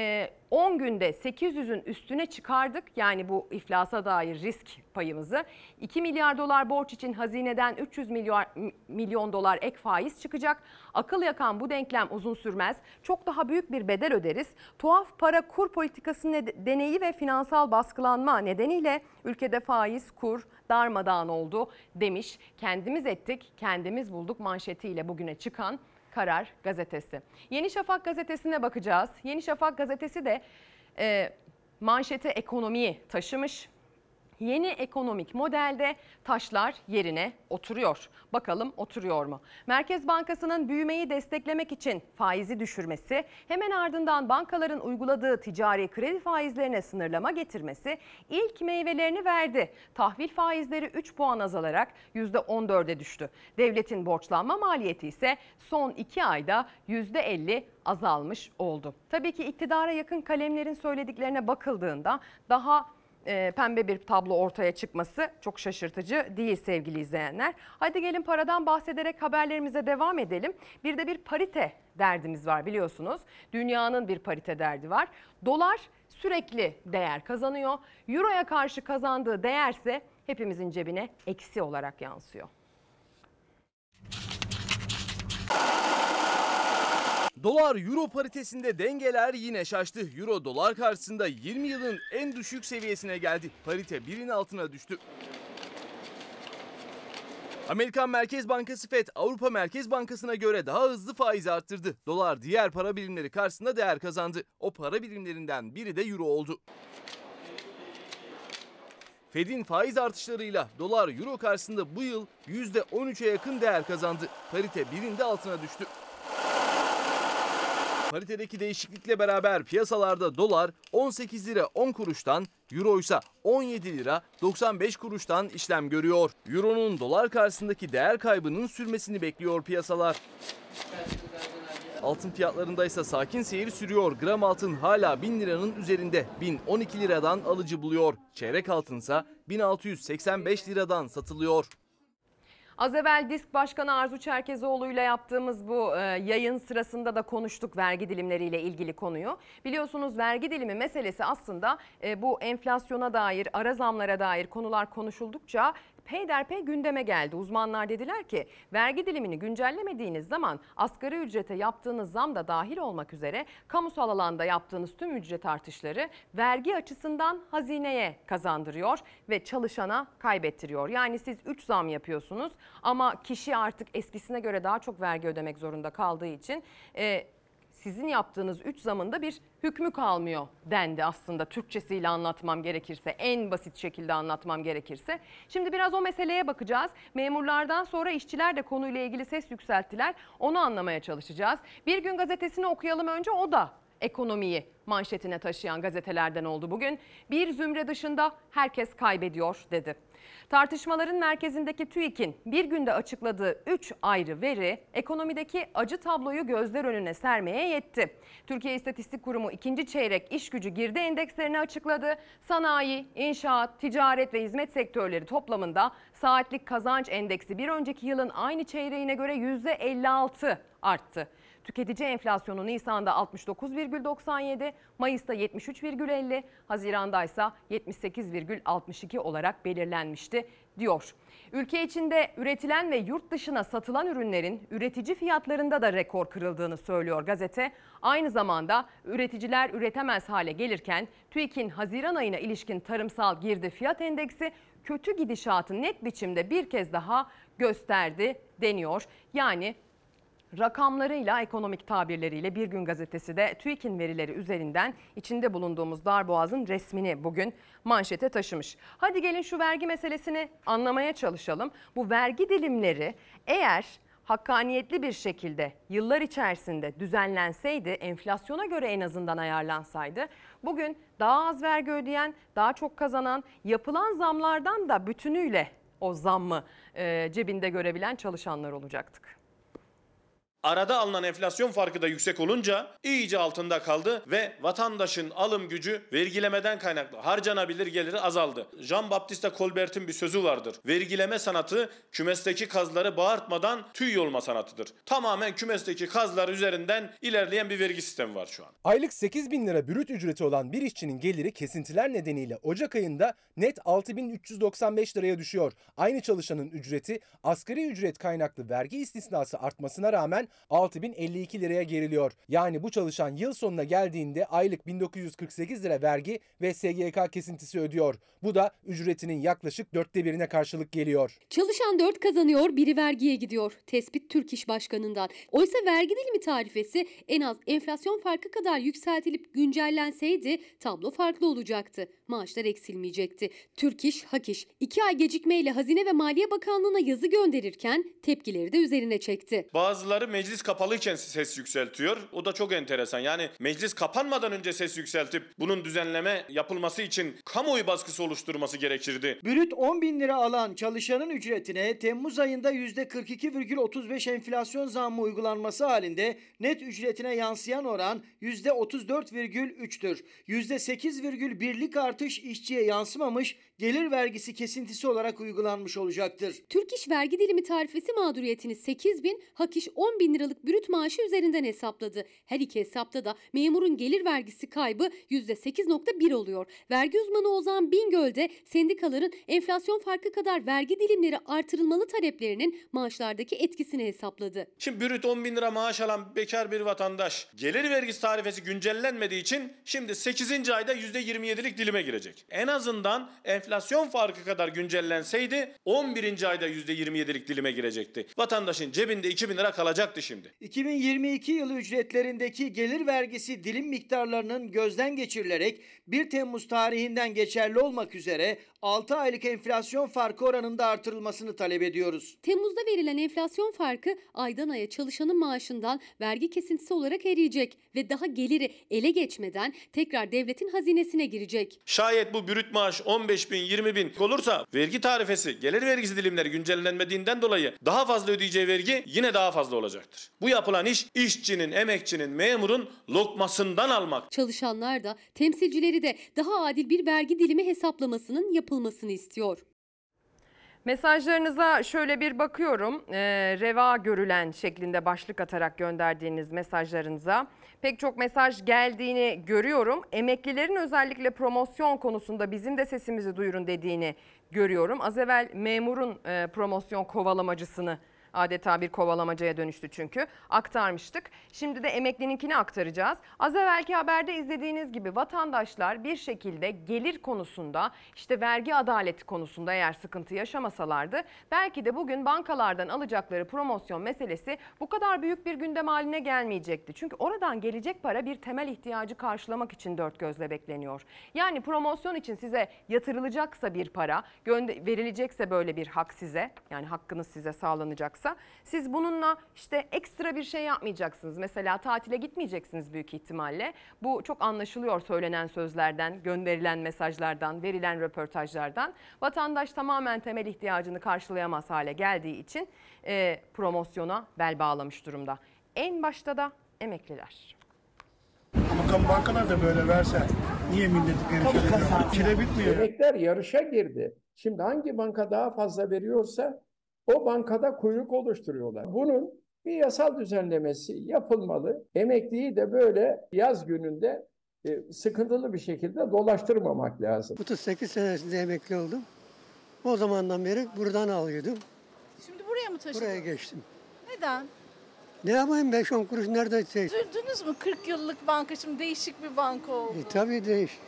10 günde 800'ün üstüne çıkardık. Yani bu iflasa dair risk payımızı. 2 milyar dolar borç için hazineden 300 milyon dolar ek faiz çıkacak. Akıl yakan bu denklem uzun sürmez. Çok daha büyük bir bedel öderiz. Tuhaf para kur politikası deneyi ve finansal baskılanma nedeniyle ülkede faiz, kur darmadağın oldu demiş. Kendimiz ettik, kendimiz bulduk manşetiyle bugüne çıkan Karar Gazetesi. Yeni Şafak gazetesine bakacağız. Yeni Şafak gazetesi de manşete ekonomiyi taşımış. Yeni ekonomik modelde taşlar yerine oturuyor. Bakalım oturuyor mu? Merkez Bankası'nın büyümeyi desteklemek için faizi düşürmesi, hemen ardından bankaların uyguladığı ticari kredi faizlerine sınırlama getirmesi ilk meyvelerini verdi. Tahvil faizleri 3 puan azalarak %14'e düştü. Devletin borçlanma maliyeti ise son 2 ayda %50 azalmış oldu. Tabii ki iktidara yakın kalemlerin söylediklerine bakıldığında daha pembe bir tablo ortaya çıkması çok şaşırtıcı değil sevgili izleyenler. Hadi gelin paradan bahsederek haberlerimize devam edelim. Bir de bir parite derdimiz var biliyorsunuz. Dünyanın bir parite derdi var. Dolar sürekli değer kazanıyor. Euro'ya karşı kazandığı değerse hepimizin cebine eksi olarak yansıyor. Dolar euro paritesinde dengeler yine şaştı. Euro dolar karşısında 20 yılın en düşük seviyesine geldi. Parite 1'in altına düştü. Amerikan Merkez Bankası FED, Avrupa Merkez Bankası'na göre daha hızlı faiz arttırdı. Dolar diğer para birimleri karşısında değer kazandı. O para birimlerinden biri de euro oldu. Fed'in faiz artışlarıyla dolar euro karşısında bu yıl %13'e yakın değer kazandı. Parite 1'in de altına düştü. Paritedeki değişiklikle beraber piyasalarda dolar 18 lira 10 kuruştan, euro ise 17 lira 95 kuruştan işlem görüyor. Euro'nun dolar karşısındaki değer kaybının sürmesini bekliyor piyasalar. Altın fiyatlarında ise sakin seyir sürüyor. Gram altın hala 1000 liranın üzerinde, 1012 liradan alıcı buluyor. Çeyrek altınsa 1685 liradan satılıyor. Az evvel Disk Başkanı Arzu Çerkezoğlu ile yaptığımız bu yayın sırasında da konuştuk vergi dilimleriyle ilgili konuyu. Biliyorsunuz vergi dilimi meselesi aslında bu enflasyona dair, ara zamlara dair konular konuşuldukça peyderpey gündeme geldi. Uzmanlar dediler ki vergi dilimini güncellemediğiniz zaman asgari ücrete yaptığınız zam da dahil olmak üzere kamusal alanda yaptığınız tüm ücret artışları vergi açısından hazineye kazandırıyor ve çalışana kaybettiriyor. Yani siz 3 zam yapıyorsunuz ama kişi artık eskisine göre daha çok vergi ödemek zorunda kaldığı için sizin yaptığınız 3 zamında bir hükmü kalmıyor dendi aslında Türkçesiyle anlatmam gerekirse, en basit şekilde anlatmam gerekirse. Şimdi biraz o meseleye bakacağız. Memurlardan sonra işçiler de konuyla ilgili ses yükselttiler. Onu anlamaya çalışacağız. Bir Gün Gazetesi'ni okuyalım önce, o da ekonomiyi manşetine taşıyan gazetelerden oldu bugün. Bir zümre dışında herkes kaybediyor dedi. Tartışmaların merkezindeki TÜİK'in bir günde açıkladığı 3 ayrı veri ekonomideki acı tabloyu gözler önüne sermeye yetti. Türkiye İstatistik Kurumu ikinci çeyrek iş gücü girdi endekslerini açıkladı. Sanayi, inşaat, ticaret ve hizmet sektörleri toplamında saatlik kazanç endeksi bir önceki yılın aynı çeyreğine göre %56 arttı. Tüketici enflasyonu Nisan'da 69,97, Mayıs'ta 73,50, Haziran'da ise 78,62 olarak belirlenmişti diyor. Ülke içinde üretilen ve yurt dışına satılan ürünlerin üretici fiyatlarında da rekor kırıldığını söylüyor gazete. Aynı zamanda üreticiler üretemez hale gelirken TÜİK'in Haziran ayına ilişkin tarımsal girdi fiyat endeksi kötü gidişatı net biçimde bir kez daha gösterdi deniyor. Yani rakamlarıyla, ekonomik tabirleriyle Bir Gün Gazetesi de TÜİK'in verileri üzerinden içinde bulunduğumuz darboğazın resmini bugün manşete taşımış. Hadi gelin şu vergi meselesini anlamaya çalışalım. Bu vergi dilimleri eğer hakkaniyetli bir şekilde yıllar içerisinde düzenlenseydi, enflasyona göre en azından ayarlansaydı, bugün daha az vergi ödeyen, daha çok kazanan, yapılan zamlardan da bütünüyle o zammı cebinde görebilen çalışanlar olacaktık. Arada alınan enflasyon farkı da yüksek olunca iyice altında kaldı ve vatandaşın alım gücü vergilemeden kaynaklı harcanabilir geliri azaldı. Jean-Baptiste Colbert'in bir sözü vardır. Vergileme sanatı kümesteki kazları bağırtmadan tüy yolma sanatıdır. Tamamen kümesteki kazlar üzerinden ilerleyen bir vergi sistemi var şu an. Aylık 8.000 lira brüt ücreti olan bir işçinin geliri kesintiler nedeniyle Ocak ayında net 6.395 liraya düşüyor. Aynı çalışanın ücreti asgari ücret kaynaklı vergi istisnası artmasına rağmen 6.052 liraya geriliyor. Yani bu çalışan yıl sonuna geldiğinde aylık 1948 lira vergi ve SGK kesintisi ödüyor. Bu da ücretinin yaklaşık 1/4'ine karşılık geliyor. Çalışan 4 kazanıyor, biri vergiye gidiyor. Tespit Türk İş Başkanı'ndan. Oysa vergi dilimi tarifesi en az enflasyon farkı kadar yükseltilip güncellenseydi tablo farklı olacaktı. Maaşlar eksilmeyecekti. Türk İş, Hak İş 2 ay gecikmeyle Hazine ve Maliye Bakanlığı'na yazı gönderirken tepkileri de üzerine çekti. Bazıları meclis kapalıyken ses yükseltiyor. O da çok enteresan. Yani meclis kapanmadan önce ses yükseltip bunun düzenleme yapılması için kamuoyu baskısı oluşturması gerekirdi. Brüt 10.000 lira alan çalışanın ücretine Temmuz ayında %42,35 enflasyon zammı uygulanması halinde net ücretine yansıyan oran %34,3'tür. %8,1'lik artış işçiye yansımamış, gelir vergisi kesintisi olarak uygulanmış olacaktır. Türk İş vergi dilimi tarifesi mağduriyetini 8.000, Hak İş 10.000 liralık brüt maaşı üzerinden hesapladı. Her iki hesapta da memurun gelir vergisi kaybı %8,1 oluyor. Vergi uzmanı Ozan Bingöl de sendikaların enflasyon farkı kadar vergi dilimleri artırılmalı taleplerinin maaşlardaki etkisini hesapladı. Şimdi brüt 10.000 lira maaş alan bekar bir vatandaş gelir vergisi tarifesi güncellenmediği için şimdi 8. ayda %27'lik dilime girecek. En azından enflasyon farkı kadar güncellenseydi 11. ayda %27'lik dilime girecekti. Vatandaşın cebinde 2.000 lira kalacaktı şimdi. 2022 yılı ücretlerindeki gelir vergisi dilim miktarlarının gözden geçirilerek 1 Temmuz tarihinden geçerli olmak üzere 6 aylık enflasyon farkı oranında artırılmasını talep ediyoruz. Temmuz'da verilen enflasyon farkı aydan aya çalışanın maaşından vergi kesintisi olarak eriyecek ve daha geliri ele geçmeden tekrar devletin hazinesine girecek. Şayet bu brüt maaş 15.000, 20.000 olursa vergi tarifesi, gelir vergisi dilimleri güncellenmediğinden dolayı daha fazla ödeyeceği vergi yine daha fazla olacaktır. Bu yapılan iş işçinin, emekçinin, memurun lokmasından almak. Çalışanlar da temsilcileri de daha adil bir vergi dilimi hesaplamasının yapılmasını istiyor. Mesajlarınıza şöyle bir bakıyorum. Reva görülen şeklinde başlık atarak gönderdiğiniz mesajlarınıza pek çok mesaj geldiğini görüyorum. Emeklilerin özellikle promosyon konusunda bizim de sesimizi duyurun dediğini görüyorum. Az evvel memurun promosyon kovalamacısını, adeta bir kovalamacaya dönüştü çünkü, aktarmıştık. Şimdi de emeklininkini aktaracağız. Az evvelki haberde izlediğiniz gibi vatandaşlar bir şekilde gelir konusunda, işte vergi adaleti konusunda eğer sıkıntı yaşamasalardı belki de bugün bankalardan alacakları promosyon meselesi bu kadar büyük bir gündem haline gelmeyecekti. Çünkü oradan gelecek para bir temel ihtiyacı karşılamak için dört gözle bekleniyor. Yani promosyon için size yatırılacaksa bir para, verilecekse böyle bir hak size, yani hakkınız size sağlanacaksa, siz bununla işte ekstra bir şey yapmayacaksınız. Mesela tatile gitmeyeceksiniz büyük ihtimalle. Bu çok anlaşılıyor söylenen sözlerden, gönderilen mesajlardan, verilen röportajlardan. Vatandaş tamamen temel ihtiyacını karşılayamaz hale geldiği için promosyona bel bağlamış durumda. En başta da emekliler. Ama bankalar da böyle verse niye millet perişan? Çile bitmiyor. Emekliler yarışa girdi. Şimdi hangi banka daha fazla veriyorsa o bankada kuyruk oluşturuyorlar. Bunun Bir yasal düzenlemesi yapılmalı. Emekliyi de böyle yaz gününde sıkıntılı bir şekilde dolaştırmamak lazım. 38 senesinde emekli oldum. O zamandan beri buradan alıyordum. Şimdi buraya mı taşındınız? Buraya geçtim. Neden? Ne yapayım 5-10 kuruş nerede? Üzüldünüz mü? 40 yıllık banka şimdi değişik bir banka oldu. Tabii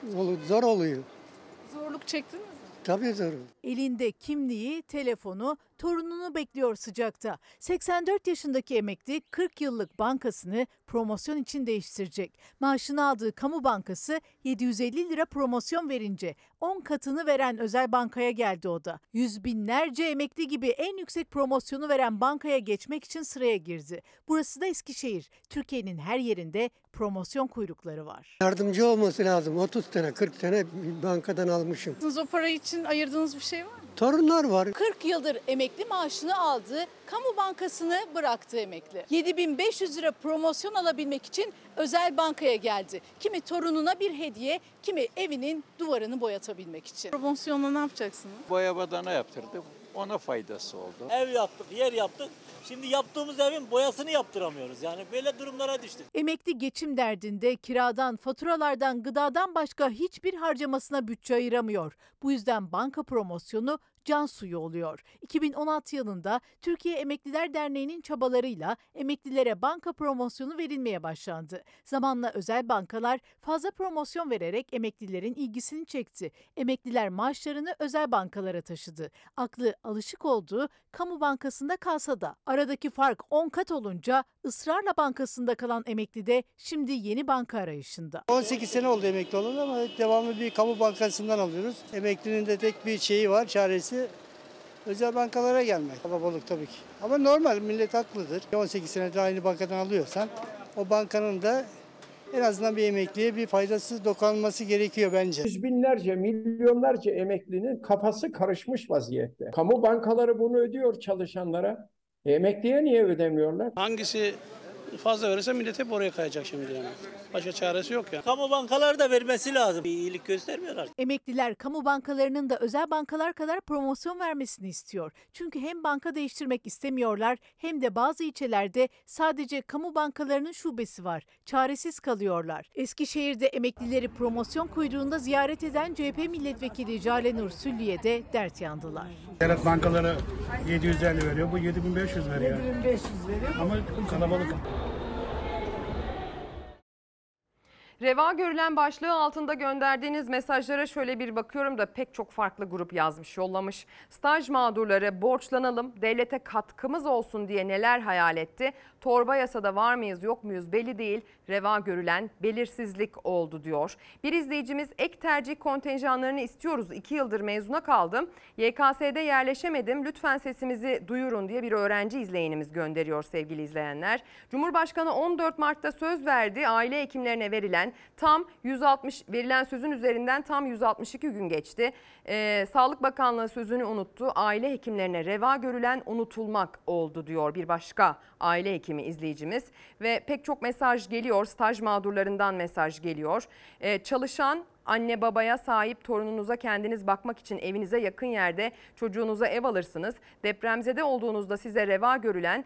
zor oluyor. Zorluk çektiniz mi? Tabii zor. Elinde kimliği, telefonu, torununu bekliyor sıcakta. 84 yaşındaki emekli 40 yıllık bankasını promosyon için değiştirecek. Maaşını aldığı kamu bankası 750 lira promosyon verince 10 katını veren özel bankaya geldi o da. Yüz binlerce emekli gibi en yüksek promosyonu veren bankaya geçmek için sıraya girdi. Burası da Eskişehir. Türkiye'nin her yerinde promosyon kuyrukları var. Yardımcı olması lazım. 30 sene 40 sene bankadan almışım. O para için ayırdığınız bir şey var mı? Torunlar var. 40 yıldır emekli maaşını aldı, kamu bankasını bıraktı emekli. 7.500 lira promosyon alabilmek için özel bankaya geldi. Kimi torununa bir hediye, kimi evinin duvarını boyatabilmek için. Promosyonla ne yapacaksınız? Boya badana yaptırdık. Ona faydası oldu. Ev yaptık, yer yaptık. Şimdi yaptığımız evin boyasını yaptıramıyoruz. Yani böyle durumlara düştük. Emekli geçim derdinde kiradan, faturalardan, gıdadan başka hiçbir harcamasına bütçe ayıramıyor. Bu yüzden banka promosyonu can suyu oluyor. 2016 yılında Türkiye Emekliler Derneği'nin çabalarıyla emeklilere banka promosyonu verilmeye başlandı. Zamanla özel bankalar fazla promosyon vererek emeklilerin ilgisini çekti. Emekliler maaşlarını özel bankalara taşıdı. Aklı alışık olduğu kamu bankasında kalsa da aradaki fark 10 kat olunca ısrarla bankasında kalan emekli de şimdi yeni banka arayışında. 18 sene oldu emekli olalı ama devamlı bir kamu bankasından alıyoruz. Emeklinin de tek bir şeyi var, çaresi özel bankalara gelmek. Kalabalık tabii ki. Ama normal, millet haklıdır. 18 senedir aynı bankadan alıyorsan o bankanın da en azından bir emekliye bir faydası dokunması gerekiyor bence. Yüz binlerce, milyonlarca emeklinin kafası karışmış vaziyette. Kamu bankaları bunu ödüyor çalışanlara. Emekliye niye ödemiyorlar? Hangisi fazla verirse millet hep oraya kayacak şimdi yani. Başka çaresi yok ya. Kamu bankaları da vermesi lazım. Bir iyilik göstermiyorlar. Emekliler kamu bankalarının da özel bankalar kadar promosyon vermesini istiyor. Çünkü hem banka değiştirmek istemiyorlar hem de bazı ilçelerde sadece kamu bankalarının şubesi var. Çaresiz kalıyorlar. Eskişehir'de emeklileri promosyon kuyruğunda ziyaret eden CHP milletvekili Calenur Süllü'ye de dert yandılar. Devlet bankaları 750 veriyor, bu 7500 veriyor. 7500 veriyor. Ama kalabalık. Reva görülen başlığı altında gönderdiğiniz mesajlara şöyle bir bakıyorum da pek çok farklı grup yazmış, yollamış. Staj mağdurları borçlanalım, devlete katkımız olsun diye neler hayal etti? Torba yasada var mıyız yok muyuz belli değil. Reva görülen belirsizlik oldu diyor. Bir izleyicimiz ek tercih kontenjanlarını istiyoruz. 2 yıldır mezuna kaldım. YKS'de yerleşemedim. Lütfen sesimizi duyurun diye bir öğrenci izleyenimiz gönderiyor sevgili izleyenler. Cumhurbaşkanı 14 Mart'ta söz verdi. Aile hekimlerine verilen sözün üzerinden tam 162 gün geçti. Sağlık Bakanlığı sözünü unuttu. Aile hekimlerine reva görülen unutulmak oldu diyor bir başka aile hekimi izleyicimiz. Ve pek çok mesaj geliyor. Staj mağdurlarından mesaj geliyor. Çalışan anne babaya sahip torununuza kendiniz bakmak için evinize yakın yerde çocuğunuza ev alırsınız. Depremzede olduğunuzda size reva görülen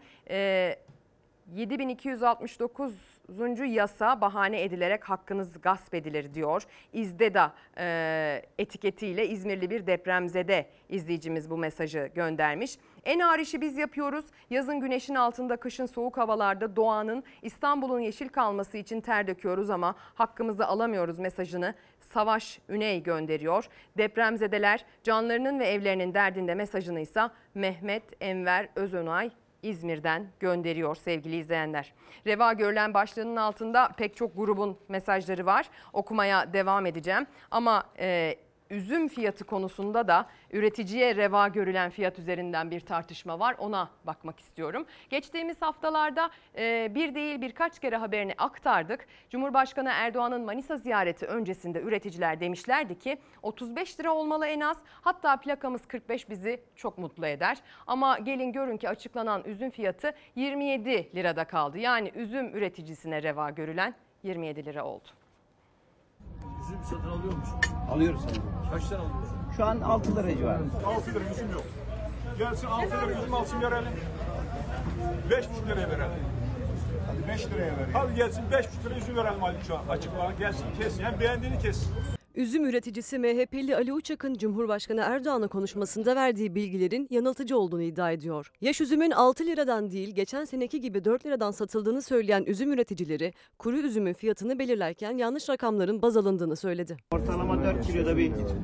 7269 yasa bahane edilerek hakkınız gasp edilir diyor. İzdeda etiketiyle İzmirli bir depremzede izleyicimiz bu mesajı göndermiş. En ağır işi biz yapıyoruz. Yazın güneşin altında, kışın soğuk havalarda doğanın, İstanbul'un yeşil kalması için ter döküyoruz ama hakkımızı alamıyoruz mesajını Savaş Üney gönderiyor. Depremzedeler canlarının ve evlerinin derdinde mesajını ise Mehmet Enver Özönay İzmir'den gönderiyor sevgili izleyenler. Reva görülen başlığının altında pek çok grubun mesajları var. Okumaya devam edeceğim. Ama üzüm fiyatı konusunda da üreticiye reva görülen fiyat üzerinden bir tartışma var. Ona bakmak istiyorum. Geçtiğimiz haftalarda bir değil birkaç kere haberini aktardık. Cumhurbaşkanı Erdoğan'ın Manisa ziyareti öncesinde üreticiler demişlerdi ki 35 lira olmalı en az. Hatta plakamız 45 bizi çok mutlu eder. Ama gelin görün ki açıklanan üzüm fiyatı 27 lirada kaldı. Yani üzüm üreticisine reva görülen 27 lira oldu. Üzüm satın alıyor musun? Alıyoruz. Kaç tane alıyorsun? Şu an 6 lira civarı. 6 lira üzüm yok. Gelsin 6 lira üzüm alsın görelim. 5,5 liraya verelim. Hadi 5 liraya verelim. Hadi gelsin 5,5 liraya üzüm verelim Ali şu an. Açık gelsin kesin. Hem beğendiğini kesin. Üzüm üreticisi MHP'li Ali Uçak'ın Cumhurbaşkanı Erdoğan'a konuşmasında verdiği bilgilerin yanıltıcı olduğunu iddia ediyor. Yaş üzümün 6 liradan değil geçen seneki gibi 4 liradan satıldığını söyleyen üzüm üreticileri kuru üzümün fiyatını belirlerken yanlış rakamların baz alındığını söyledi. Ortalama 4 kiloda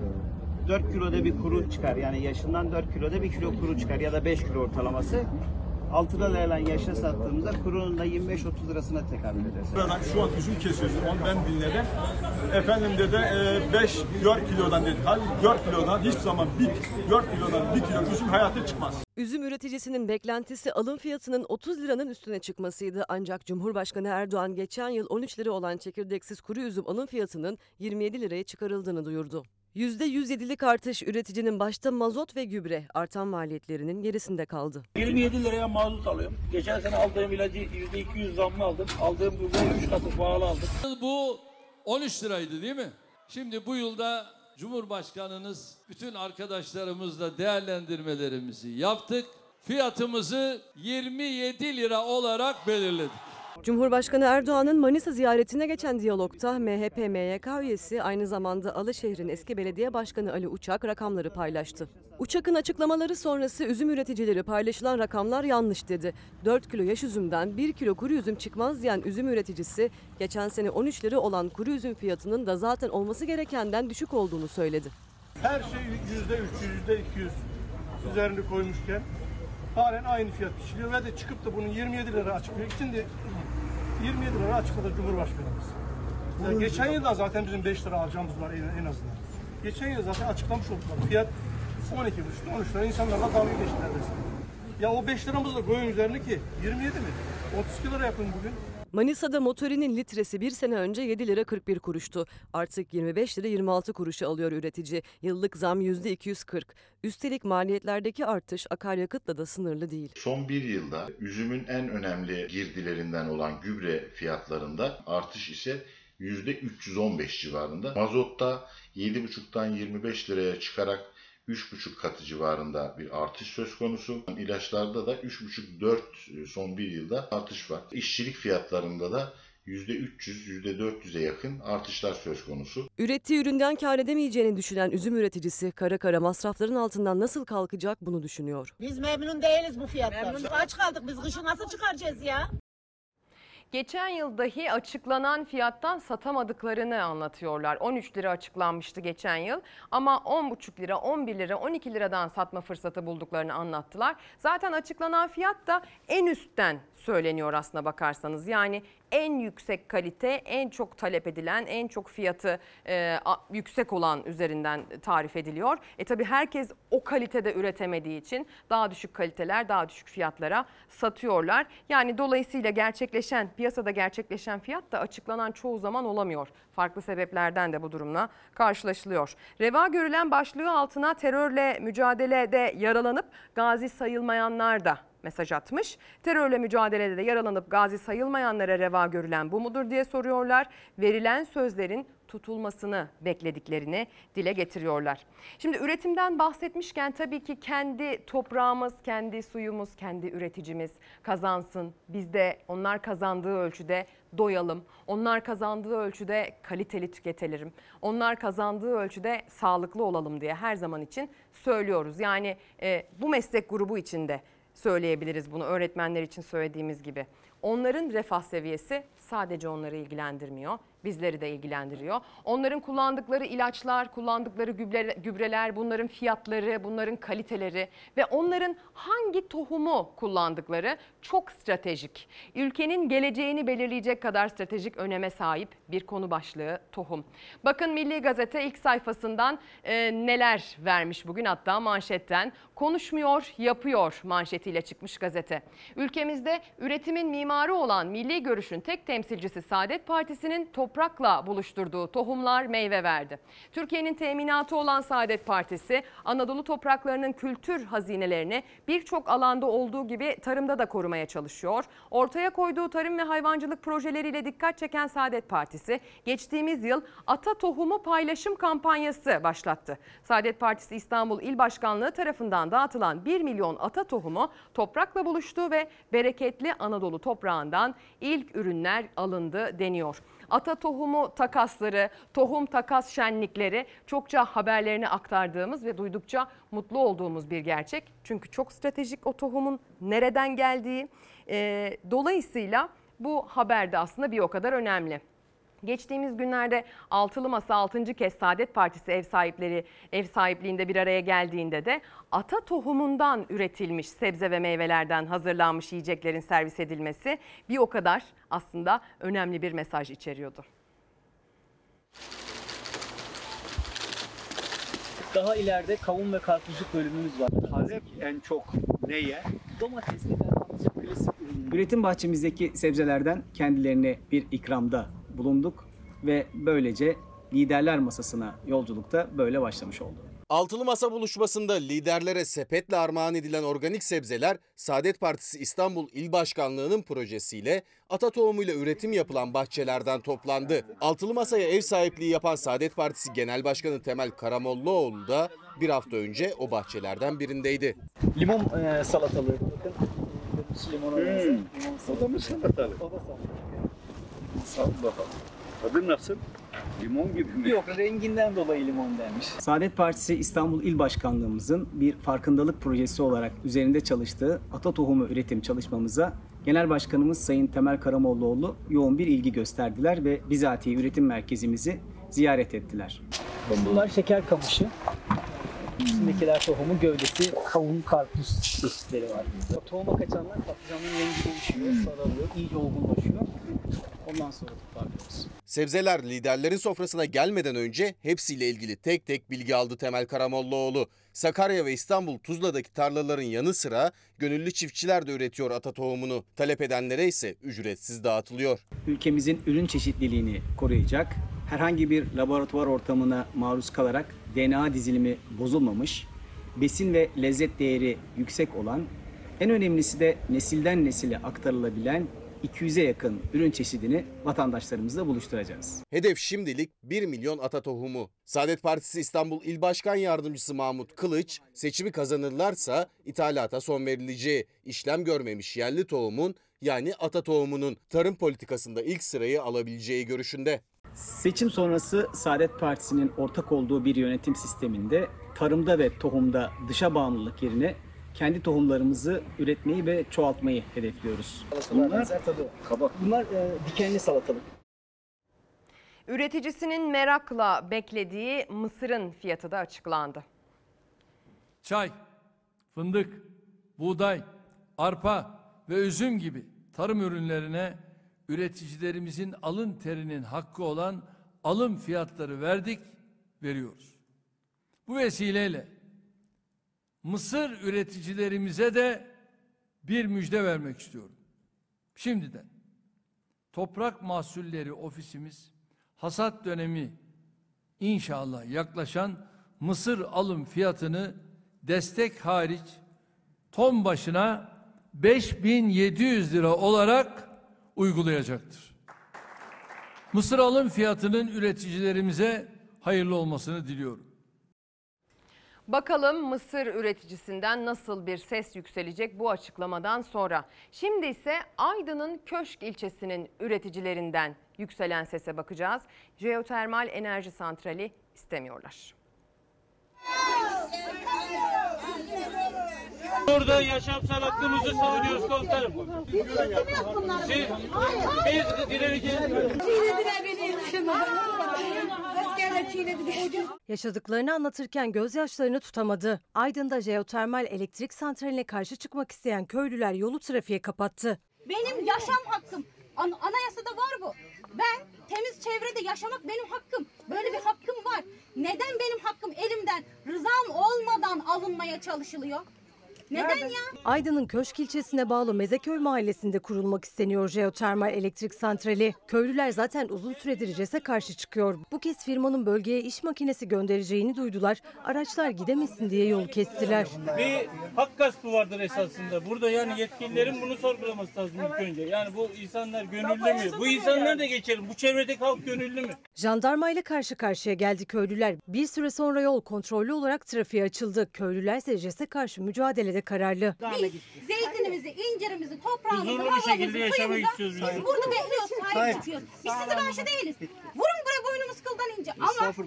bir kuru çıkar. Yani yaşından 4 kiloda 1 kilo kuru çıkar ya da 5 kilo ortalaması. 6 lirayla yaşa sattığımızda kurunun da 25-30 lirasına tekabül eder. Buradan şu an üzüm kesiyoruz. Onu ben dinledim. Efendim dedi 4 kilodan dedi. Hadi 4 kilodan hiçbir zaman 4 kilodan 1 kilo üzüm hayata çıkmaz. Üzüm üreticisinin beklentisi alım fiyatının 30 liranın üstüne çıkmasıydı. Ancak Cumhurbaşkanı Erdoğan geçen yıl 13 lira olan çekirdeksiz kuru üzüm alım fiyatının 27 liraya çıkarıldığını duyurdu. %107'lik artış üreticinin başta mazot ve gübre artan maliyetlerinin gerisinde kaldı. 27 liraya mazot alıyorum. Geçen sene aldığım ilacı %200 zamlı aldım. Aldığım gübreyi 3 katı pahalı aldım. Bu 13 liraydı değil mi? Şimdi bu yılda Cumhurbaşkanınız bütün arkadaşlarımızla değerlendirmelerimizi yaptık. Fiyatımızı 27 lira olarak belirledik. Cumhurbaşkanı Erdoğan'ın Manisa ziyaretine geçen diyalogta MHP-MYK üyesi aynı zamanda Alaşehir'in eski belediye başkanı Ali Uçak rakamları paylaştı. Uçak'ın açıklamaları sonrası üzüm üreticileri paylaşılan rakamlar yanlış dedi. 4 kilo yaş üzümden 1 kilo kuru üzüm çıkmaz diyen üzüm üreticisi geçen sene 13 lira olan kuru üzüm fiyatının da zaten olması gerekenden düşük olduğunu söyledi. Her şey %300, %200 üzerinde koymuşken halen aynı fiyat biçiliyor ve de çıkıp da bunun 27 lira açıklıyor. Şimdi 27 lira açıkladı Cumhurbaşkanımız. Yani geçen yılda zaten bizim 5 lira alacağımız var en azından. Geçen yıl zaten açıklamış olduk. Fiyat 12,5 13 lira insanlarla dalga geçtiler resmen. Ya o 5 liramız da koyun üzerine ki 27 mi? 32 lira yapın bugün. Manisa'da motorinin litresi bir sene önce 7 lira 41 kuruştu. Artık 25 lira 26 kuruşa alıyor üretici. Yıllık zam %240. Üstelik maliyetlerdeki artış akaryakıtla da sınırlı değil. Son bir yılda üzümün en önemli girdilerinden olan gübre fiyatlarında artış ise %315 civarında. Mazotta 7,5'tan 25 liraya çıkarak 3,5 katı civarında bir artış söz konusu. İlaçlarda da 3,5-4 son bir yılda artış var. İşçilik fiyatlarında da %300, %400'e yakın artışlar söz konusu. Ürettiği üründen kâr edemeyeceğini düşünen üzüm üreticisi kara kara masrafların altından nasıl kalkacak bunu düşünüyor. Biz memnun değiliz bu fiyattan. Memnun aç kaldık. Biz kışı nasıl çıkaracağız ya? Geçen yıl dahi açıklanan fiyattan satamadıklarını anlatıyorlar. 13 lira açıklanmıştı geçen yıl ama 10,5 lira, 11 lira, 12 liradan satma fırsatı bulduklarını anlattılar. Zaten açıklanan fiyat da en üstten söyleniyor aslına bakarsanız. Yani en yüksek kalite, en çok talep edilen, en çok fiyatı yüksek olan üzerinden tarif ediliyor. Tabii herkes o kalitede üretemediği için daha düşük kaliteler, daha düşük fiyatlara satıyorlar. Yani dolayısıyla piyasada gerçekleşen fiyat da açıklanan çoğu zaman olamıyor. Farklı sebeplerden de bu durumla karşılaşılıyor. Reva görülen başlığı altına terörle mücadelede yaralanıp gazi sayılmayanlar da mesaj atmış. Terörle mücadelede de yaralanıp gazi sayılmayanlara reva görülen bu mudur diye soruyorlar. Verilen sözlerin tutulmasını beklediklerini dile getiriyorlar. Şimdi üretimden bahsetmişken tabii ki kendi toprağımız, kendi suyumuz, kendi üreticimiz kazansın. Biz de onlar kazandığı ölçüde doyalım. Onlar kazandığı ölçüde kaliteli tüketelim. Onlar kazandığı ölçüde sağlıklı olalım diye her zaman için söylüyoruz. Yani bu meslek grubu için de söyleyebiliriz bunu, öğretmenler için söylediğimiz gibi. Onların refah seviyesi sadece onları ilgilendirmiyor, bizleri de ilgilendiriyor. Onların kullandıkları ilaçlar, kullandıkları gübreler, bunların fiyatları, bunların kaliteleri ve onların hangi tohumu kullandıkları çok stratejik. Ülkenin geleceğini belirleyecek kadar stratejik öneme sahip bir konu başlığı tohum. Bakın Milli Gazete ilk sayfasından neler vermiş bugün, hatta manşetten. Konuşmuyor, yapıyor manşetiyle çıkmış gazete. Ülkemizde üretimin mimarı olan Milli Görüş'ün tek temsilcisi Saadet Partisi'nin toprakla buluşturduğu tohumlar meyve verdi. Türkiye'nin teminatı olan Saadet Partisi, Anadolu topraklarının kültür hazinelerini birçok alanda olduğu gibi tarımda da korumaya çalışıyor. Ortaya koyduğu tarım ve hayvancılık projeleriyle dikkat çeken Saadet Partisi, geçtiğimiz yıl ata tohumu paylaşım kampanyası başlattı. Saadet Partisi İstanbul İl Başkanlığı tarafından dağıtılan 1 milyon ata tohumu toprakla buluştu ve bereketli Anadolu toprağından ilk ürünler alındı deniyor. Ata tohumu takasları, tohum takas şenlikleri çokça haberlerini aktardığımız ve duydukça mutlu olduğumuz bir gerçek. Çünkü çok stratejik o tohumun nereden geldiği. Dolayısıyla bu haber de aslında bir o kadar önemli. Geçtiğimiz günlerde Altılı Masa 6. kez Saadet Partisi ev sahipliğinde bir araya geldiğinde de ata tohumundan üretilmiş sebze ve meyvelerden hazırlanmış yiyeceklerin servis edilmesi bir o kadar aslında önemli bir mesaj içeriyordu. Daha ileride kavun ve karpuzluk bölümümüz var. Talep en çok neye? Domatesli ve patlıcan klasik ürünler. Üretim bahçemizdeki sebzelerden kendilerine bir ikramda bulunduk ve böylece liderler masasına yolculukta böyle başlamış oldu. Altılı Masa buluşmasında liderlere sepetle armağan edilen organik sebzeler Saadet Partisi İstanbul İl Başkanlığı'nın projesiyle ata tohumuyla üretim yapılan bahçelerden toplandı. Altılı Masa'ya ev sahipliği yapan Saadet Partisi Genel Başkanı Temel Karamollaoğlu da bir hafta önce o bahçelerden birindeydi. Limon salatalığı. Bakın limona benziyor. O da mı salatalık? O da salatalık. Sağ bakalım. Tadı nasıl? Limon gibi mi? Yok, renginden dolayı limon denmiş. Saadet Partisi İstanbul İl Başkanlığımızın bir farkındalık projesi olarak üzerinde çalıştığı ata tohumu üretim çalışmamıza Genel Başkanımız Sayın Temel Karamollaoğlu yoğun bir ilgi gösterdiler ve bizatihi üretim merkezimizi ziyaret ettiler. Bunlar şeker kamışı. Üstündekiler tohumu, gövdesi, kavun, karpuz çeşitleri var. Tohuma kaçanlar patlıcanın rengi değişiyor, sararıyor, iyice olgunlaşıyor. Ondan sonra toparlıyoruz. Sebzeler liderlerin sofrasına gelmeden önce hepsiyle ilgili tek tek bilgi aldı Temel Karamollaoğlu. Sakarya ve İstanbul Tuzla'daki tarlaların yanı sıra gönüllü çiftçiler de üretiyor ata tohumunu. Talep edenlere ise ücretsiz dağıtılıyor. Ülkemizin ürün çeşitliliğini koruyacak, herhangi bir laboratuvar ortamına maruz kalarak DNA dizilimi bozulmamış, besin ve lezzet değeri yüksek olan, en önemlisi de nesilden nesile aktarılabilen 200'e yakın ürün çeşidini vatandaşlarımızla buluşturacağız. Hedef şimdilik 1 milyon ata tohumu. Saadet Partisi İstanbul İl Başkan Yardımcısı Mahmut Kılıç, seçimi kazanırlarsa ithalata son verileceği, işlem görmemiş yerli tohumun yani ata tohumunun tarım politikasında ilk sırayı alabileceği görüşünde. Seçim sonrası Saadet Partisi'nin ortak olduğu bir yönetim sisteminde tarımda ve tohumda dışa bağımlılık yerine kendi tohumlarımızı üretmeyi ve çoğaltmayı hedefliyoruz. Bunlar dikenli salatalık. Üreticisinin merakla beklediği mısırın fiyatı da açıklandı. Çay, fındık, buğday, arpa ve üzüm gibi tarım ürünlerine üreticilerimizin alın terinin hakkı olan alım fiyatları verdik, veriyoruz. Bu vesileyle mısır üreticilerimize de bir müjde vermek istiyorum. Şimdiden Toprak Mahsulleri Ofisimiz hasat dönemi inşallah yaklaşan mısır alım fiyatını destek hariç ton başına 5.700 lira olarak uygulayacaktır. Mısır alım fiyatının üreticilerimize hayırlı olmasını diliyorum. Bakalım mısır üreticisinden nasıl bir ses yükselecek bu açıklamadan sonra. Şimdi ise Aydın'ın Köşk ilçesinin üreticilerinden yükselen sese bakacağız. Jeotermal enerji santrali istemiyorlar. Burada yaşamsal hakkımızı savunuyoruz komutanım. Biz direneceğiz. Yaşadıklarını anlatırken gözyaşlarını tutamadı. Aydın'da jeotermal elektrik santraline karşı çıkmak isteyen köylüler yolu trafiğe kapattı. Benim yaşam hakkım. Anayasada var bu. Ben temiz çevrede yaşamak benim hakkım. Böyle bir hakkım var. Neden benim hakkım elimden rızam olmadan alınmaya çalışılıyor? Neden ya? Aydın'ın Köşk ilçesine bağlı Mezeköy mahallesinde kurulmak isteniyor jeotermal elektrik santrali. Köylüler zaten uzun süredir CES'e karşı çıkıyor. Bu kez firmanın bölgeye iş makinesi göndereceğini duydular. Araçlar gidemesin diye yolu kestiler. Bir hak gaspı vardır esasında. Burada yani yetkililerin bunu sorgulaması lazım ilk önce. Yani bu insanlar gönüllü mü? Bu insanlar da geçelim. Bu çevredeki halk gönüllü mü? Jandarma ile karşı karşıya geldi köylüler. Bir süre sonra yol kontrollü olarak trafiğe açıldı. Köylüler ise CES'e karşı mücadelede kararlı. Biz zeytinimizi, incirimizi, toprağımızı, Huzurlu bir havamızı, şekilde yaşamak suyumuzu istiyoruz biz. biz burada bekliyoruz, sahip çıkıyoruz. Biz size karşı değiliz. Vurun buraya boynumuz kıldan ince.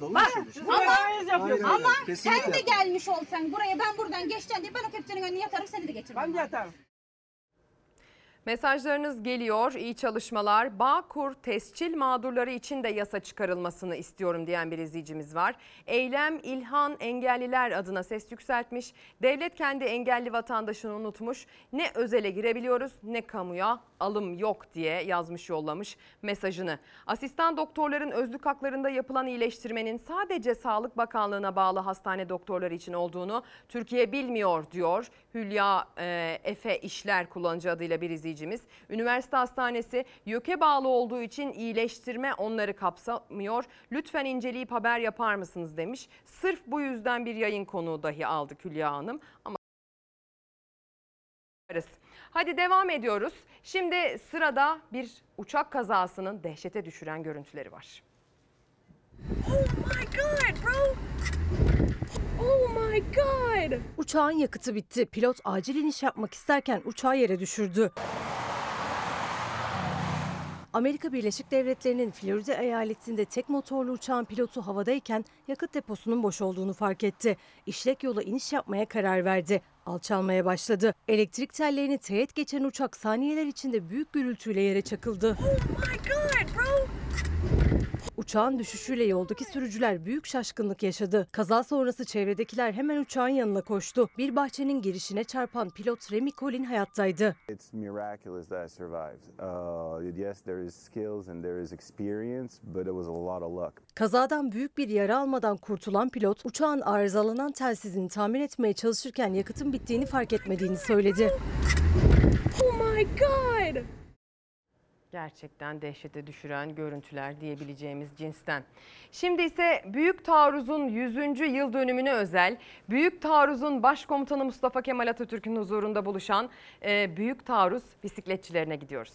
Ama sen de gelmiş olsan buraya, ben buradan geçeceğim diye ben o kepçenin önüne yatarım, seni de geçiririm. Ben de yatarım. Mesajlarınız geliyor. İyi çalışmalar. Bağkur tescil mağdurları için de yasa çıkarılmasını istiyorum diyen bir izleyicimiz var. Eylem İlhan engelliler adına ses yükseltmiş. Devlet kendi engelli vatandaşını unutmuş. Ne özele girebiliyoruz ne kamuya alım yok diye yazmış, yollamış mesajını. Asistan doktorların özlük haklarında yapılan iyileştirmenin sadece Sağlık Bakanlığı'na bağlı hastane doktorları için olduğunu Türkiye bilmiyor diyor. Hülya Efe İşler kullanıcı adıyla bir izleyicimiz. Üniversite hastanesi YÖK'e bağlı olduğu için iyileştirme onları kapsamıyor. Lütfen inceleyip haber yapar mısınız demiş. Sırf bu yüzden bir yayın konuğu dahi aldık Hülya Hanım. Ama hadi devam ediyoruz. Şimdi sırada bir uçak kazasının dehşete düşüren görüntüleri var. Oh my God bro! Oh my God! Uçağın yakıtı bitti. Pilot acil iniş yapmak isterken uçağı yere düşürdü. Amerika Birleşik Devletleri'nin Florida eyaletinde tek motorlu uçağın pilotu havadayken yakıt deposunun boş olduğunu fark etti. İşlek yola iniş yapmaya karar verdi. Alçalmaya başladı. Elektrik tellerini teğet geçen uçak saniyeler içinde büyük gürültüyle yere çakıldı. Oh my God bro! Uçağın düşüşüyle yoldaki sürücüler büyük şaşkınlık yaşadı. Kaza sonrası çevredekiler hemen uçağın yanına koştu. Bir bahçenin girişine çarpan pilot Remy Collin hayattaydı. It's miraculous that I survived. Yes, there is skills and there is experience, but it was a lot of luck. Kazadan büyük bir yara almadan kurtulan pilot, uçağın arızalanan telsizini tamir etmeye çalışırken yakıtın bittiğini fark etmediğini söyledi. Oh my God! Gerçekten dehşete düşüren görüntüler diyebileceğimiz cinsten. Şimdi ise Büyük Taarruz'un 100. yıl dönümüne özel Büyük Taarruz'un Başkomutanı Mustafa Kemal Atatürk'ün huzurunda buluşan Büyük Taarruz bisikletçilerine gidiyoruz.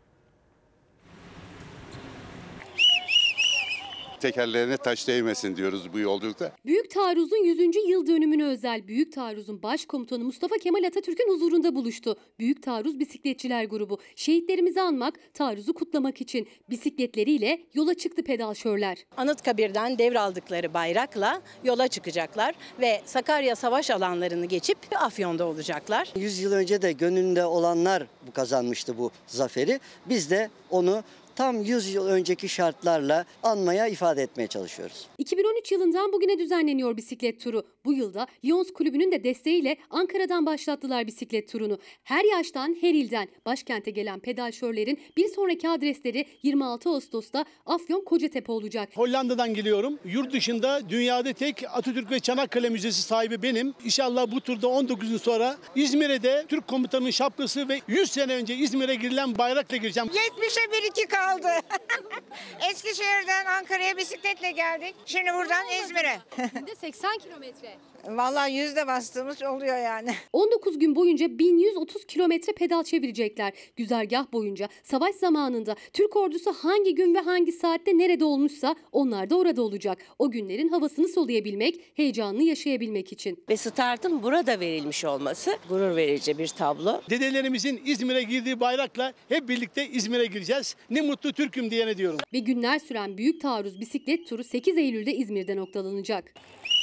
Tekerlerine taş değmesin diyoruz bu yolculukta. Büyük Taarruz'un 100. yıl dönümüne özel Büyük Taarruz'un Başkomutanı Mustafa Kemal Atatürk'ün huzurunda buluştu. Büyük Taarruz Bisikletçiler Grubu şehitlerimizi anmak, taarruzu kutlamak için bisikletleriyle yola çıktı pedalşörler. Anıtkabir'den devraldıkları bayrakla yola çıkacaklar ve Sakarya savaş alanlarını geçip Afyon'da olacaklar. 100 yıl önce de gönlünde olanlar kazanmıştı bu zaferi. Biz de onu tam 100 yıl önceki şartlarla anmaya, ifade etmeye çalışıyoruz. 2013 yılından bugüne düzenleniyor bisiklet turu. Bu yılda Lions Kulübü'nün de desteğiyle Ankara'dan başlattılar bisiklet turunu. Her yaştan, her ilden başkente gelen pedalşörlerin bir sonraki adresleri 26 Ağustos'ta Afyon Kocatepe olacak. Hollanda'dan geliyorum. Yurt dışında dünyada tek Atatürk ve Çanakkale Müzesi sahibi benim. İnşallah bu turda 19 gün sonra İzmir'e de Türk komutanının şapkası ve 100 sene önce İzmir'e girilen bayrakla gireceğim. 70'e 1-2 kaldı. Eskişehir'den Ankara'ya bisikletle geldik. Şimdi buradan İzmir'e. Günde 80 kilometre. Vallahi 100'de bastığımız oluyor yani. 19 gün boyunca 1130 kilometre pedal çevirecekler. Güzergah boyunca savaş zamanında Türk ordusu hangi gün ve hangi saatte nerede olmuşsa onlar da orada olacak. O günlerin havasını soluyabilmek, heyecanını yaşayabilmek için. Ve startın burada verilmiş olması gurur verici bir tablo. Dedelerimizin İzmir'e girdiği bayrakla hep birlikte İzmir'e gireceğiz. Ne mutlu Türk'üm diyene diyorum. Ve günler süren Büyük Taarruz bisiklet turu 8 Eylül'de İzmir'de noktalanacak.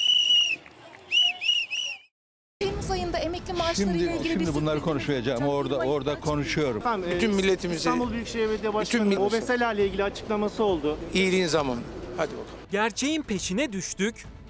Temmuz ayında emekli maaşlarıyla ilgili Şimdi bunları konuşmayacağım. Orada konuşuyorum. Bütün milletimizi, İstanbul Büyükşehir Belediye Başkanı'nın OBESELA ile ilgili açıklaması oldu. iyiliğin zamanı. Hadi bakalım. Gerçeğin peşine düştük,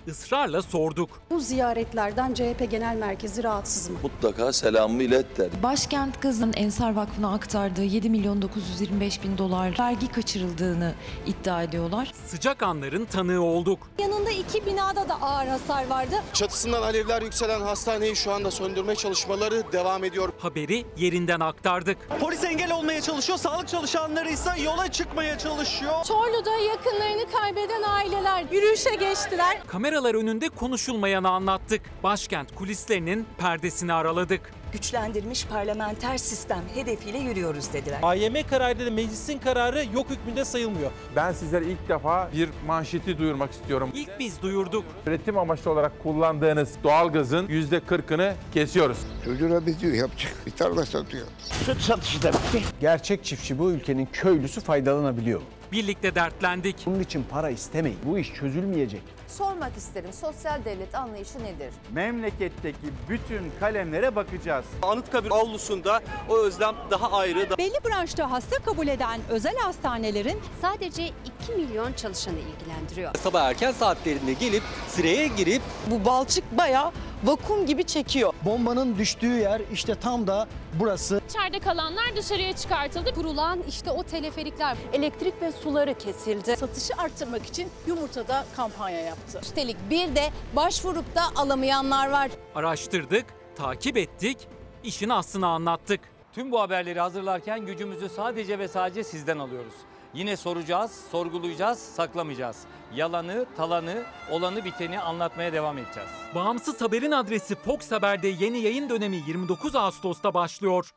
ısrarla sorduk. Bu ziyaretlerden CHP Genel Merkezi rahatsız mı? Mutlaka selamımı ilet der. Başkent Gaz'ın Ensar Vakfı'na aktardığı 7.925.000 dolar vergi kaçırıldığını iddia ediyorlar. Sıcak anların tanığı olduk. Yanında 2 binada da ağır hasar vardı. Çatısından alevler yükselen hastaneyi şu anda söndürme çalışmaları devam ediyor. Haberi yerinden aktardık. Polis engel olmaya çalışıyor, sağlık çalışanları ise yola çıkmaya çalışıyor. Çorlu'da yakınlarını kaybeden aileler yürüyüşe geçtiler. Kameralar önünde konuşulmayanı anlattık. Başkent kulislerinin perdesini araladık. Güçlendirilmiş parlamenter sistem hedefiyle yürüyoruz dediler. AYM kararıyla da meclisin kararı yok hükmünde sayılmıyor. Ben sizlere ilk defa bir manşeti duyurmak istiyorum. İlk biz duyurduk. Üretim amaçlı olarak kullandığınız doğalgazın %40'ını kesiyoruz. Çocuğuna diyor yapacak bir tarla satıyor. Süt satışı da bitti. Gerçek çiftçi bu ülkenin köylüsü faydalanabiliyor. Birlikte dertlendik. Bunun için para istemeyin. Bu iş çözülmeyecek. Sormak isterim, sosyal devlet anlayışı nedir? Memleketteki bütün kalemlere bakacağız. Anıtkabir avlusunda o özlem daha ayrı. Belli branşta hasta kabul eden özel hastanelerin sadece 2 milyon çalışanı ilgilendiriyor. Sabah erken saatlerinde gelip sıraya girip bu balçık bayağı vakum gibi çekiyor. Bombanın düştüğü yer işte tam da burası. İçeride kalanlar dışarıya çıkartıldı. Kurulan işte o teleferikler. Elektrik ve suları kesildi. Satışı arttırmak için Yumurta'da kampanya yaptı. Üstelik bir de başvurup da alamayanlar var. Araştırdık, takip ettik, işin aslını anlattık. Tüm bu haberleri hazırlarken gücümüzü sadece ve sadece sizden alıyoruz. Yine soracağız, sorgulayacağız, saklamayacağız. Yalanı, talanı, olanı biteni anlatmaya devam edeceğiz. Bağımsız haberin adresi Fox Haber'de yeni yayın dönemi 29 Ağustos'ta başlıyor.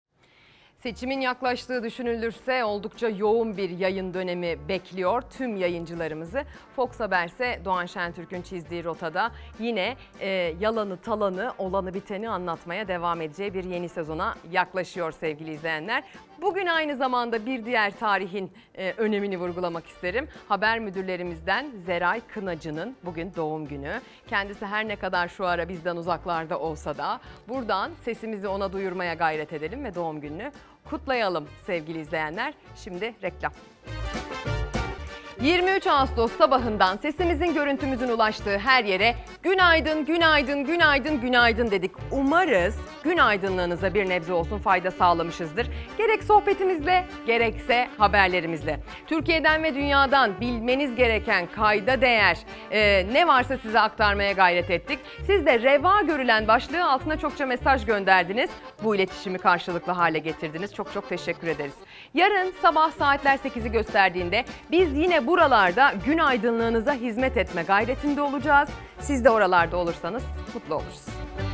Seçimin yaklaştığı düşünülürse oldukça yoğun bir yayın dönemi bekliyor tüm yayıncılarımızı. Fox Haber ise Doğan Şentürk'ün çizdiği rotada yine yalanı, talanı, olanı, biteni anlatmaya devam edeceği bir yeni sezona yaklaşıyor sevgili izleyenler. Bugün aynı zamanda bir diğer tarihin önemini vurgulamak isterim. Haber müdürlerimizden Zeray Kınacı'nın bugün doğum günü. Kendisi her ne kadar şu ara bizden uzaklarda olsa da buradan sesimizi ona duyurmaya gayret edelim ve doğum gününü kutlayalım sevgili izleyenler. Şimdi reklam. 23 Ağustos sabahından sesimizin, görüntümüzün ulaştığı her yere günaydın, günaydın, günaydın, günaydın dedik. Umarız gün aydınlığınıza bir nebze olsun fayda sağlamışızdır. Gerek sohbetimizle, gerekse haberlerimizle. Türkiye'den ve dünyadan bilmeniz gereken kayda değer ne varsa size aktarmaya gayret ettik. Siz de reva görülen başlığı altına çokça mesaj gönderdiniz. Bu iletişimi karşılıklı hale getirdiniz. Çok çok teşekkür ederiz. Yarın sabah saatler 8'i gösterdiğinde biz yine buralarda gün aydınlığınıza hizmet etme gayretinde olacağız. Siz de oralarda olursanız mutlu oluruz.